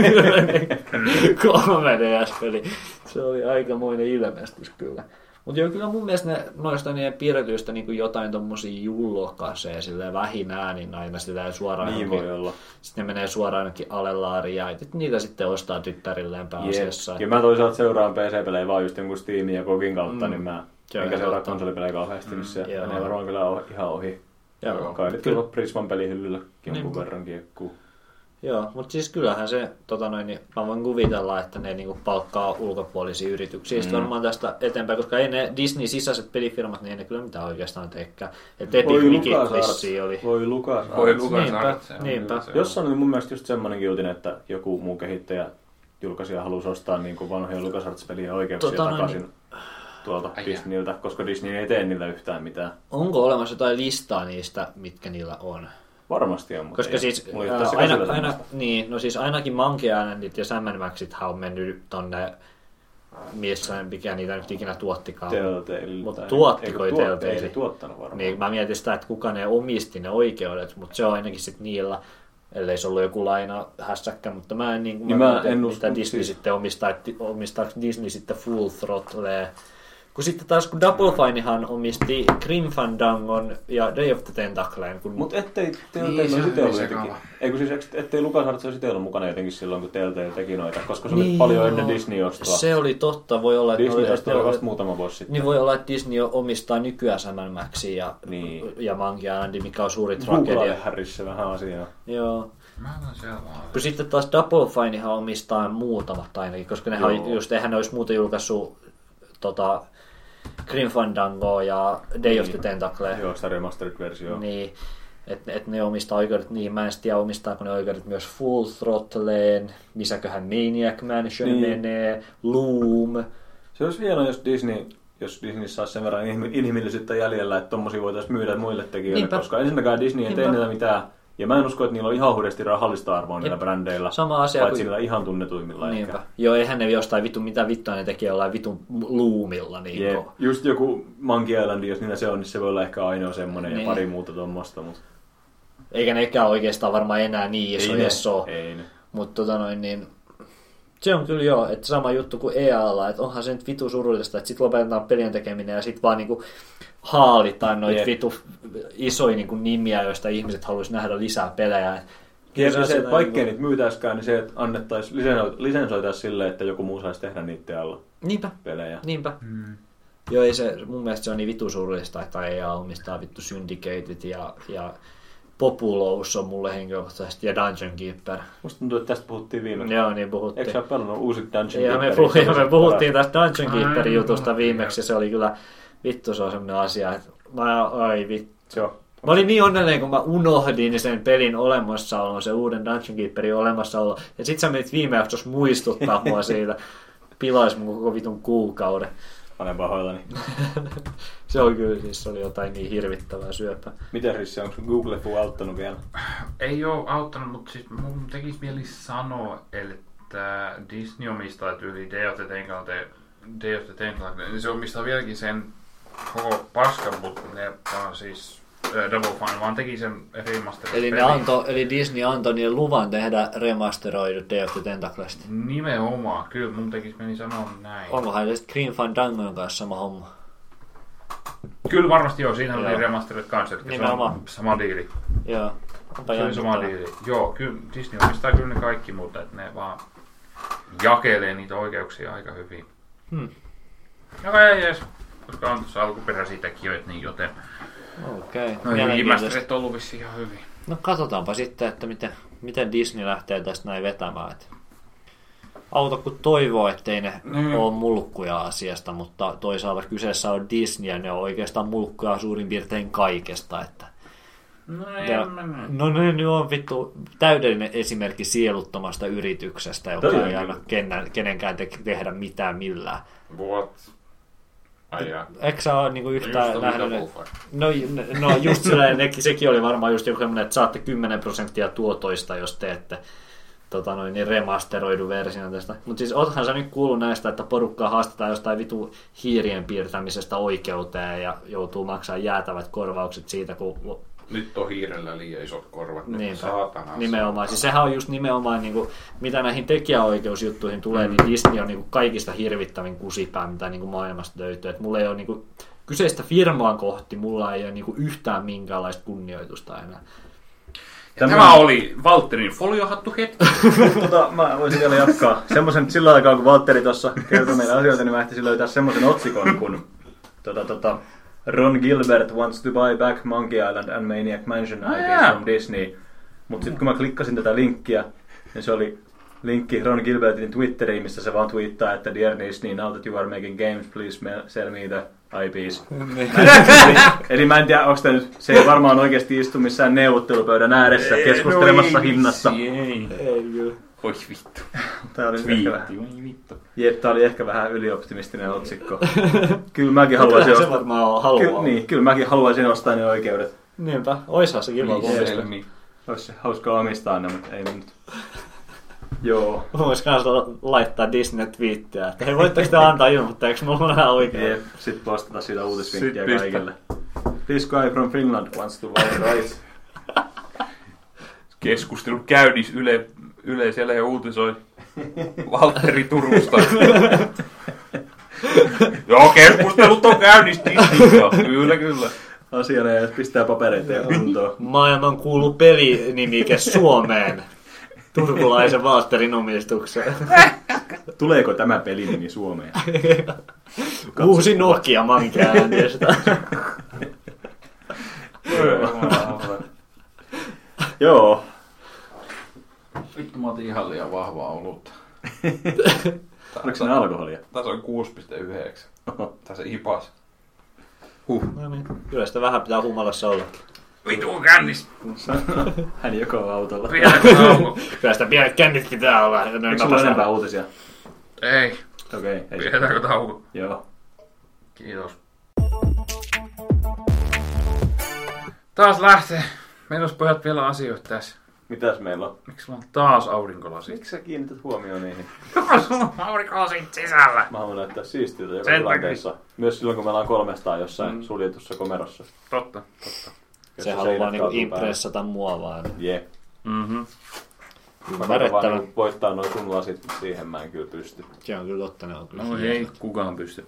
3DS-peli. Se oli aikamoinen ilmestys kyllä. Mutta joo, kyllä mun mielestä noista niiden piirretyistä niin jotain tommosia julkaisee silleen vähin äänin aina silleen suoraan. Niin voi olla. Sitten ne menee suoraan ainakin alelaariin ja niitä sitten ostaa tyttärilleen pääasiassa. Ja mä toisaalta seuraan PC-pelejä vaan just jonkun Steamin ja Gogin kautta, niin mä enkä seuraa konsolipelejä kauheasti, niin se menee varmaan kyllä ihan ohi. Kai nyt kyllä Prisman pelihyllyllä jonkun verran kiekkuu. Joo, mutta siis kyllähän se, mä voin kuvitella, että ne niinku palkkaa ulkopuolisia yrityksiä varmaan tästä eteenpäin, koska ei ne Disney-sisäiset pelifirmat, niin ei ne kyllä mitään oikeastaan teekään. Että Epic Mickey oli. Voi Lukas Niinpä. Jossain oli mun mielestä just semmoinen uutinen, että joku muu kehittäjä julkaisija halusi ostaa niinku vanhoja LucasArts-pelien oikeuksia takaisin tuolta Disneyltä, koska Disney ei tee niillä yhtään mitään. Onko olemassa jotain listaa niistä, mitkä niillä on? Varmasti on, mutta koska siis ainakin Monkey Islandit ja Sam & Maxithan on mennyt tonne, mikä niitä nyt ikinä tuottikaan. Mutta tuottiko Telltale? Ei se tuottanut varmaan. Niin, mä mietin sitä, että kuka ne omisti ne oikeudet, mutta se on ainakin sitten niillä, ellei se ollut joku laina hässäkkä, mutta mä en usko, Disney sitten omistaa Disney sitten Full Throttle. Kun sitten taas, kun Double Finehan omisti Grim Fandangon ja Day of the Tentacleen. Mutta ettei Telltale olisi ollut jotenkin. Eikö siis, ettei LucasArts olisi ollut mukana jotenkin silloin, kun Telltale teki noita, koska se oli paljon ennen Disney-ostoa. Se oli totta, voi olla, että Disney oli vasta muutama vuosi sitten. Niin voi olla, että Disney omistaa nykyään Sam & Maxia ja Monkey Island, mikä on suuri tragedia. Google Harris vähän asiaa. Joo. Kun sitten taas Double Finehan omistaa muutamat ainakin, koska eihän ne olisi muuten julkaissut Grim Fandango ja Day of the Tentacle. Joo, sitä remastered-versio. Niin, että ne omistaa oikeudet niin. Mä en tiedä, omistaako ne oikeudet myös Full Throttleen, missäköhän Maniac Mansion menee, Loom. Se olisi hienoa, jos Disney saisi sen verran inhimillisyyttä jäljellä, että tommosia voitaisiin myydä muille tekijöille, koska ensinnäkään Disney ei tee niillä mitään. Ja mä en usko, että niillä on ihan hurjasti rahallista arvoa niillä brändeillä. Sama asia paitsi niillä ihan tunnetuimmilla ehkä. Joo, eihän ne jostain mitä vittua ne tekee jollain vitun Loomilla. Niin just joku Monkey Island, jos niillä se on, niin se voi olla ehkä ainoa semmoinen ja pari muuta tuommoista. Eikä nekään oikeastaan varmaan enää niin iso. Ei ne. Mutta se on kyllä joo, että sama juttu kuin EA:lla, että onhan se nyt vitu surullista, että sit lopetetaan pelien tekeminen ja sit vaan niinku haalitaan noita vitu isoja niinku nimiä, joista ihmiset haluaisi nähdä lisää pelejä. Ja se, että vaikkei niitä myytäisikään, niin se, että annettaisiin lisensoitaisiin silleen, että joku muu saisi tehdä niitä alla pelejä. Niinpä. Joo, ei se, mun mielestä se on niin vitu surullista, että EA omistaa vittu Syndicated ja Populous on mulle henkilökohtaisesti ja Dungeon Keeper. Musta tuntuu, että tästä puhuttiin viimeksi. Joo, niin puhuttiin. Eikö sä pelannut uusit Dungeon Keeperit? Me puhuttiin tästä Dungeon Keeperin jutusta viimeksi ja se oli kyllä, vittu se on semmoinen asia, että mä olin niin onnellinen, kun mä unohdin sen pelin olemassaolon, sen uuden Dungeon Keeperin olemassaolon. Ja sit sä menit viime jaksossa muistuttaa mua siitä. Pilaisi mun koko vitun kuukauden. Olen pahoillani. Se on kyllä, siis se oli jotain niin hirvittävää syöpää. Miten Rissi, onko Google Fu auttanut vielä? Ei ole auttanut, mutta siis mun tekisi mieli sanoa, että Disney omistaa tyyli Day of the Tentacle, niin se omistaa vieläkin sen koko paskan, mutta ne vaan siis Double Fine vaan teki sen remasteroidut eli Disney antoi niiden luvan tehdä remasteroidut Day of the Tentaclesta. Nimenomaan, kyllä mun tekisi meni sanoa näin. Onkohan se sitten Grim Fandangon kanssa sama homma? Kyllä varmasti joo, siinä oli remasteroidut kanssa, eli se on sama diili. Joo, onpa se on sama diili. Joo, kyllä Disney omistaa kyllä ne kaikki, mutta että ne vaan jakelee niitä oikeuksia aika hyvin. No ei edes, koska on tuossa alkuperäisiä tekijöitä, niin joten Okei. No remasterit on ollut vissiin ihan hyvin. No katsotaanpa sitten, että miten Disney lähtee tästä näin vetämään. Että auto kun toivoo, ettei ne ole mulkkuja asiasta, mutta toisaalta kyseessä on Disney ja ne on oikeastaan mulkkuja suurin piirtein kaikesta. Että ne on vittu täydellinen esimerkki sieluttomasta yrityksestä, joka ei aina kenenkään tehdä mitään millään. What? Eikö sä ole niinku yhtään nähnyt? No just silleen, sekin oli varmaan just joku sellainen, että saatte 10% tuotoista, jos teette niin remasteroidun version tästä. Mutta siis oothan sä nyt kuullut näistä, että porukkaa haastetaan jostain vitu hiirien piirtämisestä oikeuteen ja joutuu maksamaan jäätävät korvaukset siitä, kun... Nyt on hiirellä liian isot korvat. Saatana. Nimenomaan. Siis sehän on just nimenomaan, niin kuin, mitä näihin tekijäoikeusjuttuihin tulee, niin Disney on niin kuin kaikista hirvittävin kusipää, mitä niin kuin maailmasta löytyy. Et mulla ei ole niin kuin, kyseistä firmaa kohti, mulla ei ole niin kuin yhtään minkäänlaista kunnioitusta enää. Tämä oli Valtterin foliohattu hetki. Mä voisin vielä jatkaa. Semmoisen sillä aikaa, kun Valtteri tuossa kertoi meille asioita, niin mä ehtisin löytää semmoisen otsikon, kun Ron Gilbert wants to buy back Monkey Island and Maniac Mansion IPs from Disney. Mutta sitten kun mä klikkasin tätä linkkiä, niin se oli linkki Ron Gilbertin Twitteriin, missä se vaan tweettaa, että Dear Disney, now that you are making games, please sell me the IPs. Eli mä en tiedä, onko se ei varmaan oikeasti istu missään neuvottelupöydän ääressä keskustelemassa hinnasta. Ei. Oi vittu. Tää oli ehkä vähän ylioptimistinen otsikko. Kyllä mäkin haluaisin ostaa. Se varmaan haluaa. Kyllä mäkin haluaisin ostaa ne oikeudet. Niinpä, oishan se kiva omistaa. Olisi se hauskaa omistaa ne, mutta ei nyt. Joo. Voisi kanssa laittaa Disney-twiittiä, että hei, voitteko te antaa ilmoitteeksi, mulla on vähän oikein. Sitten postata siitä uutisvinkkiä kaikille. This guy from Finland wants to buy the rights. Keskustelu käynnissä Yle siellä ja uutisoi Valtteri Turusta. Joo, keskustelut on käynnissä. Kyllä. Asianajat pistää papereita ja kuntoon. Maailman kuulu pelinimike Suomeen. Turkulaisen Valtterin omistukseen. Tuleeko tämä pelinimi Suomeen? Uusi Nokia Mankeääntestä. Joo. Vittu, mä otin ihan liian vahvaa olutta. Oliko se alkoholia? Tässä on 6,9. Tässä ipas. No niin. Kyllä sitä vähän pitää humalassa olla. Vitu on kännis. Hän joka on autolla. Kyllä sitä pienet kännit pitää olla. Eikö sulla enempää uutisia? Ei. Okei. Pidetäänkö tauko? Joo. Kiitos. Taas lähtee. Meillä olisi pojat vielä asioita tässä. Mitäs meillä on? Miksi sulla on taas aurinkolasit? Miksi sä kiinnität huomioon niihin? Sulla on aurinkolasit sisällä. Mä haluan näyttää siistiltä joka tilanteessa. Myös silloin, kun meillä on 300 jossain suljetussa komerossa. Totta. Se haluaa niinku impressata mua vaan. Jep. Mhm. Mä vaan voittaa noin sun lasit, mutta siihen mä en kyllä pysty. Se on kyllä totta, ne on kyllä. No ei kukaan pysty.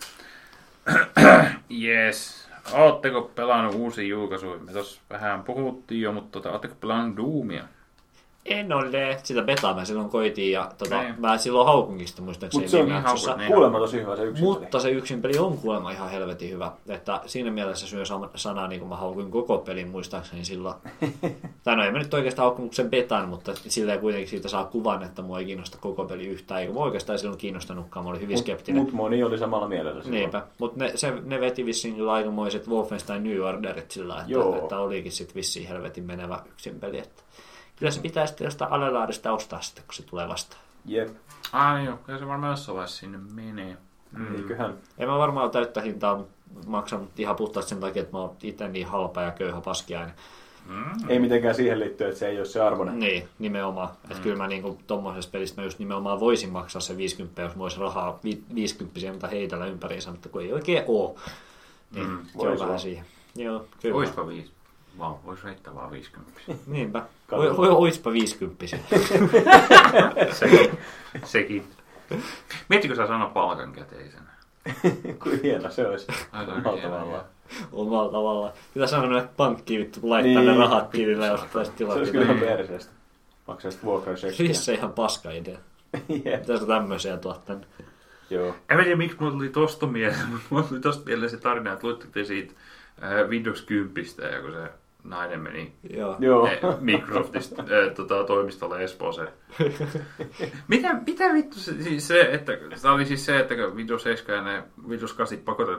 Yes. Ootteko pelannut uusia julkaisuja? Me tossa vähän puhuttiin jo, mutta ootteko pelannut Doomia? En ole. Sitä betaa mä silloin koitiin ja mä silloin haukunkista muistaakseni. Mutta se on kuulemma tosi hyvä se yksin peli. Mutta se yksin peli on kuulemma ihan helvetin hyvä. Että siinä mielessä syö sanaa niin kuin mä haukuin koko pelin muistaakseni silloin. Tai no ei mä nyt oikeastaan haukkunut sen betan, mutta silleen kuitenkin siitä saa kuvan, että mua ei kiinnosta koko peli yhtään. Eikä mua oikeastaan silloin kiinnostanutkaan, mä olin hyvin skeptinen. Mutta moni oli samalla mielellä silloin. Niinpä. Mutta ne veti vissiin kyllä aikamoiset Wolfenstein New Orderit sillä, että olikin sitten vissiin helvetin menevä yksin peli. Että kyllä se pitää sitten jostain alelaarista ostaa sitten, kun se tulee vastaan. Jep. Niin joo, kyllä se varmaan jossain vaiheessa sinne menee. Eiköhän. En mä varmaan täyttä hintaa maksanut ihan puhtaasti sen takia, että mä oon itse niin halpa ja köyhä paskiainen. Ei mitenkään siihen liittyä, että se ei ole se arvoinen. Niin, nimenomaan. Että kyllä mä niinku tommosesta pelistä mä just nimenomaan voisin maksaa se 50, jos mä olisi rahaa 50, mutta heitellä ympäriinsä, mutta kun ei oikein oo. Niin se on vähän siihen. Joo, kyllä. Oispa 5. Vaan vois heittää vaan 50. Niinpä. Oispa 50. Sekin. Miettikö sä sanoa palkan käteisenä? Kuin hieno se olisi. Omalla tavallaan. Mitä sanoa, että pankkiin vittu, kun laittaa ne rahat tilille, jos taisit tilata. Se olisi kyllä ihan perseestä. Maksaisit vuokrasekkiä. Siis se ihan paska idea. Pitäisikö tämmöisiä tuoda tänne? Joo. En tiedä, miksi mulla tuli tosta mieleen, mutta mulla tuli tosta mieleen se tarina, että luitteko te siitä Windows 10, ja kun se nainen meni Joo. Microsoftista toimistolle Espooseen. Mitä vittu se, että tämä oli siis se, että Windows 7 ja Windows 8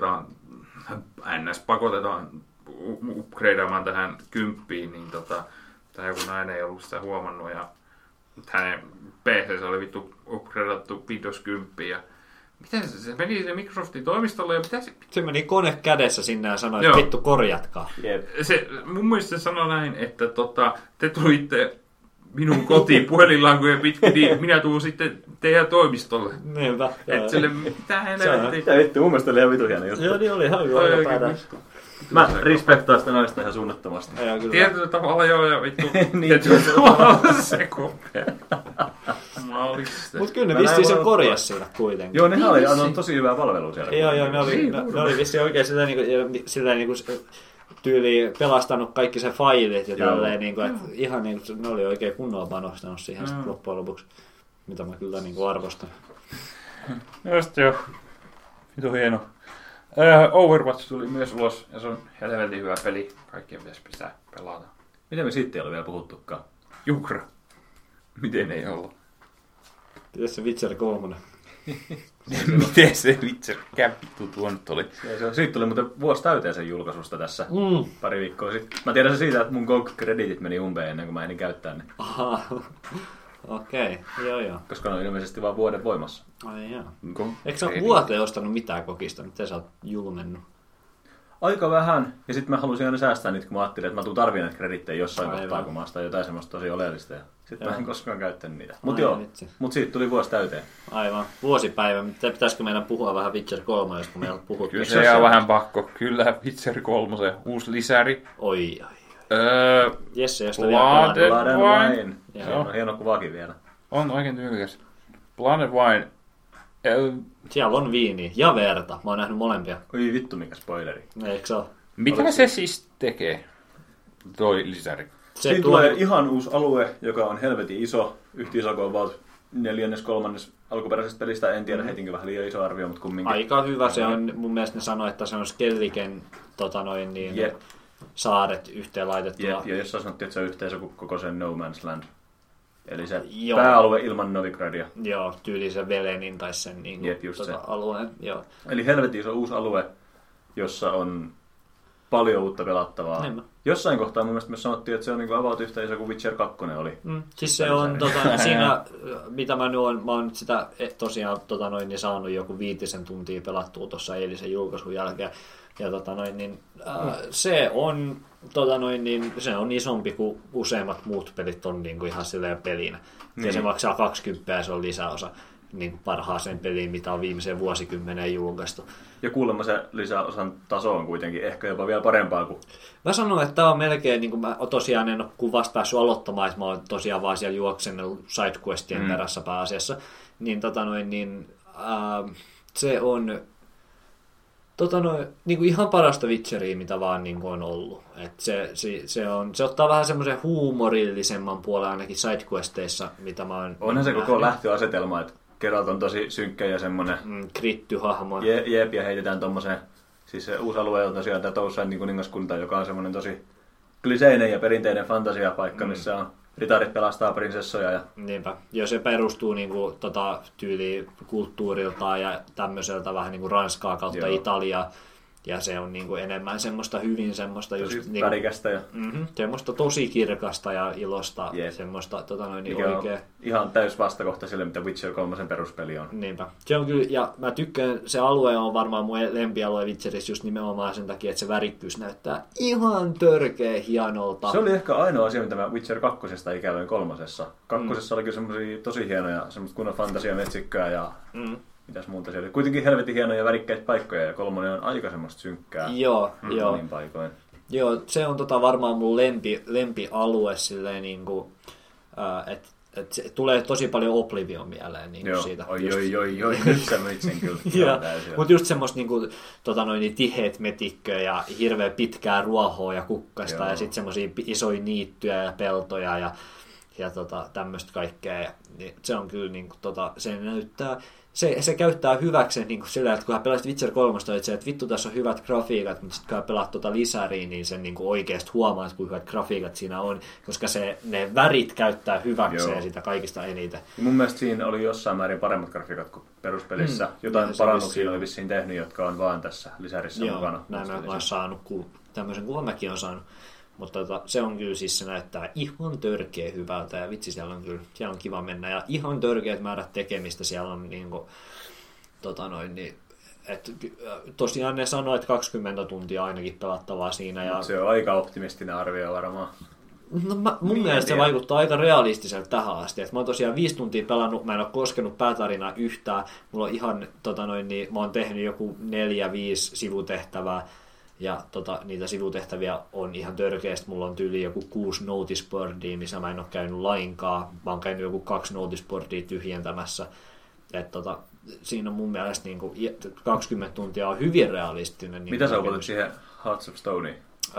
pakotetaan upgradeaamaan tähän 10, niin tämä joku nainen ei ollut sitä huomannut ja hänen PC oli vittu upgradeattu Windows 10 ja mitä se meni se Microsoftin toimistolle ja mitä se... Se meni kone kädessä sinne ja sanoi, että vittu korjatkaa. Mun mielestä se sanoi näin, että te tulitte minun kotiin puhelinlankojen pitkin, niin minä tuun sitten teidän toimistolle. Niinpä. Että sille mitään helvettiä. Mitä vittu, mun mielestä oli ihan vitu hieno juttu. Joo, niin oli ihan hyvä. Mä respektaan sitä naista ihan suunnattomasti. Tietyllä tavalla joo ja vittu. Tietyllä tavalla se kopea. Mut kyllä ne vissiin sen korjasi siinä kuitenkin. Joo, nehän oli antanut tosi hyvää palvelua siellä. Joo, ne oli vissiin oikein sillä niinku tyyliin pelastanut kaikki se failit ja tälleen, niinku, että ihan niinku, ne oli oikein kunnolla panostanut siihen loppujen lopuksi, mitä mä kyllä niinku arvostan. Just joo. Vitu hieno. Overwatch tuli myös ulos ja se on helvetin hyvä peli. Kaikkien pitäisi pistää pelata. Miten me siitä ei ole vielä puhuttukaan? Jukra. Miten ei ollut? Miten se Witcher 3? Miten se Witcher käpittu tuo nyt oli? Siitä tuli muuten vuosi täyteen sen julkaisusta tässä pari viikkoa sitten. Mä tiedän se siitä, että mun GOG-krediitit meni umpeen ennen kuin mä ehdin käyttää ne. Aha. Okei, joo. Koska ne on ilmeisesti vaan vuoden voimassa. Ai joo. Eikö sä ole vuoteen ostanut mitään kokista? Miten sä oot julmennut? Aika vähän. Ja sitten mä halusin aina säästää niitä, kun mä ajattelin, että mä tuun tarviin näitä kredittejä jossain kohtaa, kun mä ostan jotain semmoista tosi oleellista. Sitten mä en koskaan käyttänyt niitä. Mut siitä tuli vuosi täyteen. Aivan. Vuosipäivä. Pitäisikö meidän puhua vähän Witcher 3, jos kun meillä puhuttiin? Kyllä se on vähän pakko. Kyllä Witcher 3, uusi lisäri. Oi. Jesse, jos Blood and Wine. On hieno kuvakin vielä. On oikein tyylikäs. Blood and Wine. Siellä on viiniä ja verta. Mä oon nähnyt molempia. Oi vittu, mikä spoileri. Eikö se ole? Mitä se siis tekee, toi lisäri? Siinä tulee ihan uusi alue, joka on helvetin iso. Yhtä iso kuin about 4/3 alkuperäisestä pelistä. En tiedä, heitinkin vähän liian iso arvio, mutta kumminkin. Aika hyvä se on. Mun mielestä ne sanoi, että se on Skelligen saaret yhteen laitettua. Ja jos sä sanottiin, että se on yhteensä koko sen No Man's Land. Eli se pääalue ilman Novigradia. Joo, tyyli se Velenin tai sen niin alueen. Joo. Eli helvetin iso uusi alue, jossa on paljon uutta pelattavaa. Niinpä. Jossain kohtaa mun mielestä me sanottiin, että se on niin about yhtä iso kuin Witcher 2 oli. Siis se on siinä, mitä mä oon sitä tosiaan niin saanut joku 5 tuntia pelattua tuossa eilisen julkaisun jälkeen. Ja se on se on isompi kuin useimmat muut pelit on niin kuin ihan silleen pelinä. Ja se maksaa 20 ja se on lisäosa niin kuin parhaaseen peliin, mitä on viimeiseen vuosikymmeneen julkaistu. Ja kuulemma se lisäosan taso on kuitenkin ehkä jopa vielä parempaa kuin... Mä sanon, että tää on melkein, niin kuin mä tosiaan en ole kuvasta päässyt aloittamaan, että mä oon tosiaan vaan siellä juoksennellut sidequestien perässä pääasiassa. Niin se on... niin kuin ihan parasta Witcheria, mitä vaan niin kuin on ollut. Et se ottaa vähän semmoisen huumorillisemman puolen ainakin sidequesteissa, mitä mä oon onhan se koko lähtöasetelma, että Geralt on tosi synkkä ja semmoinen... Kritty-hahmo. Jep, ja heitetään tommoseen... Siis se uusi alue on tosiaan tämä Toussaint kuningaskunta, joka on semmoinen tosi kliseinen ja perinteinen fantasiapaikka, missä on ritarit pelastaa prinsessoja. Ja... Niinpä. Ja se perustuu niinku, tyyliin kulttuuriltaan ja tämmöiseltä vähän niinku Ranskaa kautta Italiaa. Ja se on niinku enemmän semmoista hyvin semmoista tosi just värikästä ja semmoista tosi kirkasta ja ilosta, semmoista oikein ihan täys vastakohta sille, mitä Witcher 3 peruspeli on. Niinpä. Se on kyllä, ja mä tykkään, se alue on varmaan mun lempialue Witcherissä just nimenomaan sen takia, että se värikkyys näyttää ihan törkeä hienolta. Se oli ehkä ainoa asia, mitä mä Witcher 2 ikävöin 3. 2 oli kyllä semmosia tosi hienoja, semmoista kunnon fantasiametsikköä ja mitäs muuta siellä. Kuitenkin helvetin hienoja värikkäitä paikkoja ja 3 on aika semmoista synkkää. Joo. Niin paikoin. Joo, se on varmaan mun lempialue silleen niinku, että se tulee tosi paljon Oblivion mieleen niinku siitä. Oi, nyt sä myit sen kyllä. Mutta just semmoista niinku, tiheät metikköä ja hirveän pitkää ruohoa ja kukkasta ja sitten semmosia isoja niittyjä ja peltoja ja ja tämmöistä kaikkea. Niin se on kyllä, niin kuin, se näyttää, se käyttää hyväkseen niin kuin sillä, että kun hän pelasit Witcher 3, että vittu tässä on hyvät grafiikat, mutta sitten kun hän pelaat lisäriä, niin sen niin kuin oikeasti huomaa, että kuinka hyvät grafiikat siinä on, koska ne värit käyttää hyväkseen sitä kaikista eniten. Ja mun mielestä siinä oli jossain määrin paremmat grafiikat kuin peruspelissä. Jotain parannuksia oli vissiin tehnyt, jotka on vaan tässä lisärissä mukana. Näin mä oon saanut, tämmöisen kuvan mäkin on saanut. Mutta se on kyllä siis, se näyttää ihan törkeä hyvältä ja vitsi, siellä on kiva mennä ja ihan törkeät määrät tekemistä siellä on niinku, tosiaan ne sanoo, että 20 tuntia ainakin pelattavaa siinä. Ja se on aika optimistinen arvio varmaan. No, mun mielestä se vaikuttaa aika realistiselta tähän asti. Et mä oon tosiaan 5 tuntia pelannut, mä en ole koskenut päätarinaa yhtään. Mulla on ihan, mä oon tehnyt joku 4-5 sivutehtävää. Ja niitä sivutehtäviä on ihan törkeästi. Mulla on tyyli joku 6 notice boardia, missä mä en ole käynyt lainkaan. Mä oon käynyt joku 2 notice boardia tyhjentämässä. Siinä on mun mielestä niin 20 tuntia on hyvin realistinen. Mitä sä olet siihen Hearts of Stoneen?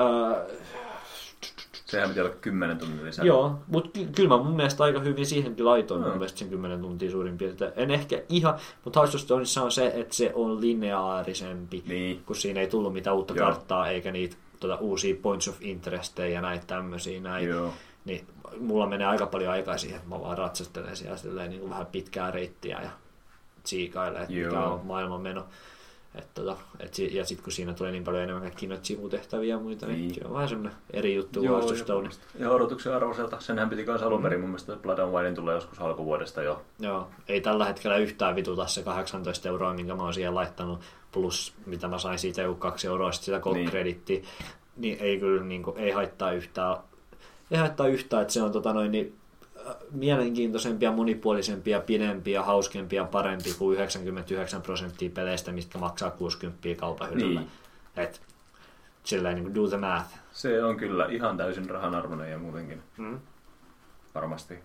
Sehän pitää olla 10 tuntia lisää. Joo, mutta kyllä mä mun mielestä aika hyvin siihenkin laitoin mun mielestä sen 10 tuntia suurin piirtein. En ehkä ihan, mutta Hearts of Stoneissa on se, että se on lineaarisempi, kun siinä ei tullut mitään uutta karttaa eikä niitä uusia points of interesteja ja näitä tämmöisiä. Niin mulla menee aika paljon aikaa siihen, että mä vaan ratsastelen siellä niin kuin vähän pitkää reittiä ja tsiikailen, että mikä on maailmanmeno. Ja sitten kun siinä tulee niin paljon enemmän kaikkia noita sivutehtäviä ja muita, niin se on vähän semmoinen eri juttu Hearts of Stone. Ja odotuksen arvoiselta. Senhän piti kanssa alun perin mun mielestä Blood and Winein tulee joskus alkuvuodesta jo. Joo, ei tällä hetkellä yhtään vituta se 18 €, minkä mä oon siihen laittanut, plus mitä mä sain siitä joku 2 € sitä gold-kredittiä. Niin ei kyllä ei haittaa yhtään. Ei haittaa yhtään, että se on mielenkiintoisempia, monipuolisempia, pidempiä, hauskempia, parempi kuin 99% peleistä, mitkä maksaa 60 kaupahyryllä. Et silleen do the math. Se on kyllä ihan täysin rahan arvoinen ja muutenkin. Varmasti.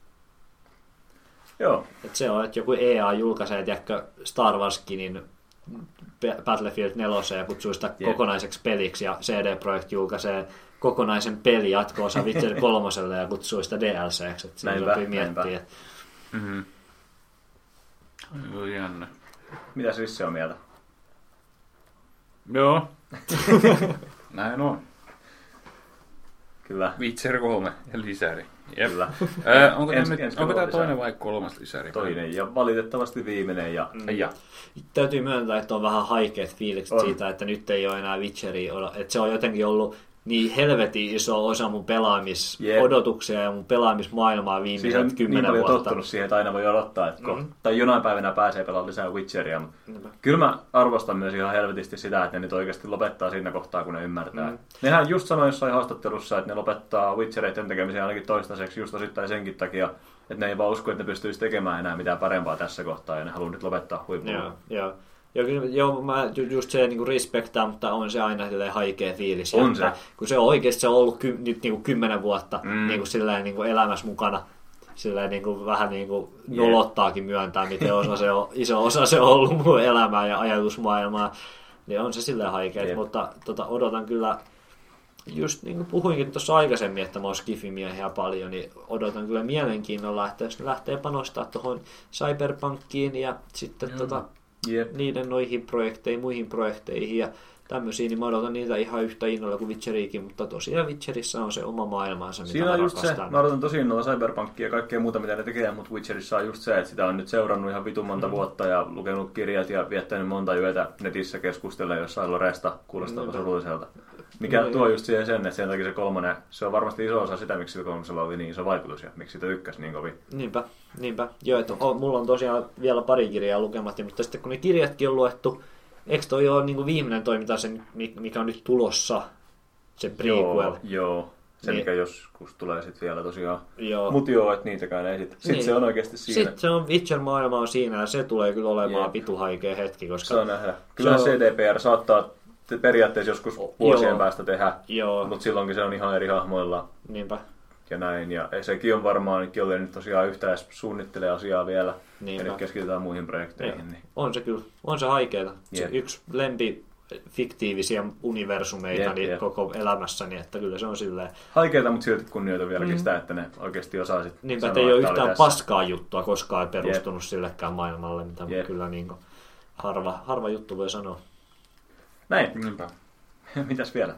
Joo. Et se on, että joku EA julkaisee, tiedätkö, Star Wars-skinin Battlefield 4 ja kutsuu sitä kokonaiseksi peliksi, ja CD Projekt julkaisee kokonaisen peli jatko-osa Witcher 3 ja kutsuu sitä DLC:ksi. Siinä sopii miettiä. Jännä. Mitä siis se on mieltä? Joo. Näin on. Kyllä. Witcher 3 ja lisäri. Kyllä. Onko tämä toinen vai kolmas lisäri? Toinen ja valitettavasti viimeinen. Ja. Täytyy myöntää, että on vähän haikeat fiilikset siitä, että nyt ei ole enää Witcheria. Että se on jotenkin ollut niin helvetin iso osa mun pelaamisodotuksia ja mun pelaamismaailmaa viimeiset 10 vuotta. Niin paljon tottunut siihen, että aina voi odottaa, että tai jonain päivänä pääsee pelaamaan lisää Witcheria. Kyllä mä arvostan myös ihan helvetisti sitä, että ne nyt oikeasti lopettaa siinä kohtaa, kun ne ymmärtää. Nehän just sanoi jossain haastattelussa, että ne lopettaa Witchereiden tekemisen ainakin toistaiseksi just osittain senkin takia, että ne ei vaan usko, että ne pystyisi tekemään enää mitään parempaa tässä kohtaa ja ne haluaa nyt lopettaa huipulla. Joo, mä just se niin respektaa, mutta on se aina haikea fiilis. On se. Kun se on oikeasti se on ollut nyt niin 10 vuotta niin elämässä mukana. Silleen vähän nolottaakin myöntää, miten iso osa se on ollut mun elämää ja ajatusmaailmaa. Niin on se silleen haikea, mutta odotan kyllä, just niin kuin puhuinkin tuossa aikaisemmin, että mä oon skifimiehiä paljon, niin odotan kyllä mielenkiinnolla, että jos ne lähtee panostaa tuohon Cyberpunkkiin ja sitten niiden noihin muihin projekteihin ja tämmöisiin, niin mä odotan niitä ihan yhtä innolla kuin Witcheriikin, mutta tosiaan Witcherissä on se oma maailmansa, mitä siinä on just se, mä odotan tosi innolla Cyberpunkia ja kaikkea muuta, mitä ne tekee, mutta Witcherissä on just se, että sitä on nyt seurannut ihan vitun monta vuotta ja lukenut kirjat ja viettänyt monta yötä netissä keskustella jossain Loresta, kuulostaa surulliselta. Mikä tuo just siihen sen, että sen takia se 3, se on varmasti iso osa sitä, miksi sillä 3 oli niin iso vaikutus ja miksi sitä ykkäsi niin kovin. Niinpä. Joo, että mulla on tosiaan vielä pari kirjaa lukematta, mutta sitten kun ne kirjatkin on luettu, eikö toi ole niin kuin viimeinen toiminta, se, mikä on nyt tulossa, se prequel? Joo. Se, mikä joskus tulee sitten vielä tosiaan. Mut että niitäkään ei sitten. Sitten se on oikeasti siinä. Sitten se on Witcher-maailma on siinä ja se tulee kyllä olemaan vitu haikea hetki, koska se on nähdä. Kyllä CDPR saattaa periaatteessa joskus vuosien päästä tehdä, mutta silloinkin se on ihan eri hahmoilla. Niinpä. Ja näin, ja sekin on varmaan, jolle nyt tosiaan yhtään suunnittelee asiaa vielä, ja nyt keskitytään muihin projekteihin. Niin. On se kyllä, on se haikeeta. Yksi fiktiivisiä universumeita niin koko elämässäni, että kyllä se on silleen... Haikeeta, mutta silti kunnioitan vieläkin sitä, että ne oikeasti osaa sitten niinpä, ei ole yhtään paskaa juttua koskaan perustunut sillekään maailmalle, mitä kyllä niin kuin harva juttu voi sanoa. Näin. Niinpä. Mitäs vielä?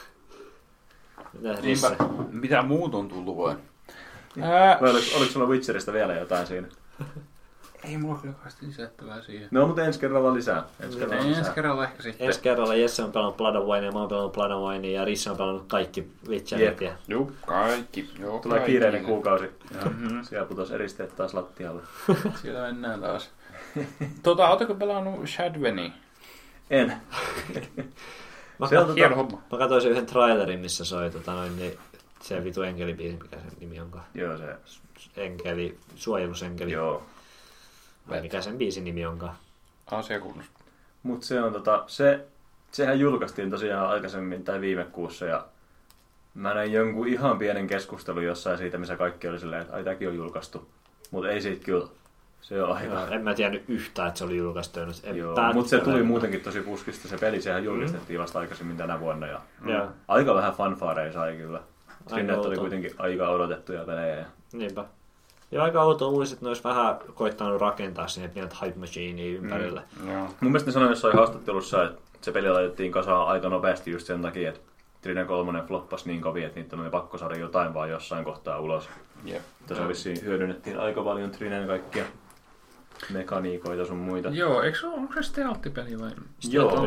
Mitä muut on tullut vai? Oliko sulla Witcheristä vielä jotain siinä? Ei mulla kyllä kauheasti lisättävää siihen. No, mutta ensi kerralla lisää. Ensi kerralla ehkä sitten. Ensi kerralla Jesse on pelannut Blood and Wine ja mä oon pelannut Blood and Wine ja Risse on pelannut kaikki Witcherit. Joo, kaikki. Tulee kiireinen kuukausi. Siellä putosi eristeet taas lattialle. Siellä mennään taas. Ootko pelannut Shadwenia? En. Hieno homma. Mä katsoin yhden trailerin, missä soi niin se vitu enkelibiisi, mikä sen nimi onkaan. Joo, se. Enkeli, suojelusenkeli. Joo. Vai mikä sen biisin nimi onkaan? Asiakunnus. Mut se on sehän julkaistiin tosiaan aikaisemmin tai viime kuussa ja mä näin jonkun ihan pienen keskustelun jossain siitä, missä kaikki oli silleen, että ai tämäkin on julkaistu. Mut ei siitä kyllä. Se on aika... En mä tiennyt yhtään, että se oli julkaistu. Mutta se tuli muutenkin tosi puskista. Se peli, sehän julkistettiin vasta aikaisemmin tänä vuonna. Ja aika vähän fanfareja sai kyllä. Sinne oli kuitenkin aika odotettuja pelejä. Niinpä. Ja aika outoa luulisi, että ne olisi vähän koittanut rakentaa sinne pientä hype machinea ympärille. Mun mielestä ne sanoi jossain haastattelussa, että se peli laitettiin kasaan aika nopeasti just sen takia, että Trine 3 floppasi niin kovin, että niitä oli pakko saada jotain vaan jossain kohtaa ulos. Tässä vissiin hyödynnettiin aika paljon Trinen kaikkia mekaniikoita sun muita. Joo, onko se stealth-peli vai? Joo,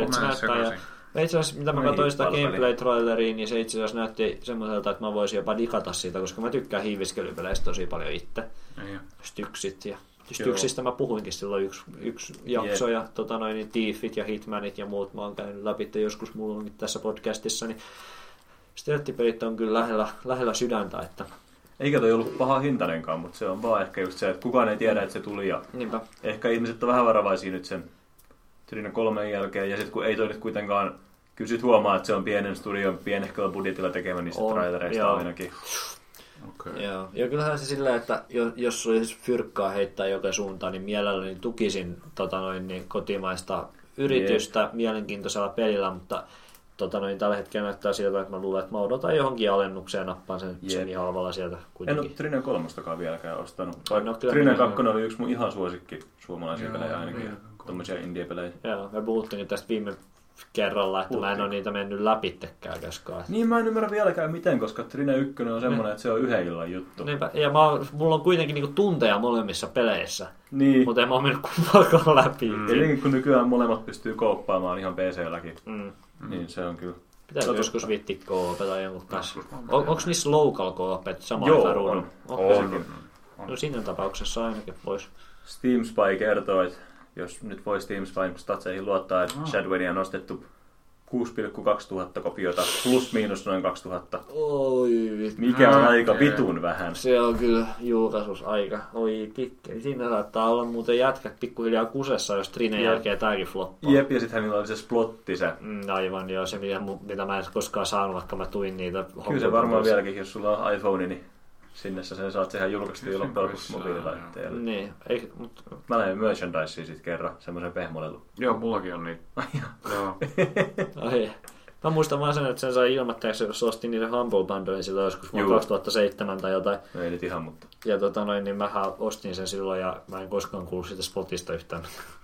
itse asiassa, mitä mä katsoin sitä gameplay-traileria, niin se itse asiassa näytti semmoiselta, että mä voisin jopa digata siitä, koska mä tykkään hiiviskelypeleistä tosi paljon itse. Styksit ja Styksistä mä puhuinkin silloin yksi jakso ja Thiefit ja Hitmanit ja muut mä oon käynyt läpi joskus mulla tässä podcastissa, niin stealth-pelit on kyllä lähellä sydäntä, että eikä toi ollut paha hintainenkaan, mutta se on vaan ehkä just se, että kukaan ei tiedä, että se tuli. Ja niinpä. Ehkä ihmiset on vähän varovaisia nyt sen Trine 3 jälkeen. Ja sitten kun ei toi nyt kuitenkaan, kyllä sit huomaa, että se on pienen studion, pienehköllä budjetilla tekemä niistä trailereista ainakin. Okay. Joo. Ja kyllähän se silleen, että jos olisi fyrkkaa heittää joka suuntaan, niin mielelläni tukisin niin kotimaista yritystä mielenkiintoisella pelillä, mutta tällä hetkellä näyttää siltä, että mä luulen, että mä odotan johonkin alennukseen ja nappaan sen semi-halvalla sieltä kuitenkin. En ole Trine 3:stakaan vieläkään ostanut. Trine 2 oli yksi mun ihan suosikki suomalaisia pelejä ainakin. Tommosia indie-pelejä. Joo, me puhuttiin tästä viime kerralla, että mä en ole niitä mennyt läpittekään koskaan. Niin, mä en ymmärrä vieläkään miten, koska Trine 1 on semmoinen, että se on yhden illan juttu. Niinpä, ja mulla on kuitenkin niinku tunteja molemmissa peleissä, niin. Mutta en mä ole mennyt kumpaakaan läpi. Eli kun nykyään molemmat pystyy kouppaamaan ihan PC-lläkin, niin se on kyllä. Pitääkö joskus viitti koopeta jonkun kanssa? Onko niissä local koopet samalla ruudun? On. No siinä tapauksessa ainakin pois. Steam Spy kertoo, että jos nyt voi Steam Spyn statseihin luottaa, että Shadwenia on nostettu 6,2 tuhatta kopiota, plus miinus noin 2000. Oi vittu. Mikä on aika vitun vähän. Se on kyllä julkaisusaika. Oi kikkeli. Siinä saattaa olla muuten jätkät pikkuhiljaa kusessa, jos Trinen jälkeen tääkin floppaa. Jep, ja sitten hänellä oli se splotti se. Aivan joo, se mitä mä en koskaan saanut, vaikka mä tuin niitä. Kyllä se varmaan vieläkin, jos sulla on iPhone, niin sinne sen saat sehän julkaistua jo loppujen lopuksi mobiililaitteelle. Niin, mä näin merchandisea sit kerran, semmoisen pehmolelu. Joo, mullakin on niitä. Joo. Mä muistan vaan sen, että sen sai ilmatteeksi, jos ostin niiden Humble Bundlein silloin joskus vuonna 2007 tai jotain. Ei nyt ihan, mutta. Ja niin mähän ostin sen silloin ja mä en koskaan kuullut siitä Spotista yhtään.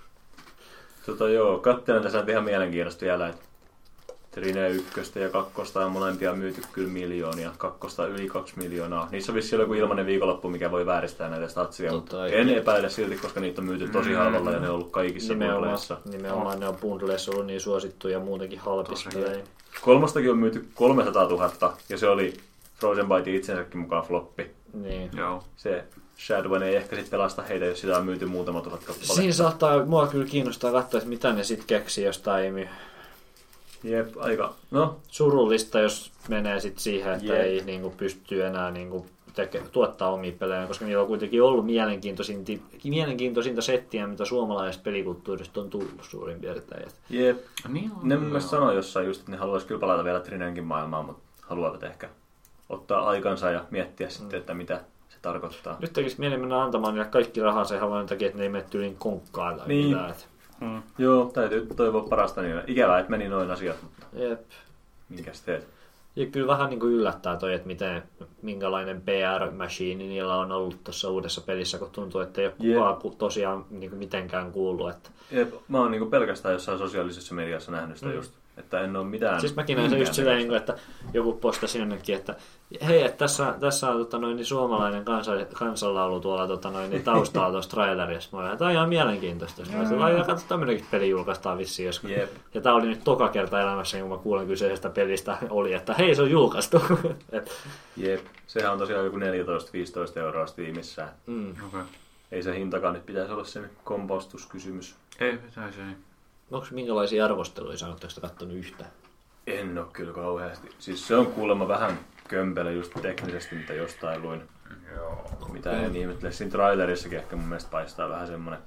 Joo, katselen tässä ihan mielenkiintoista vielä, että Trine 1 ja 2 on molempia myyty kyllä miljoonia, 2 yli 2 miljoonaa. Niissä on vissiin joku ilmainen viikonloppu, mikä voi vääristää näitä statsia, mutta en epäile silti, koska niitä on myyty tosi halvalla ja ne on ollut kaikissa bundleissa. Nimenomaan ne on bundleissa ollut niin suosittuja ja muutenkin halpissa. 3 on myyty 300 000 ja se oli Frozen Bytein itsensäkin mukaan floppi. Niin. Joo. Se Shadwen ei ehkä sitten pelasta heitä, jos sitä on myyty muutama tuhat kappaletta. Siinä saattaa, mua kyllä kiinnostaa katsoa, että mitä ne sitten keksii, jos ei Jep, aika. No. Surullista, jos menee sitten siihen, että ei niinku pysty enää niinku tuottaa omia pelejä, koska niillä on kuitenkin ollut mielenkiintoisinta settiä, mitä suomalaisesta pelikulttuurista on tullut suurin piirtein. Jep. Niin ne mun mielestä sanoi jossain just, että ne haluaisi kyllä palata vielä Trinenkin maailmaan, mutta haluavat ehkä ottaa aikansa ja miettiä sitten, että mitä se tarkoittaa. Nyt tekisi mieli mennä antamaan niille kaikki rahaa sen havainnon takia, että ne ei mene tyyliin konkkaan tai niin. mitään. Joo, täytyy toivoa parasta niille. Ikävää, että meni noin asiat, mutta Jep. minkäs teet? Ja kyllä vähän niin kuin yllättää toi, että minkälainen PR-machine niillä on ollut tuossa uudessa pelissä, kun tuntuu, että ei ole kukaan tosiaan niin kuin mitenkään kuullut. Että... Jep, mä oon niin kuin pelkästään jossain sosiaalisessa mediassa nähnyt sitä just, että en ole mitään... Siis mäkin näin se just silleen, että joku postasi jonnekin, että hei, että tässä on niin suomalainen kansanlaulu tuolla niin taustalla tuossa trailerissa. Mä olin, että tämä on ihan mielenkiintoista. Mä olin, katso, tämmöinenkin peli julkaistaan vissiin joskus. Yep. Ja tää oli nyt toka kerta elämässä, kun mä kuulen kyseisestä pelistä, oli, että hei, se on julkaistu. Jep, sehän on tosiaan joku 14-15 euroa Steamissa. Okay. Ei se hintakaan nyt pitäisi olla sen kompostuskysymys. Ei pitäisi, ei. Onko minkälaisia arvosteluja saanut, oletteko kattonut yhtään? En ole kyllä kauheasti. Siis se on kuulemma vähän kömpelä just teknisesti, mitä jostain luin. Joo. Mitä en ihmettele. Siinä trailerissakin ehkä mun mielestä paistaa vähän semmonen.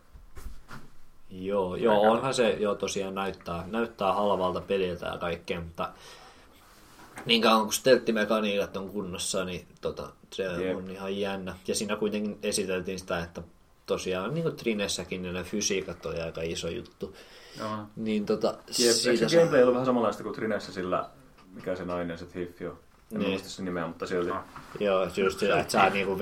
Joo, onhan se tosiaan näyttää halvalta peliltä ja kaikkea, mutta niin kauan kun stelttimekaniikat on kunnossa, niin se on ihan jännä. Ja siinä kuitenkin esiteltiin sitä, että tosiaan niin kuin Trinessäkin ne fysiikat oli aika iso juttu. Joo. Niin siitä se gameplay oli vähän samanlaista kuin Trinessä sillä, mikä se nainen, se Thiffi on. En niin. muista sen nimeä, mutta silti. Joo, just sillä, että sä niinku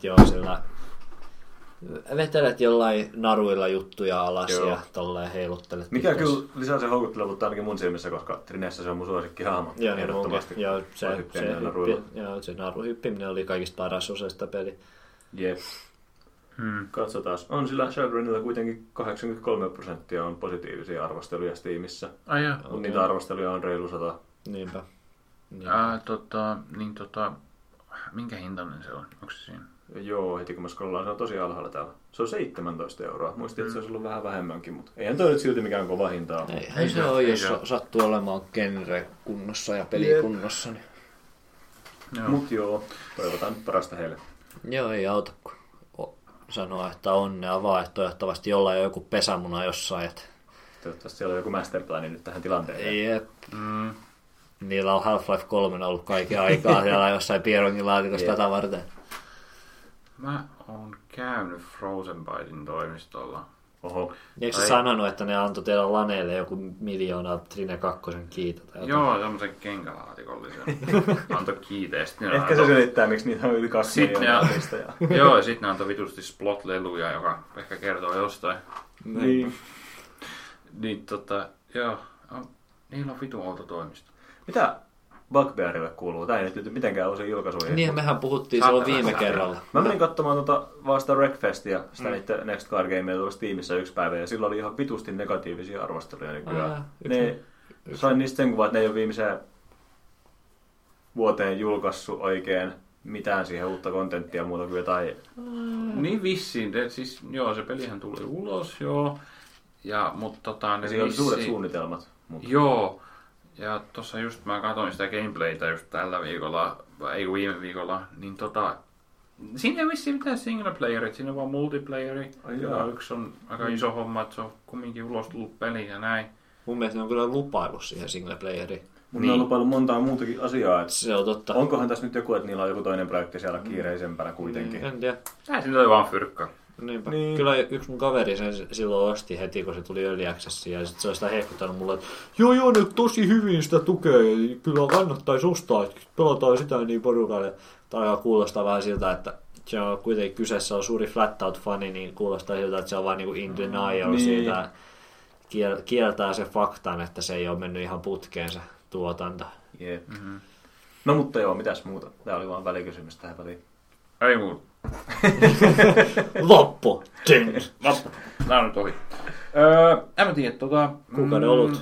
vetelet jollain naruilla juttuja alas ja tolleen heiluttelet. Mikä kyllä lisää se houkuttelevuutta ainakin mun silmissä, koska Trinessä se on mun suosikkihahmo. Joo, ehdottomasti. Joo, se naruhyppiminen oli kaikista paras osa sitä peliä. Jep. Katsotaan. On sillä Shadowrunilla kuitenkin 83% on positiivisia arvosteluja Steamissa. Ai joo. Mutta niitä arvosteluja on reilu 100. Niinpä. Minkä hintainen se on? Onko se siinä? Joo, heti kun mä scrollaan, se on tosi alhaalla täällä. Se on 17 euroa. Muistin, että se olisi ollut vähän vähemmänkin, mutta eihän toi nyt silti mikään kova hinta ole. Ei se ole, jos sattuu olemaan genre kunnossa ja peli kunnossa. Niin. Mut joo, toivotaan nyt parasta heille. Joo, ei auta kun sanoa, että onnea vaan, että toivottavasti jollain on joku pesämuna jossain. Että... Toivottavasti siellä on joku masterplani nyt tähän tilanteeseen. Jep. Niillä on Half-Life 3 ollut kaiken aikaa siellä jossain Pierongin laatikossa tätä varten. Mä oon käynyt Frozenbyten toimistolla. Oho. Eikö sä sanonut, että ne antoi teille laneille joku 1 miljoonaa Trine 2 kiitä? Joo, semmoisen kenkälaatikollisen antoi kiiteesti. Ehkä se selittää, miksi niitä on yli 2 miljoonaa listaa. Joo, ja sitten ne antoi vitusti Splot-leluja, joka ehkä kertoo jostain. Niin. Niin joo, niillä on vitun outo toimisto. Mitä Bugbearille kuuluu? Tämä ei nyt liity mitenkään uusiin julkaisuihin. Niin, mehän puhuttiin silloin viime kerralla. Mä menin katsomaan vasta Wreckfestia, sitä niiden Next Card Gamea tuolla Steamissa yksi päivä, ja sillä oli ihan vitusti negatiivisia arvosteluja nykyään. Sain niistä sen kuvan, että ne ei ole viimeiseen vuoteen julkaissut oikein mitään siihen uutta kontenttia muuta kuin jotain. Niin vissiin, siis joo, se pelihän tuli ulos, joo. Mutta siinä oli suuret suunnitelmat. Joo. Ja tossa just mä katsoin sitä gameplaytä just tällä viikolla, ei viime viikolla, niin siinä ei vissiin mitään single playerit, siinä on vaan multiplayeri. Ja yksi on aika iso homma, että se on kumminkin ulos tullut peli ja näin. Mun mielestä ne on kyllä lupaillut siihen single playeriin. Mutta ne on lupaillut montaa muutakin asiaa. Että se on totta. Onkohan tässä nyt joku, että niillä on joku toinen projekti siellä kiireisempänä kuitenkin? En tiedä. Siinä oli vaan fyrkkä. Niinpä. Niin. Kyllä yksi mun kaveri sen silloin osti heti, kun se tuli Early Accessiin, ja sitten se on sitä hehkuttanut mulle, että joo, ne tosi hyvin sitä tukee, ja kyllä kannattaisi ostaa, että pelataan sitä niin porukalle. Tämä kuulostaa vähän siltä, että se on kuitenkin kyseessä on suuri flat out-fani, niin kuulostaa siltä, että se on vaan niin kuin in denial siitä, kieltää se faktan, että se ei ole mennyt ihan putkeen se tuotanto. Yep. Mm-hmm. No mutta joo, mitäs muuta? Tämä oli vaan välikysymys tähän väliin. Ei muuta. Loppu. Loppu. Tää on nyt ohi. En mä tiedä, kuukauden olut.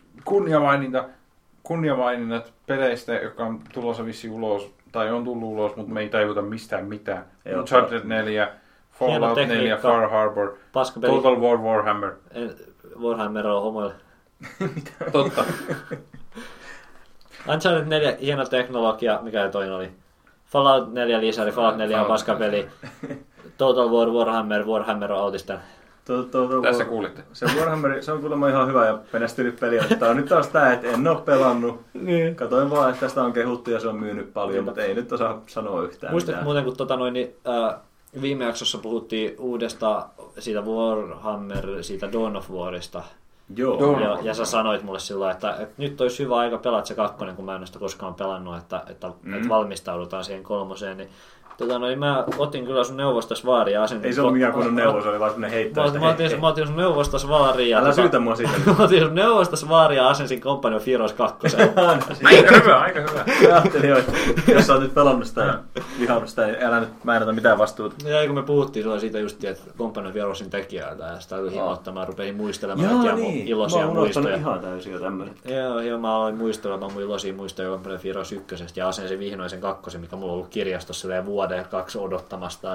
Kunniamaininnat peleistä, joka on tulossa vissiin ulos, tai on tullut ulos, mutta me ei tajuta mistään mitään. Uncharted 4, Fallout 4, Far Harbor, Total War Warhammer. Warhammer on homoille. Mitä? Totta. Uncharted 4, hieno teknologia, mikä toinen oli? Fallout 4 lisäri, Fallout 4 on paskapeli. Total War Warhammer on autisten. Tässä kuulitte. Se Warhammer, se on kuulemma ihan hyvä ja menestynyt peli. Tämä on nyt taas tää, että en ole pelannut. Niin. Katoin vaan, että tästä on kehuttu ja se on myynyt paljon, mutta ei nyt osaa sanoa yhtään muistatko muuten, kun viime jaksossa puhuttiin uudesta siitä Warhammer, siitä Dawn of Warista. Joo. Ja sä sanoit mulle silloin, että nyt olisi hyvä aika pelata se 2, kun mä en ole sitä koskaan pelannut, että valmistaudutaan siihen 3. Niin, mä otin kyllä sun neuvostas vaaria asensin. Ei se ollut mikään kunnon neuvos, oli vaan semmonen heittäistä. Mä otin sun neuvostas vaaria. Älä syytä mua siitä. Mä otin sun neuvostas vaaria ja asensin Company of Heroes 2. Aika hyvä. Ajattelin jo, että jos sä oot nyt pelannut sitä ja vihannut sitä, niin älä nyt määritä mitään vastuuta. Ja kun me puhuttiin silloin siitä just, että Company of Heroesin tekijältä ja sitä oli himoittamaan, rupesin muistelemaan kaikkia mun iloisia muistoja. Ihan täysin jo tämmönen. Joo, mä aloin muistelemaan mun iloisia muistoja Company of Heroes 1 ja asensin vihdoin sen 2, mikä mulla on ollut kirjastossa vuoden 2 odottamasta.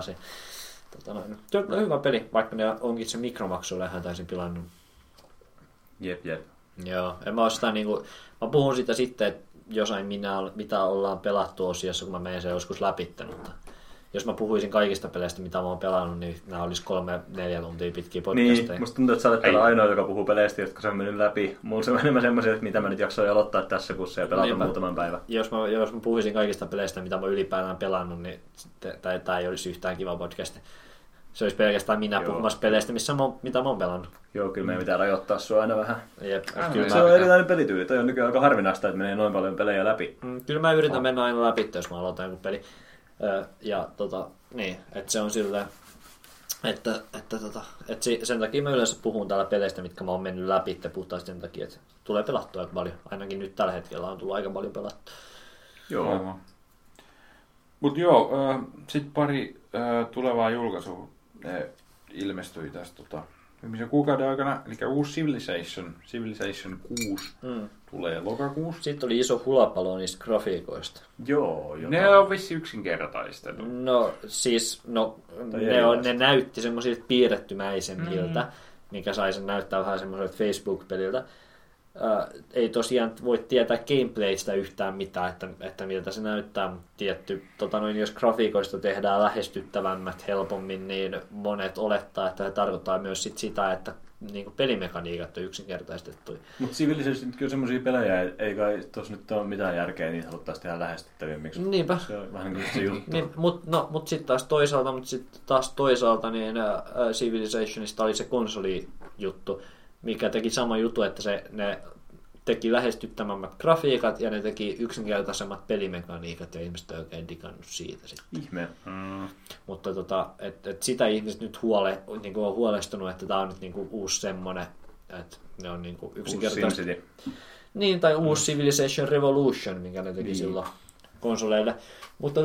Hyvä peli, vaikka ne onkin se mikromaksuilla ihan täysin pilannut. Jep. Joo, en mä oo sitä mä puhun sitä sitten, että jossain mitä ollaan pelattu osiossa, kun mä menen sen joskus läpitte, mutta jos mä puhuisin kaikista peleistä, mitä mä oon pelannut, niin nämä olisi 3-4 tuntia pitkiä podcasteja. Niin, musta tuntuu, että sä olet täällä ainoa, joka puhuu peleistä, jotka se on mennyt läpi. Mulla on enemmän semmoisia, että mitä mä nyt jaksoin aloittaa tässä kuussa ja pelata muutaman päivän. Jos mä puhuisin kaikista peleistä, mitä mä oon ylipäätään pelannut, niin tää ei olisi yhtään kiva podcast. Se olisi pelkästään minä puhumassa peleistä, mitä mä oon pelannut. Joo, kyllä meidän pitää rajoittaa sua aina vähän. Jep, se on erilainen pelityyli. Toi on nykyään aika harvinaista, että menee noin paljon pelejä läpi. Kyllä mä yritän mennä aina läpi, jos mä aloitan joku peli. Ja niin, että se on silleen, että sen takia mä yleensä puhun täällä peleistä, mitkä mä oon mennyt läpi, että puhutaan sen takia, että tulee pelattua aika paljon. Ainakin nyt tällä hetkellä on tullut aika paljon pelattua. Joo. Mut joo, sit pari tulevaa julkaisua ilmestyi tästä viimeisen kuukauden aikana, eli uusi Civilization 6 tulee lokakuussa. Sitten oli iso hulapalo niistä grafiikoista. Joo. Ne on vissi yksinkertaistettu. No siis, ne näytti semmoisilta piirrettymäisemmiltä, mikä sai sen näyttää vähän semmoiselta Facebook-peliltä. Ei tosiaan voi tietää gameplaystä yhtään mitään, että miltä se näyttää, mutta tietty, jos grafiikoista tehdään lähestyttävämmät helpommin, niin monet olettaa, että se tarkoittaa myös sitä, että niin pelimekaniikat on yksinkertaistettu. Mutta Civilization kyllä semmoisia pelejä, ei kai tuossa nyt ole mitään järkeä, niitä haluttaisiin tehdä lähestyttävimmiksi. Niinpä. Se on vähän niin kuin se juttu. Niin, mutta sitten taas toisaalta niin Civilizationista oli se konsolijuttu, mikä teki sama juttu, että ne teki lähestyttävämmät grafiikat ja ne teki yksinkertaisemmat pelimekaniikat ja ihmiset ei oikein digannut siitä sitten. Ihme. Mutta et sitä ihmiset nyt on huolestunut, että tämä on nyt niinku uusi semmoinen, että ne on niinku yksinkertaisesti. Uusi SimCity. Niin, tai uusi Civilization Revolution, minkä ne teki silloin konsoleille. Mutta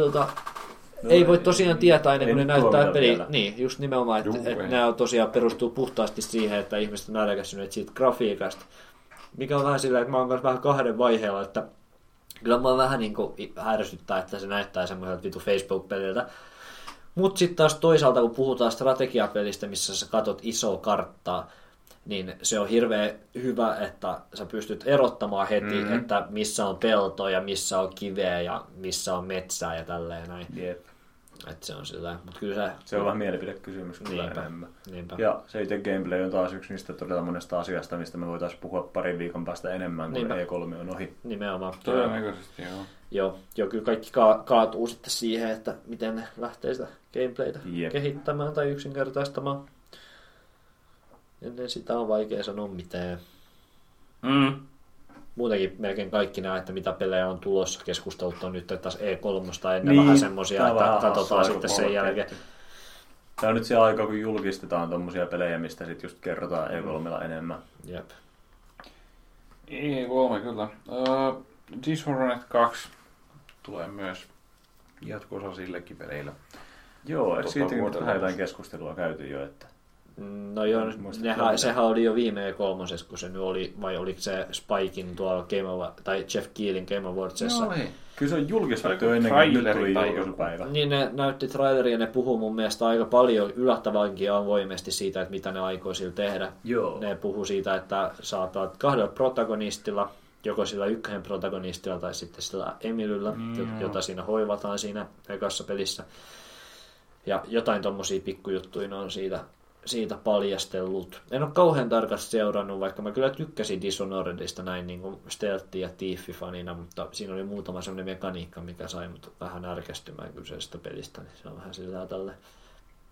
ei voi tosiaan tietää ennen kuin ne näyttää peliä. Niin, just nimenomaan, että nämä tosiaan perustuu puhtaasti siihen, että ihmiset on nälkästyneet siitä grafiikasta. Mikä on vähän sillä, että mä oon kanssa vähän 2 vaiheella, että kyllä mä vähän niin kuin ärsyttää, että se näyttää semmoiselta vitu Facebook-peliltä. Mutta sitten taas toisaalta, kun puhutaan strategiapelistä, missä sä katot isoa karttaa, niin se on hirveän hyvä, että sä pystyt erottamaan heti, että missä on pelto ja missä on kiveä ja missä on metsää ja tälleen näin. Jep. Että se on sillä, mutta kyllä se on vähän mielipidekysymys kyllä enemmän. Ja se itse gameplay on taas yksi niistä todella monesta asiasta, mistä me voitaisiin puhua parin viikon päästä enemmän, kun E3 on ohi. Nimenomaan. Todennäköisesti, joo. Joo, kyllä kaikki kaatuu sitten siihen, että miten ne lähtee sitä gameplaytä kehittämään tai yksinkertaistamaan. Ennen sitä on vaikea sanoa mitään. Muutenkin melkein kaikki nämä, että mitä pelejä on tulossa, keskustelut on nyt taas E3 tai ennen vähän semmoisia, että katsotaan sitten sen jälkeen. Tämä on nyt se aika, kun julkistetaan tommosia pelejä, mistä sitten just kerrotaan E3 enemmän. Jep. E3 kyllä. Dishonored 2 tulee myös jatko-osa sillekin peleillä. Joo, eikö siitäkin nyt vähän jotain keskustelua käyty jo, että... No joo, sehän oli jo viime E3, kun se nyt oli, vai oliko se Spikein tuolla tai Jeff Keelin Game Awardsissa? No, kyllä se on julkistettu ennen kuin nyt tuli julkaisupäivä. Niin ne näytti traileria ja ne puhuu mun mielestä aika paljon yllättävänkin avoimesti siitä, että mitä ne aikoo sillä tehdä. Joo. Ne puhuu siitä, että saat 2 protagonistilla, joko sillä ykkösen protagonistilla tai sitten sillä Emilyllä, jota siinä hoivataan siinä ekassa pelissä. Ja jotain tommosia pikkujuttuja on siitä paljastellut. En ole kauhean tarkasti seurannut, vaikka mä kyllä tykkäsin Dishonoredista näin niin kuin stealth- ja thief-fanina, mutta siinä oli muutama semmoinen mekaniikka, mikä sai mut vähän ärkästymään kyseisestä pelistä, niin se on vähän sillä tälle.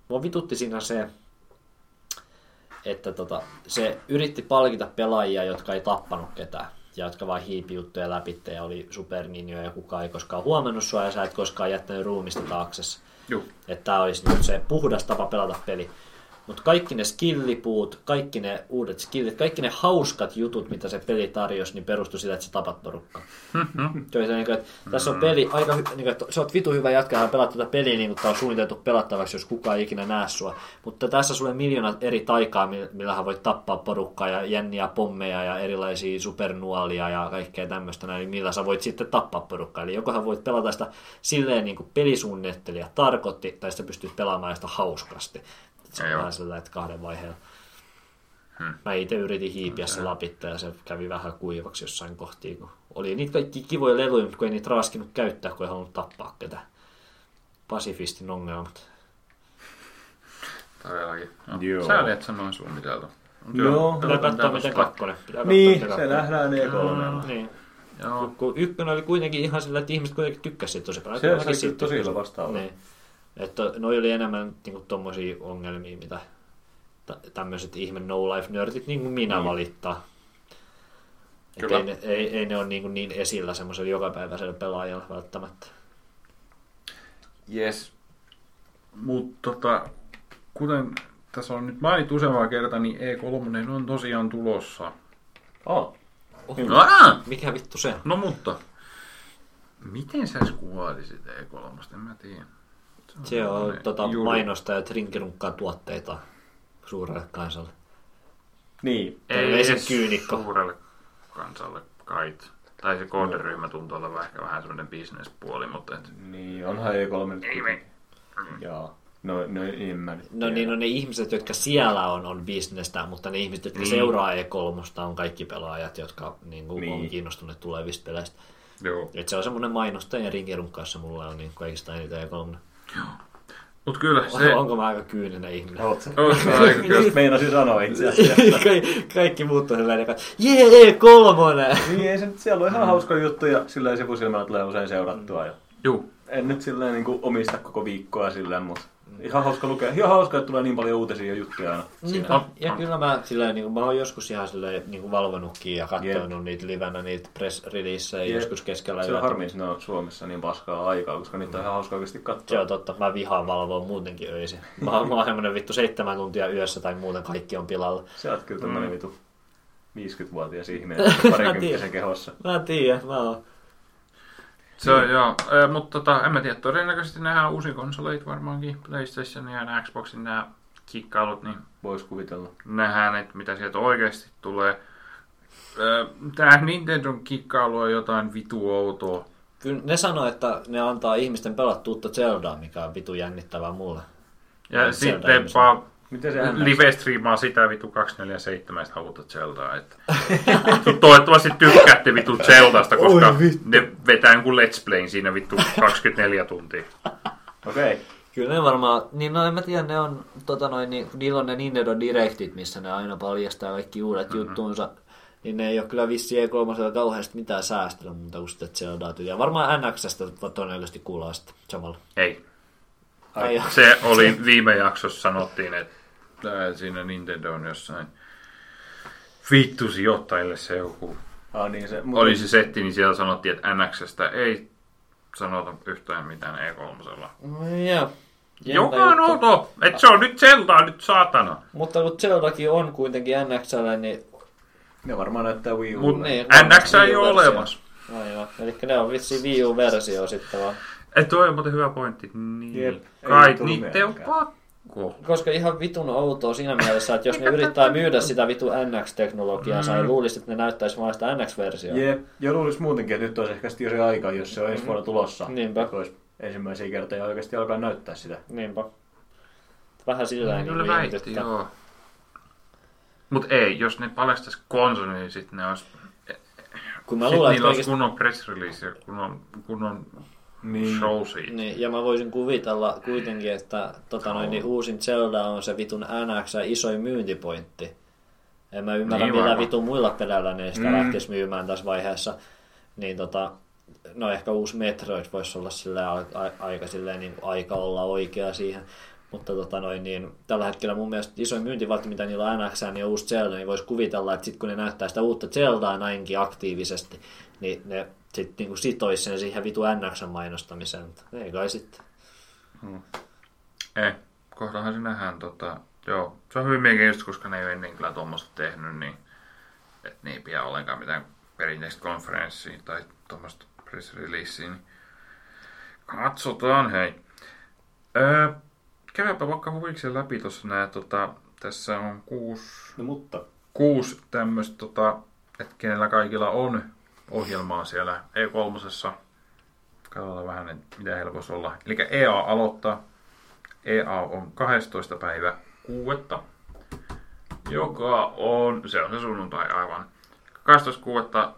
mua vitutti siinä se, että se yritti palkita pelaajia, jotka ei tappanut ketään. Ja jotka vaan hiipi juttuja läpi ja oli superninjoja ja kukaan ei koskaan huomannut sua ja sä et koskaan jättänyt ruumista taaksesi. Että tää olisi nyt se puhdas tapa pelata peli. Mutta kaikki ne skillipuut, kaikki ne uudet skillit, kaikki ne hauskat jutut, mitä se peli tarjosi, niin perustui sitä, että sä tapat porukkaa. Tässä on peli aika että sä oot vitu hyvä jätkä ja pelaat tätä peliä niin kuin tää on suunniteltu pelattavaksi, jos kukaan ei ikinä näe sua. Mutta tässä sulle miljoonat eri taikaa, millähän voit tappaa porukkaa ja jänniä pommeja ja erilaisia supernuolia ja kaikkea tämmöistä, eli millä sä voit sitten tappaa porukkaa. Eli jokohan voit pelata sitä silleen niin kuin pelisuunnittelija tarkoitti, tai sitten pystyt pelaamaan sitä hauskasti. Se on vähän sellainen, että 2 vaiheella. Mä itse yritin hiipiä se lapittaa ja se kävi vähän kuivaksi jossain kohtiin. Kun oli niitä kaikki kivoja leluja, mutta kun ei niitä raskinut käyttää, kun ei halunnut tappaa ketään. Pasifistin ongelmat. Todellakin. Sääli, et sanoin suunniteltu. Pitää katsoa miten 2. Niin, se nähdään E3. Niin. Kun 1 oli kuitenkin ihan sillä, että ihmiset kuitenkin tykkäsivät siitä tosi paljon. Se sai tosi hyvä vastaava. Niin. Että noi oli enemmän niinku tommosia ongelmia, mitä tämmöiset ihme no-life-nörtit niin kuin minä valittaa. Että ei ne ole niin esillä semmoisella jokapäiväisellä pelaajalla välttämättä. Jes. Mutta kuten tässä on nyt mainittu useampaa kertaa, niin E3 on tosiaan tulossa. Mikä vittu se? No mutta, miten sä kuvailisit E3? En mä tiedä. Se on mainosta ja trinkirunkkaa tuotteita suurelle kansalle. Niin. Ei se kyynikko. Suurelle kansalle kait. Tai se kohderyhmä tuntuu olevan ehkä vähän semmoinen bisnespuoli, mutta... Niin, onhan E3... Ei. Jaa. No niin on ne ihmiset, jotka siellä on bisnestä, mutta ne ihmiset, jotka seuraa E3, on kaikki pelaajat, jotka on kiinnostuneet tulevista peleistä. Joo. Et se on semmoinen mainosta ja rinkirunkkaassa mulla on niin kaikista eniten E3. Joo. Mut kyllä se... Onko mä aika kyyninen ihminen? Just meinasin sanoa itse asiassa. Kaikki muut on hyvää. Jee, E3! Niin, ei se nyt, siellä on ihan hauska juttu ja sillä ei sivusilmällä tulee usein seurattua. Juu. En nyt silleen niin kuin omista koko viikkoa silleen, mutta ihan hauska lukea. Ihan hauska, että tulee niin paljon uutisia juttuja aina. Ja kyllä mä silleen, niin mä oon joskus ihan silleen niin valvonutkin ja katsonut niitä livenä, niitä press-releasejä joskus keskellä. Se on harmi, että ne on Suomessa niin paskaa aikaa, koska niitä on ihan hauska oikeasti katsoa. Se on totta, mä vihaan valvoa muutenkin öisin. Mä oon semmonen vittu 7 tuntia yössä tai muuten kaikki on pilalla. Sä oot kyllä tämmönen vittu 50-vuotias ihminen parikymppisen kehossa. Mä tiedän, mä oon. Se on joo, mutta en mä tiedä, todennäköisesti nähdään uusia konsoleita varmaankin, PlayStation ja Xboxin nämä kikkailut, niin vois kuvitella. Nähdään, että mitä sieltä oikeasti tulee. Tää Nintendon kikkailu on jotain vitu outoa. Kyllä ne sanoo, että ne antaa ihmisten pelata uutta Zeldaa, mikä on vitu jännittävää mulle. Ja sitten vaan live-striimaa sitä vitu 247 haluta Zeldaa. Toivottavasti tykkäätte vitu Zeldasta, koska ne vetää jonkun Let's Playin siinä vittu 24 tuntia. Okei. Kyllä ne varmaan, niin no en mä tiedä, ne on, niillä on ne Nintendo Directit, missä ne aina paljastaa kaikki uudet juttuunsa. Niin ne ei ole kyllä vissiin E3 kauheasti mitään säästellä muuta kuin sitten Zeldaa. Ja varmaan NX:stä todennäköisesti kuullaan sitten samalla. Ei. Se oli viime jaksossa sanottiin, että siinä Nintendo on jossain vittu sijoittajille se joku. Oli se setti, niin siellä sanottiin, että NX:stä ei sanota yhtään mitään E3:lla. Joo. Joka on outo, että se on nyt Zeldaa nyt saatana. Mutta kun Zeldakin on kuitenkin NX:llä, niin ne varmaan näyttää Wii U:lle. Mutta NX ei ole olemassa. Aivan, eli ne on vissiin Wii U-versio sitten vaan. Toi on muuten hyvä pointti. Niin. Kai niitä on pakko. Koska ihan vitun outoa siinä mielessä, että jos ne yrittää myydä sitä vitu NX-teknologiaa, niin luulisi, että ne näyttäisi vain sitä NX-versiota. Jep, ja luulisi muutenkin, että nyt olisi ehkä jo se aika, jos se on ensi vuonna tulossa. Niinpä. Olisi ensimmäisiä kertoja oikeasti alkaa näyttää sitä. Niinpä. Vähän sillä tavalla niin väitti, joo. Mut ei, jos ne paljastaisi konsolin, niin sitten ne olisi... Kun mä luulen, niillä olisi kunnon press release ja kunnon show siitä. Niin, ja mä voisin kuvitella kuitenkin, että niin uusin Zelda on se vitun NX isoin myyntipointti. En mä ymmärrä, niin millä vitun muilla peleillä ne sitä lähtisi myymään tässä vaiheessa. Niin no ehkä uusi Metroid voisi olla aika olla oikea siihen. Mutta niin, tällä hetkellä mun mielestä isoin myyntivaltti, mitä niillä on NX ja uusi Zelda, niin voisi kuvitella, että sit kun ne näyttää sitä uutta Zeldaa näinkin aktiivisesti, niin ne sitten niinku sitoisi sen siihen vitu NX:n mainostamiseen. Ei kai sitten. Ei, kohdahan se nähdään. Joo, se on hyvin mielenkiintoista, koska ne ei ole ennen kyllä tuommoista tehnyt, niin että ne ei pidä ollenkaan mitään perinteistä konferenssia tai tuommoista press releasea. Niin katsotaan, hei. Käydäpä vaikka huvikseen läpi tuossa nää, tässä on 6 tämmöistä, että kenellä kaikilla on ohjelmaa siellä E3. Katsotaan vähän, että mitä heillä voisi olla. Eli EA aloittaa. EA on 12. päivä 6. Joka on, se on se sunnuntai aivan. 12.6.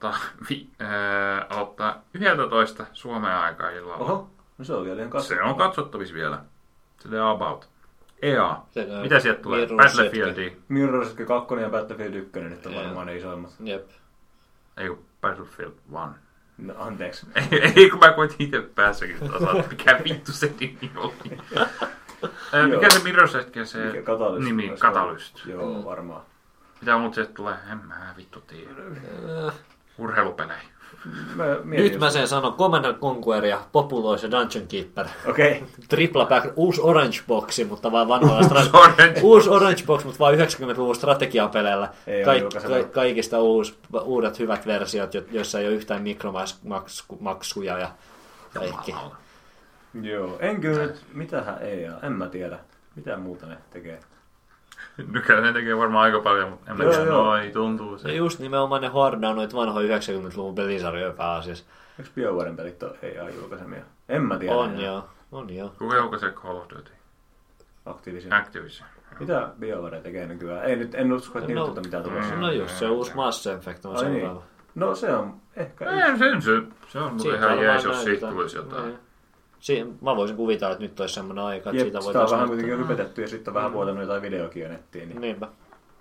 aloittaa 11 Suomen aikaa illalla. Oho, no se on vielä ihan katsottavissa. Se on katsottavissa vielä. Se on about. EA. Mitä sieltä tulee? Battlefield. Mirror's Edge 2 ja Battlefield 1 nyt on varmaan ne isoimmat. Jep. Ei kun Battlefield 1. No anteeksi. Ei kun mä koitin itse päässäkin osata, mikä vittu se nimi oli. Mikä se Mirror's Edge se nimi? Catalyst. Joo, varmaan. Mitä muut sieltä tulee? En mä vittu tiedä. Urheilupelejä. Nyt mä sen sanon. Command & Conquer ja Populous ja Dungeon Keeper. Okei. Tripla pack. Uusi Orange Boxi, mutta vaan vanhoilla uusi Orange Box, mutta vaan 90-luvun strategiapeleillä. Kaikista uudet hyvät versiot, joissa ei ole yhtään mikromaksuja ja kaikki. Joo, en kyllä. Mitähän ei ole? En mä tiedä. Mitä muuta ne tekee? Nykyään ne tekee varmaan aika paljon, mutta en mä tiedä, noi tuntuu se. Ja just nimenomaan ne hardaa noita vanhoja 90-luvun pelisarjoja pääasiassa. Eikö BioWaren pelit ole EA-julkaisemia? En mä tiedä. On joo. Kuka julkaisee Call of Duty? Activision. Mitä BioWare tekee nykyään? En usko, että niitä mitään tulossa. No just, se uusi Mass Effect on seuraava. Niin. No se on ehkä... Se on muuten ihan jees, jos siitä tulisi jotain. Mä voisin kuvitella, että nyt olisi semmoinen aika, että siitä sitä on vähän kuitenkin hypetetty ja sitten on vähän vuotanut jotain videokin nettiin. Niin. Niinpä.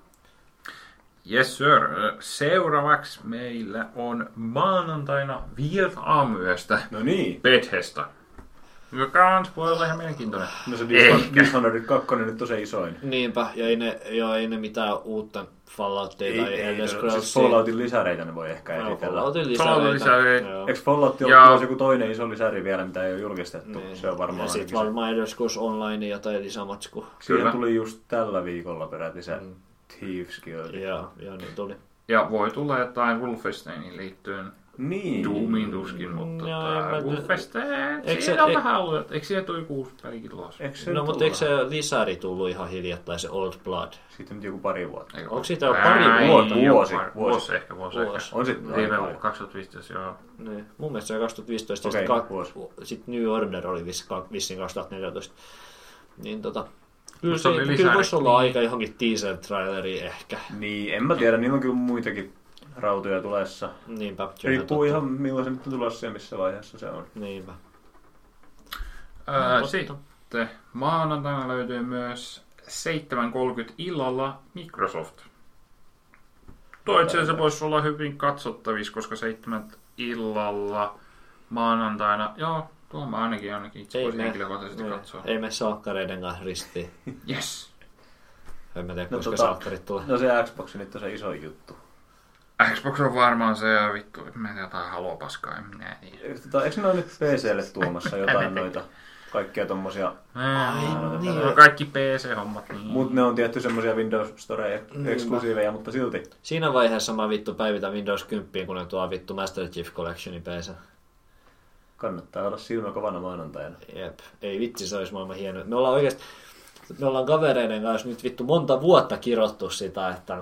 Yes sir. Seuraavaksi meillä on maanantaina 5 aamuyöstä Bethesda. Joka voi olla ihan mielenkiintoinen. No se Dishonored 2 nyt on se isoin. Niinpä, ja ei ne mitään uutta Falloutia tai Elder Scrollsia. Siis Falloutin lisäreitä ne voi ehkä esitellä. Falloutin lisäreitä. Eikö Fallout ole joku toinen iso lisäri vielä, mitä ei ole julkistettu? Niin. Se on varmaan ja sitten varmaan Elder Scrolls Online ja tai lisämatsku. Siihen tuli just tällä viikolla peräti se Thieves Guild. Joo, niin tuli. Ja voi tulla jotain Wolfensteiniin liittyen. Niin. Doomiin tuskin, mutta Wolfenstein, siinä on vähän ollut. Eikö siellä tuli 6 pelikin tulossa? No, mutta eikö se lisäri tullut ihan hiljattain, se Old Blood? Siitä on nyt joku pari vuotta. Onko siitä jo pari vuotta? Vuosi ehkä. On sitten viime 2015, joo. Niin. Mun mielestä se on 2015 ja sitten New Order oli vissiin 2014. Niin Kyllä voisi olla aika johonkin teaser-traileriin ehkä. Niin, en mä tiedä, niillä on kyllä muitakin rautoja tulessa. Niinpä. Riippuu ihan milloin se nyt on tulossa ja missä vaiheessa se on. Niinpä. Sitten maanantaina löytyy myös 7.30 illalla Microsoft. Itse asiassa voisi olla hyvin katsottavissa, koska 7 illalla maanantaina, joo, tuohon mä ainakin itse voisin henkilökohtaisesti katsoa. Ei mene salkkareiden kanssa ristiin. Yes. En mä tiedä, koska salkkarit tulee. No se Xbox nyt on se iso juttu. Xbox on varmaan se ja vittu, mä en tiedä jotain halopaskaa, en minä tiedä. Eikö ne ole nyt PC:lle tuomassa jotain noita kaikkia tommosia... No kaikki PC-hommat. Niin. Mut ne on tietty semmosia Windows Store-eksklusiiveja, mutta silti. Siinä vaiheessa mä vittu päivitän Windows 10, kun ne tuo vittu Master Chief Collectionin PC. Kannattaa olla silmä kovana maanantajana. Jep, ei vitsi, se olisi maailman hienoa. Me ollaan kavereiden kanssa nyt vittu monta vuotta kirottu sitä, että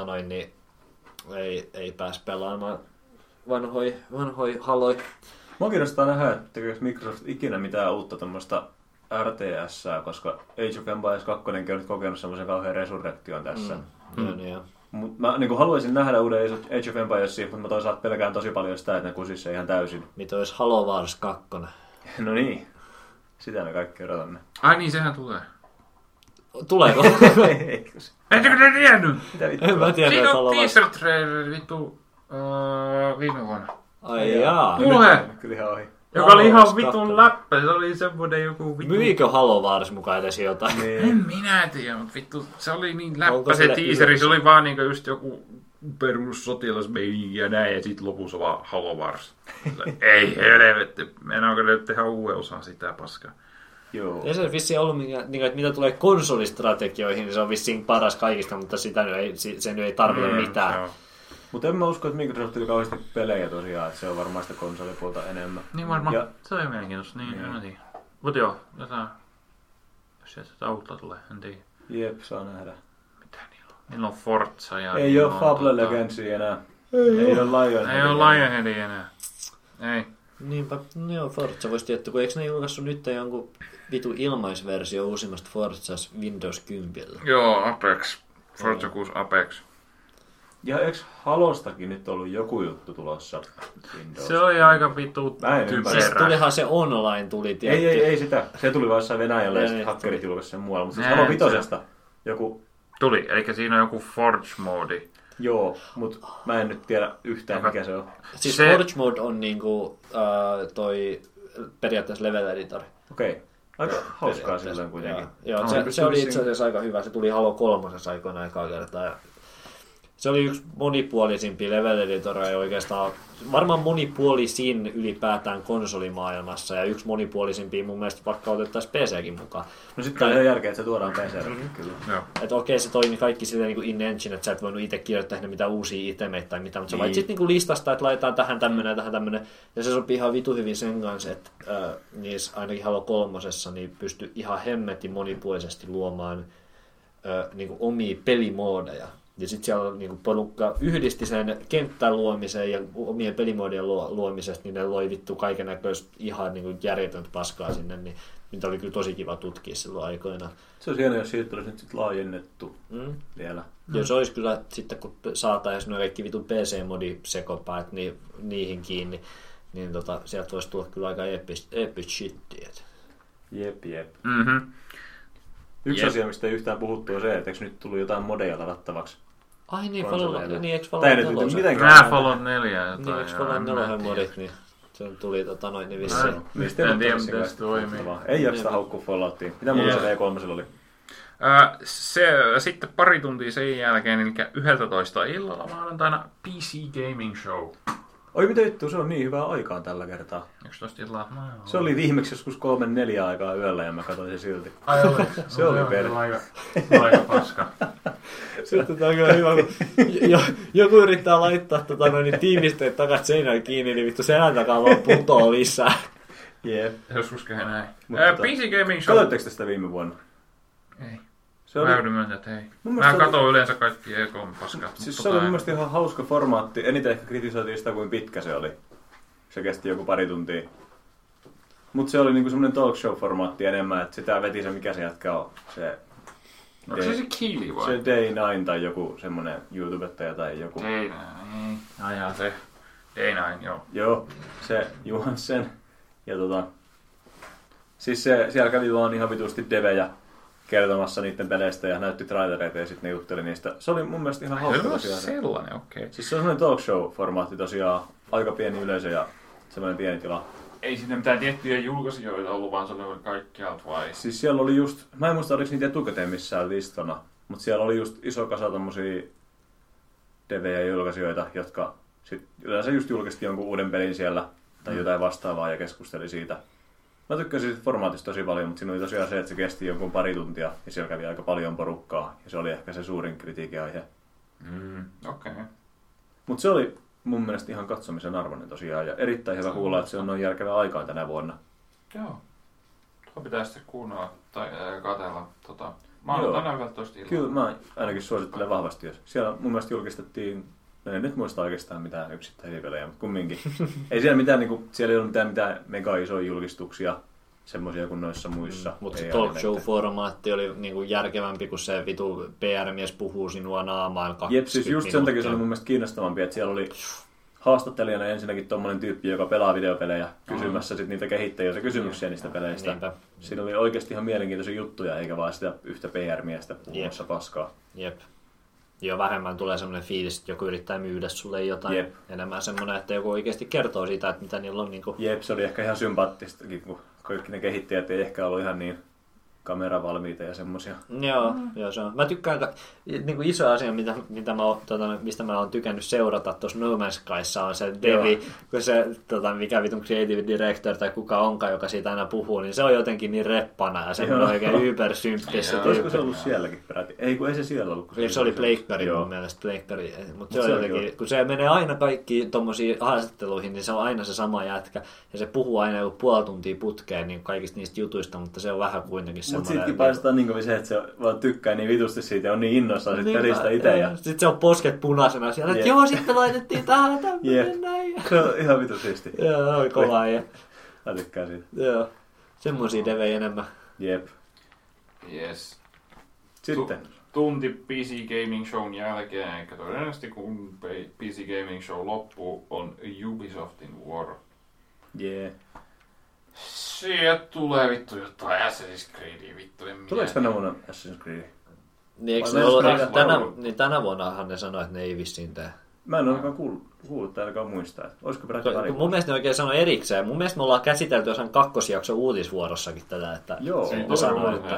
ei pääs pelaamaan vanhoi haloi. Mua kiinnostaa nähdä, että tekeekö Microsoft ikinä mitään uutta tämmöistä RTS:ää, koska Age of Empires 2 on nyt kokenut semmoisen kauhean resurrektion tässä. Mut mä niin haluaisin nähdä uuden Age of Empiresia, mutta mä toisaalta pelkään tosi paljon sitä, että ne kusissa ihan täysin. Mitä olisi Halo Wars 2? No niin, sitä me kaikki odotamme. Ai niin, sehän tulee. Tuleeko? Ettekö te tiennyt? Mitä vittu? En mä tiedä, siinä on teaser trailer vittu viime vuonna. Ai jaa. Mulle! Kyllä ihan ohi. Joka oli ihan vitun läppä. Se oli semmoinen joku vitun... Myikö Halo Wars mukaan edes jotain? Niin. En minä tiedä, mutta vittu, se oli niin läppä se teaseri. Se oli vaan niinku just joku perussotilasmeininki ja näin, ja sit lopussa vaan Halo Wars. Ei helvetti, mennäänkö nyt tehdä uuden osan sitä paskaa. Joo. Ei se vissiin ollut, että mitä tulee konsolistrategioihin, niin se on vissiin paras kaikista, mutta se nyt ei tarvitse mitään. Mutta en mä usko, että Microsoftilla kauheasti pelejä tosiaan, että se on varmaan sitä konsolipuolta enemmän. Niin varmaan, ja... se on mielenkiintoista, niin en tiedä. Mut joo, jotain, jos sieltä uutta tulee, en tiedä. Jep, saa nähdä. Mitä niillä on? Niillä on Forza ja... Ei oo Fable Legendsia enää. Ei oo Lionheadia. Ei oo Lionheadia enää. Ei. Niinpä, joo, Forza voisi tietää, kun eikö ne julkaissut nyt jonkun vitu ilmaisversio uusimmasta Forzas Windows 10? Joo, Apex. Forza 6 Apex. Ja eikö Halostakin nyt ollut joku juttu tulossa Windows? Se oli aika vitu typerä. Siis tulihan se online tuli, tietty. Ei sitä. Se tuli vaan jossain Venäjällä ja sitten hakkerit julkaisivat sen muualla. Mutta siis Halo 5:sta joku... Tuli, eli siinä on joku Forge-moodi. Joo, mutta mä en nyt tiedä yhtään mikä se on. Siis Forge Mode on niinku toi periaatteessa level editor. Okei. Aika hauskaa silloin kuitenkin. Joo, se oli itse asiassa aika hyvä. Se tuli Halo 3 aikoinaan ekaa kertaa. Se oli yksi monipuolisimpia level editoreja oikeastaan. Varmaan monipuolisin ylipäätään konsolimaailmassa ja yksi monipuolisimpia mun mielestä vaikka otettaisiin PC:kin mukaan. No sitten on ihan järkeä, että se tuodaan PC:lle. Kyllä. Että okei, se toimi kaikki silleen niin kuin in-engine, että sä et voinut itse kirjoittaa mitään uusia itemeitä tai mitään, mutta sä voit sitten niin listasta, että laitetaan tähän tämmönen. Ja se sopii ihan vitu hyvin sen kanssa, että niissä ainakin Halo 3 niin pystyi ihan hemmetin monipuolisesti luomaan niin kuin omia pelimoodeja. Ja sitten siellä niin porukka yhdisti sen kenttän luomiseen ja omien pelimoodien luomisesta, niin ne loi vittu kaikennäköistä ihan niin järjetöntä paskaa sinne, niin niitä oli kyllä tosi kiva tutkia silloin aikoina. Se olisi hienoa, jos siitä olisi nyt sit laajennettu vielä. Ja se olisi kyllä sitten, kun saataisiin nuo kaikki vitun PC-modi-sekopäät niihin kiinni, niin sieltä voisi tulla kyllä aika epic shittiä. Jep. Yksi asia, mistä ei yhtään puhuttu, on se, että eikö nyt tullut jotain modeja ladattavaksi? Ai niin, eikö Fallout 4? Nää Fallout 4 jotain. Niin, eikö Fallout 4 modit, niin se tuli niin vissiin. En tiedä, miten se toimii. Ei jaksa haukkua Falloutiin. Mitä muuta se V3 oli? Sitten pari tuntia sen jälkeen, eli 11 illalla maanantaina PC Gaming Show. Oi mitä juttu, se on niin hyvää aikaan tällä kertaa. 11 illalla. Se oli viimeksi joskus 3-4 aikaa yöllä ja mä katsoin se silti. Ai oli. Se oli perä. Aika paska. Sitten on kyllä hyvä, kun joku yrittää laittaa tiimisteet takaisin seinään kiinni, niin vittu selän takaa vaan putoo lisää. Jep. Joskus käy näin. PC Gaming Show. Katsoitteko tästä viime vuonna? Ei. Se oli... Mä joudun myöntää, että ei. Mä katson yleensä kaikki paskat. Siis se oli mun mielestä ihan hauska formaatti. Eniten ehkä kritisoitiin sitä, kuin pitkä se oli. Se kesti joku pari tuntia. Mutta se oli niinku semmonen talk show -formaatti enemmän, että sitä veti se mikä se jätkä on. Onko se Kiili vai? Se Day9 tai joku semmonen YouTubettaja tai joku. Day9, ajaa se. Day9, joo. Joo, se Johansen. Ja siis siellä kävi vaan ihan vitusti devejä kertomassa niiden peleistä ja näytti trailereita ja sitten ne jutteli niistä. Se oli mun mielestä ihan hauska tosiaan. Sellainen, okei. Siis se on semmoinen talk show -formaatti tosiaan. Aika pieni yleisö ja semmoinen pieni tila. Ei sinne mitään tiettyjä julkaisijoita ollut, vaan se oli kaikkialta vai? Siis siellä oli just, mä en muista oliko niitä etukäteen missään listana, mutta siellä oli just iso kasa tommosia DV-julkaisijoita, jotka sit yleensä just julkisti jonkun uuden pelin siellä tai jotain vastaavaa ja keskusteli siitä. Mä tykkäsin siitä formaatista tosi paljon, mutta siinä oli tosiaan se, että se kesti jonkun pari tuntia ja siellä kävi aika paljon porukkaa ja se oli ehkä se suurin kritiikin aihe. Okei. Mutta se oli mun mielestä ihan katsomisen arvoinen tosiaan ja erittäin hyvä kuulla, että se on noin järkevää aikaa tänä vuonna. Joo. Tuo pitää sitten kuunnella tai katsella. Maanantaina 11 illalla. Kyllä mä ainakin suosittelen vahvasti. Siellä mun mielestä julkistettiin, en nyt muista oikeastaan mitään yksittäisiä pelejä, mutta kumminkin. Ei siellä mitään, niinku, siellä ei ollut mitään mega isoja julkistuksia, semmoisia kuin noissa muissa. Mutta se talk show-formaatti oli niinku järkevämpi, kun se vitu PR-mies puhuu sinua naamaan 20 Jep, siis just sen takia se oli mun mielestä kiinnostavampi, että siellä oli haastattelijana ensinnäkin tommonen tyyppi, joka pelaa videopelejä, kysymässä sit niitä kehittäjiä kysymyksiä niistä peleistä. Niinpä. Siinä oli oikeasti ihan mielenkiintoisia juttuja, eikä vaan sitä yhtä PR-miestä puhumassa paskaa. Jep. jo vähemmän tulee semmoinen fiilis, että joku yrittää myydä sulle jotain. Enemmän semmoinen, että joku oikeasti kertoo siitä, että mitä niillä on. Niin kuin... Jep, se oli ehkä ihan sympaattistakin, kun kaikki ne kehittäjät ei ehkä ollut ihan niin kameravalmiita ja semmosia. Joo, se on. Mä tykkään, niin kuin iso asia, mistä mä oon tykännyt seurata tuossa No Man's Skyssa on se Devi, kun se, mikä vitun creative director tai kuka onkaan, joka siitä aina puhuu, niin se on jotenkin niin reppana ja semmoinen oikein ybersymppissä. Olisiko se ollut sielläkin peräti? Ei, kun ei se siellä ollut. Se oli Blakeberi mun mielestä, Blakeberi. Mutta se on jotenkin, kun se menee aina kaikkiin tommosiin haastatteluihin, niin se on aina se sama jätkä. Ja se puhuu aina joku puoli tuntia putkeen niin kaikista niistä jutuista, mutta se on vähän kuitenkin mutta sittenkin päästään niin kovin se, että se vaan tykkää niin vitusti siitä ja on niin innoissaan sit pelistä itse. Ja... Sitten se on posket punaisena siellä, että joo, sitten laitettiin tähän tämmöinen näin. Se on ihan vitu siisti. Joo, oli kovaa. Mä tykkään siitä. Joo, semmosia devejä enemmän. Jep. Yes. Sitten. Tunti PC Gaming Shown jälkeen, eikä todennäköisesti kun PC Gaming Show loppuu, on Ubisoftin vuoro. Jee. Sieltä tulee vittu jotain Assassin's Creedia vittu. Tuleeko tänä vuonna Assassin's Creed? Niin, tänä vuonnahan ne sanoi, että ne ei vissiin tee. Mä en olekaan kuullut tai ainakaan muistaa. Olisiko peräti pari? Mun mielestä ne oikein sanoi erikseen. Mun mielestä me ollaan käsitelty jossain kakkosjakson uutisvuorossakin tätä. Että joo, ne sanoi, että...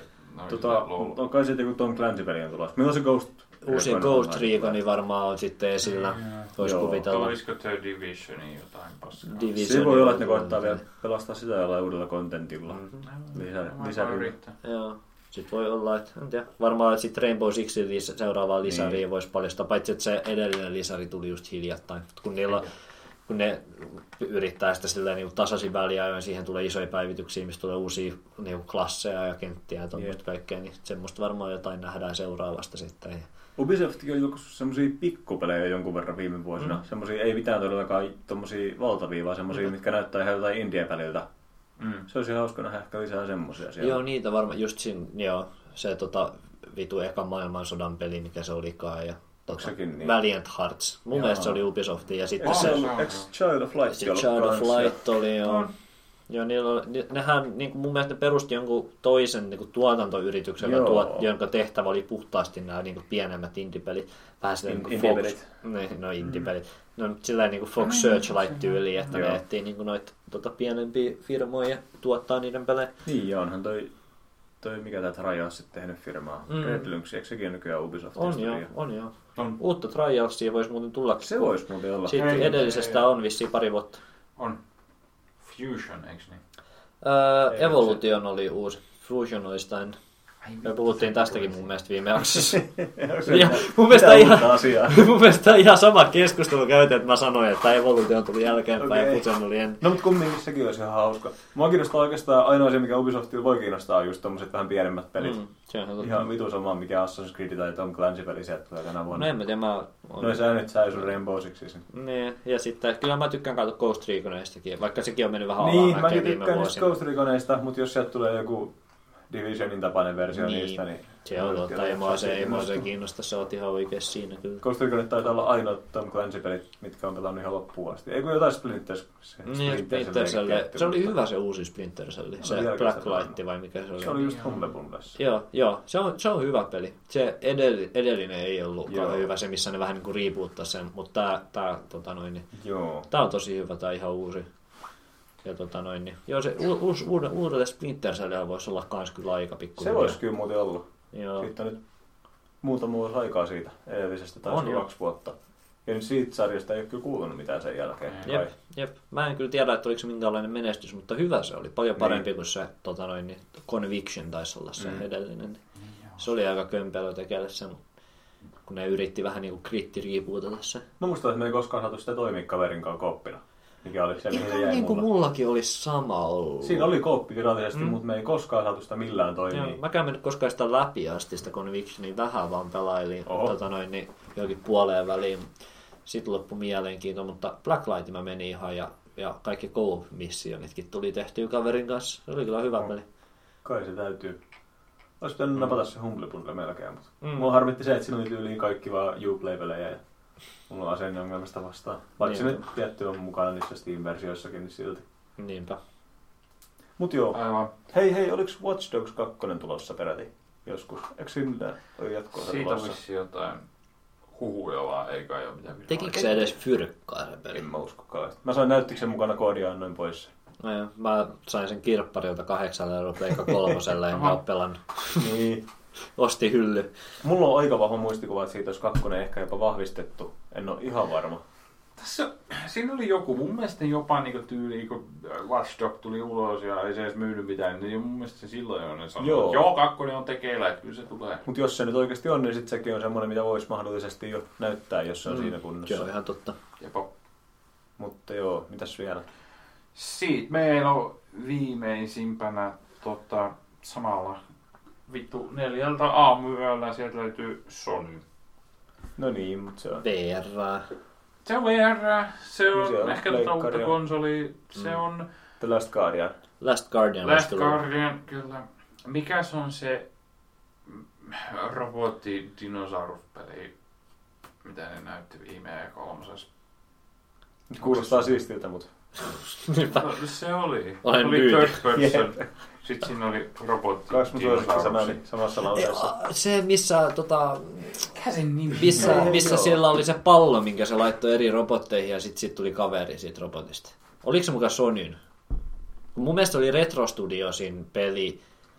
on kai sitten joku Tom Clancy-peli on tulossa. Milloin se Ghost... Uusi Ghost Recon varmaan on sitten esillä. Voisi kuvitella. Olisiko The Divisionin jotain paskaa? Se voi olla, että ne koittaa vielä pelastaa sitä jollain uudella kontentilla. Lisäryhmä. Joo. Sitten voi olla, että en tiedä. Varmaan sitten Rainbow Sixin seuraavaa lisäriä voisi paljastaa. Paitsi, että se edellinen lisäri tuli just hiljattain. Kun ne yrittää sitä silleen niin tasaisin väliajoin, siihen tulee isoja päivityksiä, mistä tulee uusia niin klasseja ja kenttiä ja tuommoista kaikkea, niin semmoista varmaan jotain nähdään seuraavasta sitten. Ubisoftkin on julkaissut semmosia pikkupelejä jonkun verran viime vuosina. Semmosia ei mitään todellakaan tommosia valtavia, vaan semmosia, mitkä näyttää ihan jotain indie-peliltä. Se olisi hauska nähdä ehkä lisää semmosia siellä. Joo, niitä varmaan just siinä, joo, se vitu eka maailmansodan peli, mikä se olikaan, ja niin. Valiant Hearts. Mun mielestä se oli Ubisoftin, ja sitten Child of Light Child of Light oli, joo. Joo, nehän niin mun mielestä ne perusti jonkun toisen niin tuotantoyrityksen, jonka tehtävä oli puhtaasti nämä niin pienemmät indie-pelit. Vähän silleen niin indie-pelit. Indie-pelit. No silleen niin Fox Searchlight-tyyliin, että ne etsii niin noita pienempiä firmoja tuottaa niiden pelejä. Niin, ja onhan toi mikä tää Trials sitten tehnyt firmaa. Red Lynx, eikö sekin nykyään Ubisoftista? On joo. Uutta Trialsia voisi muuten tulla. Se voisi muuten olla. Sitten edellisestä on vissiin pari vuotta. On. Fusion, eikö niin? Evolution oli uusi. Fusion oli sitä ennen. Me puhuttiin tästäkin mun mielestä viime jaksossa. Mun mielestä ihan sama keskustelu käytiin, että mä sanoin, että Evolution tuli jälkeenpäin ja Fusion oli ennen. No mutta kumminkin sekin olisi ihan hauska. Mua kiinnostaa oikeastaan ainoa se, mikä Ubisoftilla voi kiinnostaa, on just tommoset vähän pienemmät pelit. Ihan vitu sama, mikä Assassin's Creed tai Tom Clancy-peli sieltä tulee tänä vuonna. No en mä tiedä, No sä nyt sai sun Rainbow Sixis. Niin, ja sitten kyllä mä tykkään katsoa Ghost Reconeistakin, vaikka sekin on mennyt vähän niin, alamäkeä viime vuosina. Niin, mä tykkään Ghost Reconeista, mutta jos sieltä tulee joku Divisionin tapainen versio niistä, niin... Se on totta, ei mua se kiinnosta, sä oot ihan oikeassa siinä kyllä. Ghost Reconit taitaa olla ainoa Tom Clancy-pelit, mitkä on pelannut ihan loppuun asti. Ei kun jotain Splinter Cell. Se oli hyvä se uusi Splinter Cell, se Blacklight vai mikä se oli. Se oli just Humble Bundlessa. Joo, se on hyvä peli. Se edellinen ei ollut hyvä, se missä ne vähän niin kuin reboottaa sen, mutta tää on tosi hyvä, tää ihan uusi. Ja joo, se uudelle Splinter Cellille voisi olla kans kyllä aika pikkuinen. Se voisi kyllä muuten olla. Joo. Siitä on nyt muutama vuosi aikaa siitä edellisestä, taisi 2 vuotta. Ja nyt siitä sarjasta ei ole kyllä kuulunut mitään sen jälkeen. Jep. Mä en kyllä tiedä, että oliko se minkälainen menestys, mutta hyvä se oli. Paljon parempi kuin se Conviction taisi olla se edellinen. Se oli aika kömpelö tekellä sen, kun ne yritti vähän niin kuin kriittiriipuutata se. Mä muistan, että me ei koskaan saatu sitä toimia kaverin kanssa kooppina. Mikä oli se, mihin se jäi niin kuin mullakin olisi sama ollut. Siinä oli kooppi virallisesti, mutta me ei koskaan saatu sitä millään toimia. Joo, mä käyn mennyt koskaan sitä läpi asti, sitä Convictionia vähän vaan pelailin niin johonkin puoleen väliin. Sitten loppui mielenkiinto, mutta Blacklight mä menin ihan ja kaikki Go-missionitkin tuli tehtyä kaverin kanssa. Se oli kyllä hyvä peli. Kai se täytyy. Olisi pitänyt napata se Humble Bundle melkein, mutta mua harmitti se, että siinä oli tyyliin kaikki vaan Uplay-pelejä ja mulla on asenne-ongelmasta vastaan. Vaikka se nyt tietty on mukana niissä Steam-versioissakin, niin silti. Niinpä. Mut joo. Aivan. Hei, oliks Watch Dogs 2 tulossa peräti? joskus. Eikö sillä ole jatkoa? Siitä on vissiin jotain huhuja vaan, ei kai ole mitään. Tekikö se edes fyrkkaa se peli? En mä uskokaan. Mä sain näyttiksen mukana koodia annoin pois. No joo, mä sain sen kirpparilta 8 € Pleikka 3:lle, en mä oo pelannut. Niin. Osti hylly. Mulla on aika vahva muistikuva, että siitä olisi 2 ehkä jopa vahvistettu. En ole ihan varma. Siinä oli joku, mun mielestä jopa niinku tyyli, kun Watch Dogs tuli ulos ja ei se edes myynyt mitään, niin mun mielestä se silloin jo ne sanoi, että joo, 2 on tekeillä, että kyllä se tulee. Mutta jos se nyt oikeasti on, niin sit sekin on semmoinen, mitä voisi mahdollisesti jo näyttää, jos se on siinä kunnossa. Se on ihan totta. Jepo. Mutta joo, mitäs vielä? Siitä meillä on viimeisimpänä samalla vittu 4 aamuyöllä, sieltä löytyy Sony. No niin, mutta se on... VR. Se on VR, se on se on ehkä uutta konsoli, se on... The Last Guardian. Last Guardian. Last Guardian, kyllä. Mikäs on se robotti-dinosauruspeli, mitä ne näytti viime E3:ssa? Kuulostaa siistiltä, mutta... No, se oli. Olen se oli myyty. third person. Sitten siinä oli robotti. 2 mun suosikkisanaani samassa lauseessa. Se, missä Käsin nimi. missä siellä oli se pallo, minkä se laittoi eri robotteihin ja sitten tuli kaveri siitä robotista. Oliko se mukaan Sonyn? Mun mielestä oli Retro Studiosin peli,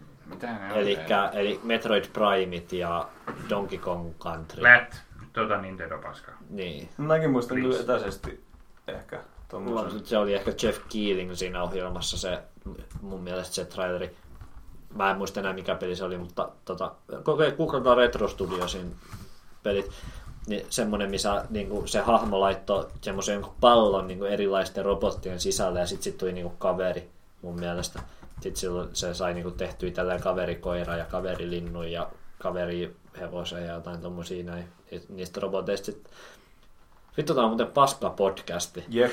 eli Metroid Primeit ja Donkey Kong Country. Nintendo paskaa. Niin. Mäkin muistan kyllä etäisesti ehkä. Se oli ehkä Jeff Keighley siinä ohjelmassa se, mun mielestä se traileri. Mä en muista enää mikä peli se oli, mutta googlataan Retro Studiosin pelit. Niin semmoinen, missä niinku, se hahmo laittoi semmoisen pallon niinku, erilaisten robottien sisälle ja sitten tuli niinku, kaveri mun mielestä. Sitten silloin se sai niinku, tehtyä tällainen kaverikoira ja kaverilinnu ja kaverihevosen ja jotain tommosia näin. Niistä roboteista sitten. Vittu, tää on muuten paska podcasti. Jep.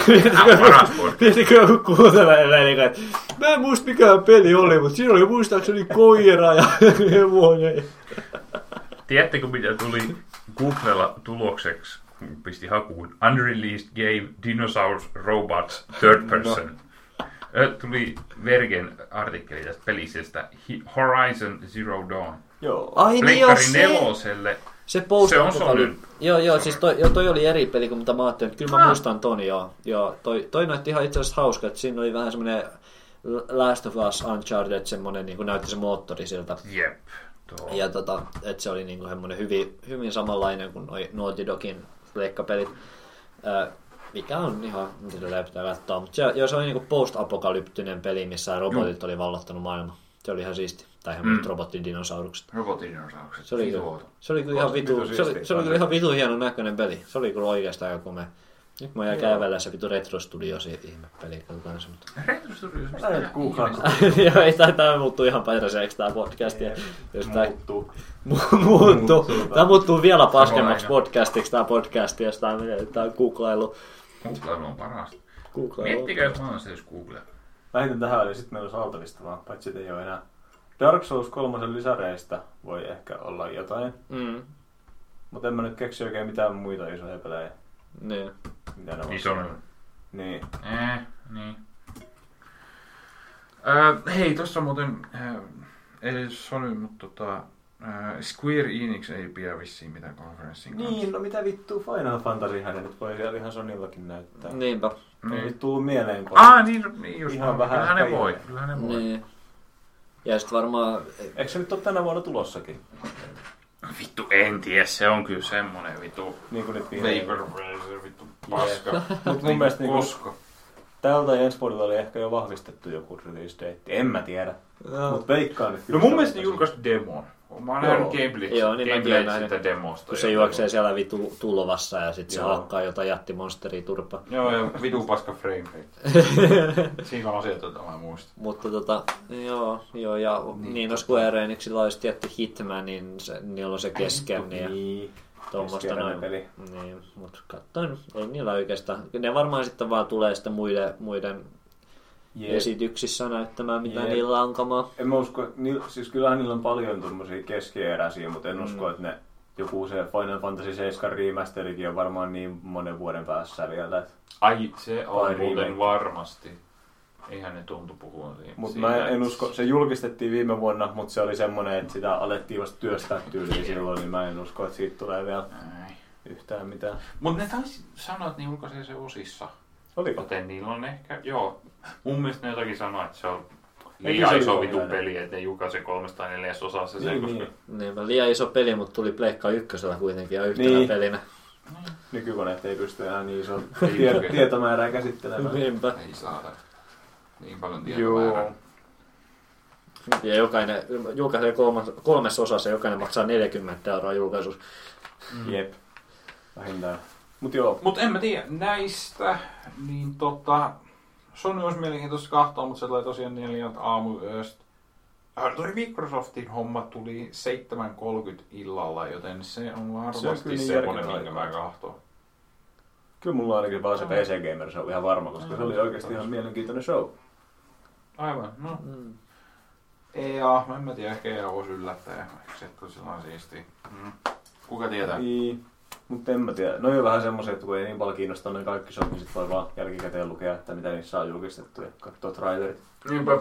Tiedätkö kuuntelemaan, että mä en muista mikään peli oli, mutta siinä oli muistaakseni koira ja hevonen. Tiedättekö mitä tuli Googlella tulokseksi, pisti hakuun Unreleased Game Dinosaurs Robots Third Person. Tuli Vergen artikkeli tästä pelisestä Horizon Zero Dawn. Joo. Ai niin joo, se! Se on Sony. Joo, siis toi oli eri peli kuin mitä mä ajattelin. Kyllä mä muistan ton, joo. Toi näytti ihan itse asiassa hauska, että siinä oli vähän semmoinen Last of Us Uncharted, semmoinen niin kuin näytti se moottori siltä. Jep. Ja että se oli niin kuin semmoinen hyvin samanlainen kuin noi Naughty Dogin leikkapelit. Mikä on ihan, mitä pitää katsoa, mutta se oli niin kuin post-apokalyptinen peli, missä robotit oli vallottanut maailman. Se oli ihan siisti. Tai ihan robottidinosaurukset. Robottidinosaurukset. Se oli kyllä ihan vitu hieno näköinen peli. Se oli kyllä oikeastaan joku me. Nyt mä jää kävellä se vitu Retro Studiosi ihmepeli kanssa. Retro Studios? Joo, ei tää muuttuu ihan päiväiseksi tää podcast. Muuttuu. Tää muuttuu vielä paskemmaksi podcastiksi tää podcast, jos tää on googlailu. Googlailu on parasta. Miettikää, jos mä oon se jos Google. Vähintään tähän oli sitten meillä olisi Aaltavista vaan, paitsi ei ole enää. Dark Souls 3 lisäreistä voi ehkä olla jotain. Mutta en mä nyt keksi oikein mitään muita isoja pelejä. Niin. Isoja. Niin. Niin. Hei, tossa muuten ei Sony, mutta Square Enix ei pidä vissiin mitään konferenssin kanssa. Niin, no mitä vittua Final Fantasy hänen nyt voi siellä ihan Sonyllakin näyttää. Niinpä. Niin. Ei tullut mieleen. Niin just ihan vähän. Kyllähän ne voi. Niin. Ja sit varmaan... Eikö se nyt ole tänä vuonna tulossakin? Vittu, en tiedä. Se on kyllä semmonen vittu... Niin kuin nyt Vaporware, vittu paska. Mut mun mielestä niinku... Tältä ensi vuodella oli ehkä jo vahvistettu joku release date. En mä tiedä. Mut veikkaan nyt. No mun mielestä julkaisi demon. Mä oon nähnyt gameplayt sitä demosta. Kun se juoksee siellä vitu tulvassa ja sit se hakkaa jotain jättimonsteria turpaa. Joo, ja vitu paska frame rate. Siinä on asiat, joita mä muistan. Mutta joo, ja niin Square Enixillä olisi tietty Hitman, niin niillä on se kesken. Niin. Tuommoista noin. Niin, mutta katsoin, ei niillä oikeastaan. Ne varmaan sitten vaan tulee sitten muiden esityksissä näyttämään, mitä niillä on kamaa. En mä usko, siis kyllähän niillä on paljon tommosia keskeeräisiä, mutta en usko, että ne joku se Final Fantasy 7 remasterikin on varmaan niin monen vuoden päässä vielä. Ai, se on muuten varmasti. Eihän ne tuntu puhumaan siitä. Mutta mä en usko, se julkistettiin viime vuonna, mutta se oli semmoinen, että sitä alettiin vasta työstää tyyliin silloin, niin mä en usko, että siitä tulee vielä yhtään mitään. Mutta ne taisi sanoa, että ne julkaisee se osissa. Oliko? Joten niillä on ehkä, joo. Mun mielestä ne jotakin sanoo, että se on liian iso vitu peli, ettei julkaise 3 tai 4 osassa sen. Niin, liian iso peli, mutta tuli Pleikka 1:llä kuitenkin ja yhtenä pelinä. Nykykoneet ei pysty enää niin iso tietomäärää käsittelemään. Niinpä. Ei saada niin paljon tietomäärää. Ja jokainen julkaisee 3 osassa ja jokainen maksaa 40 € julkaisuus. Jep. Vähintään. Mut en mä tiedä näistä, niin Sony olisi mielenkiintoista katsoa, mutta se tulee tosiaan 4 aamuyöstä. Toi Microsoftin homma tuli 7:30 illalla, joten se on varmasti semmoinen, minkä mä kahtoon. Kyllä mulla ainakin vaan se PC Gamer Show ihan varma, koska se oli oikeasti ihan mielenkiintoinen show. Aivan, no. EA, en mä tiedä, ehkä EA voisi yllättää. Ehkä se tuli sellainen siistiä. Kuka tietää? Niin, mutta en mä tiedä. No on vähän semmoisia, että kun ei niin paljon kiinnostaa ne kaikki showt, niin sit voi vaan jälkikäteen lukea, että mitä niissä on julkistettu ja katsoa trailerit. Niinpä.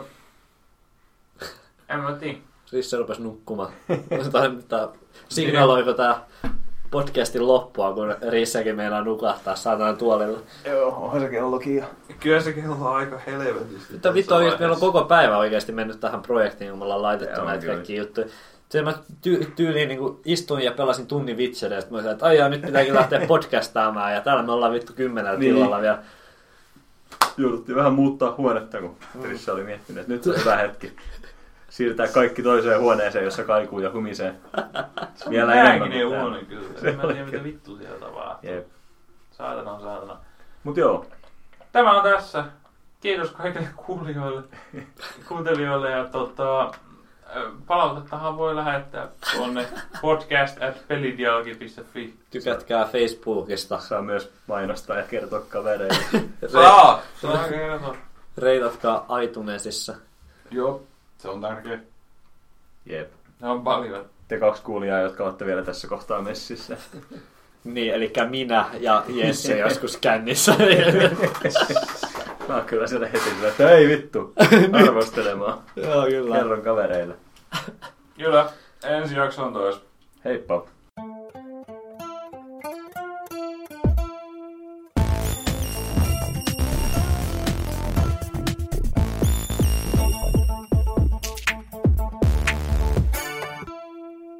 En mä tiedä. Siis se rupesi nukkumaan. Signaloiko tää podcastin loppua, kun Rissäkin meinaa nukahtaa saatana tuolilla. Joo, onhan se kellokin. Kyllä se kello on aika helvetisti. Mutta vittu oikeesti meillä on koko päivä oikeesti mennyt tähän projektiin, kun me ollaan laitettu näitä kaikkia juttuja. Se mä tyyliin niin istuin ja pelasin tunnin Witcheria, ja sitten mä sanoin, että aijaa, nyt pitääkin lähteä podcastaamaan, ja täällä me ollaan vittu 10 tilalla vielä. Jouduttiin vähän muuttaa huonetta, kun Trissa oli miettinyt, että nyt on hyvä hetki. Siirtää kaikki toiseen huoneeseen, jossa kaikuu ja humisee. Vielä enemmän. Se on huone kyllä. En mä tiedä mitä vittu siellä tapahtuu. Jep. Saatana. Mut joo. Tämä on tässä. Kiitos kaikille kuuntelijoille ja palautettahan voi lähettää tuonne podcast@pelidialogi.fi. Tykätkää Facebookista. Saa myös mainostaa ja kertoa kavereille. Saa kertoa. Reitatkaa iTunesissa. Joo, se on tärkeä. Jep. Ne on paljon. Te 2 kuulijaa, jotka olette vielä tässä kohtaa messissä. Niin, eli minä ja Jesse joskus kännissä. Mä oon kyllä siellä heti sillä, että ei vittu, arvostelemaan. Joo, kyllä. Kerron kavereille. Kyllä, ensi jakso on tois. Heippa.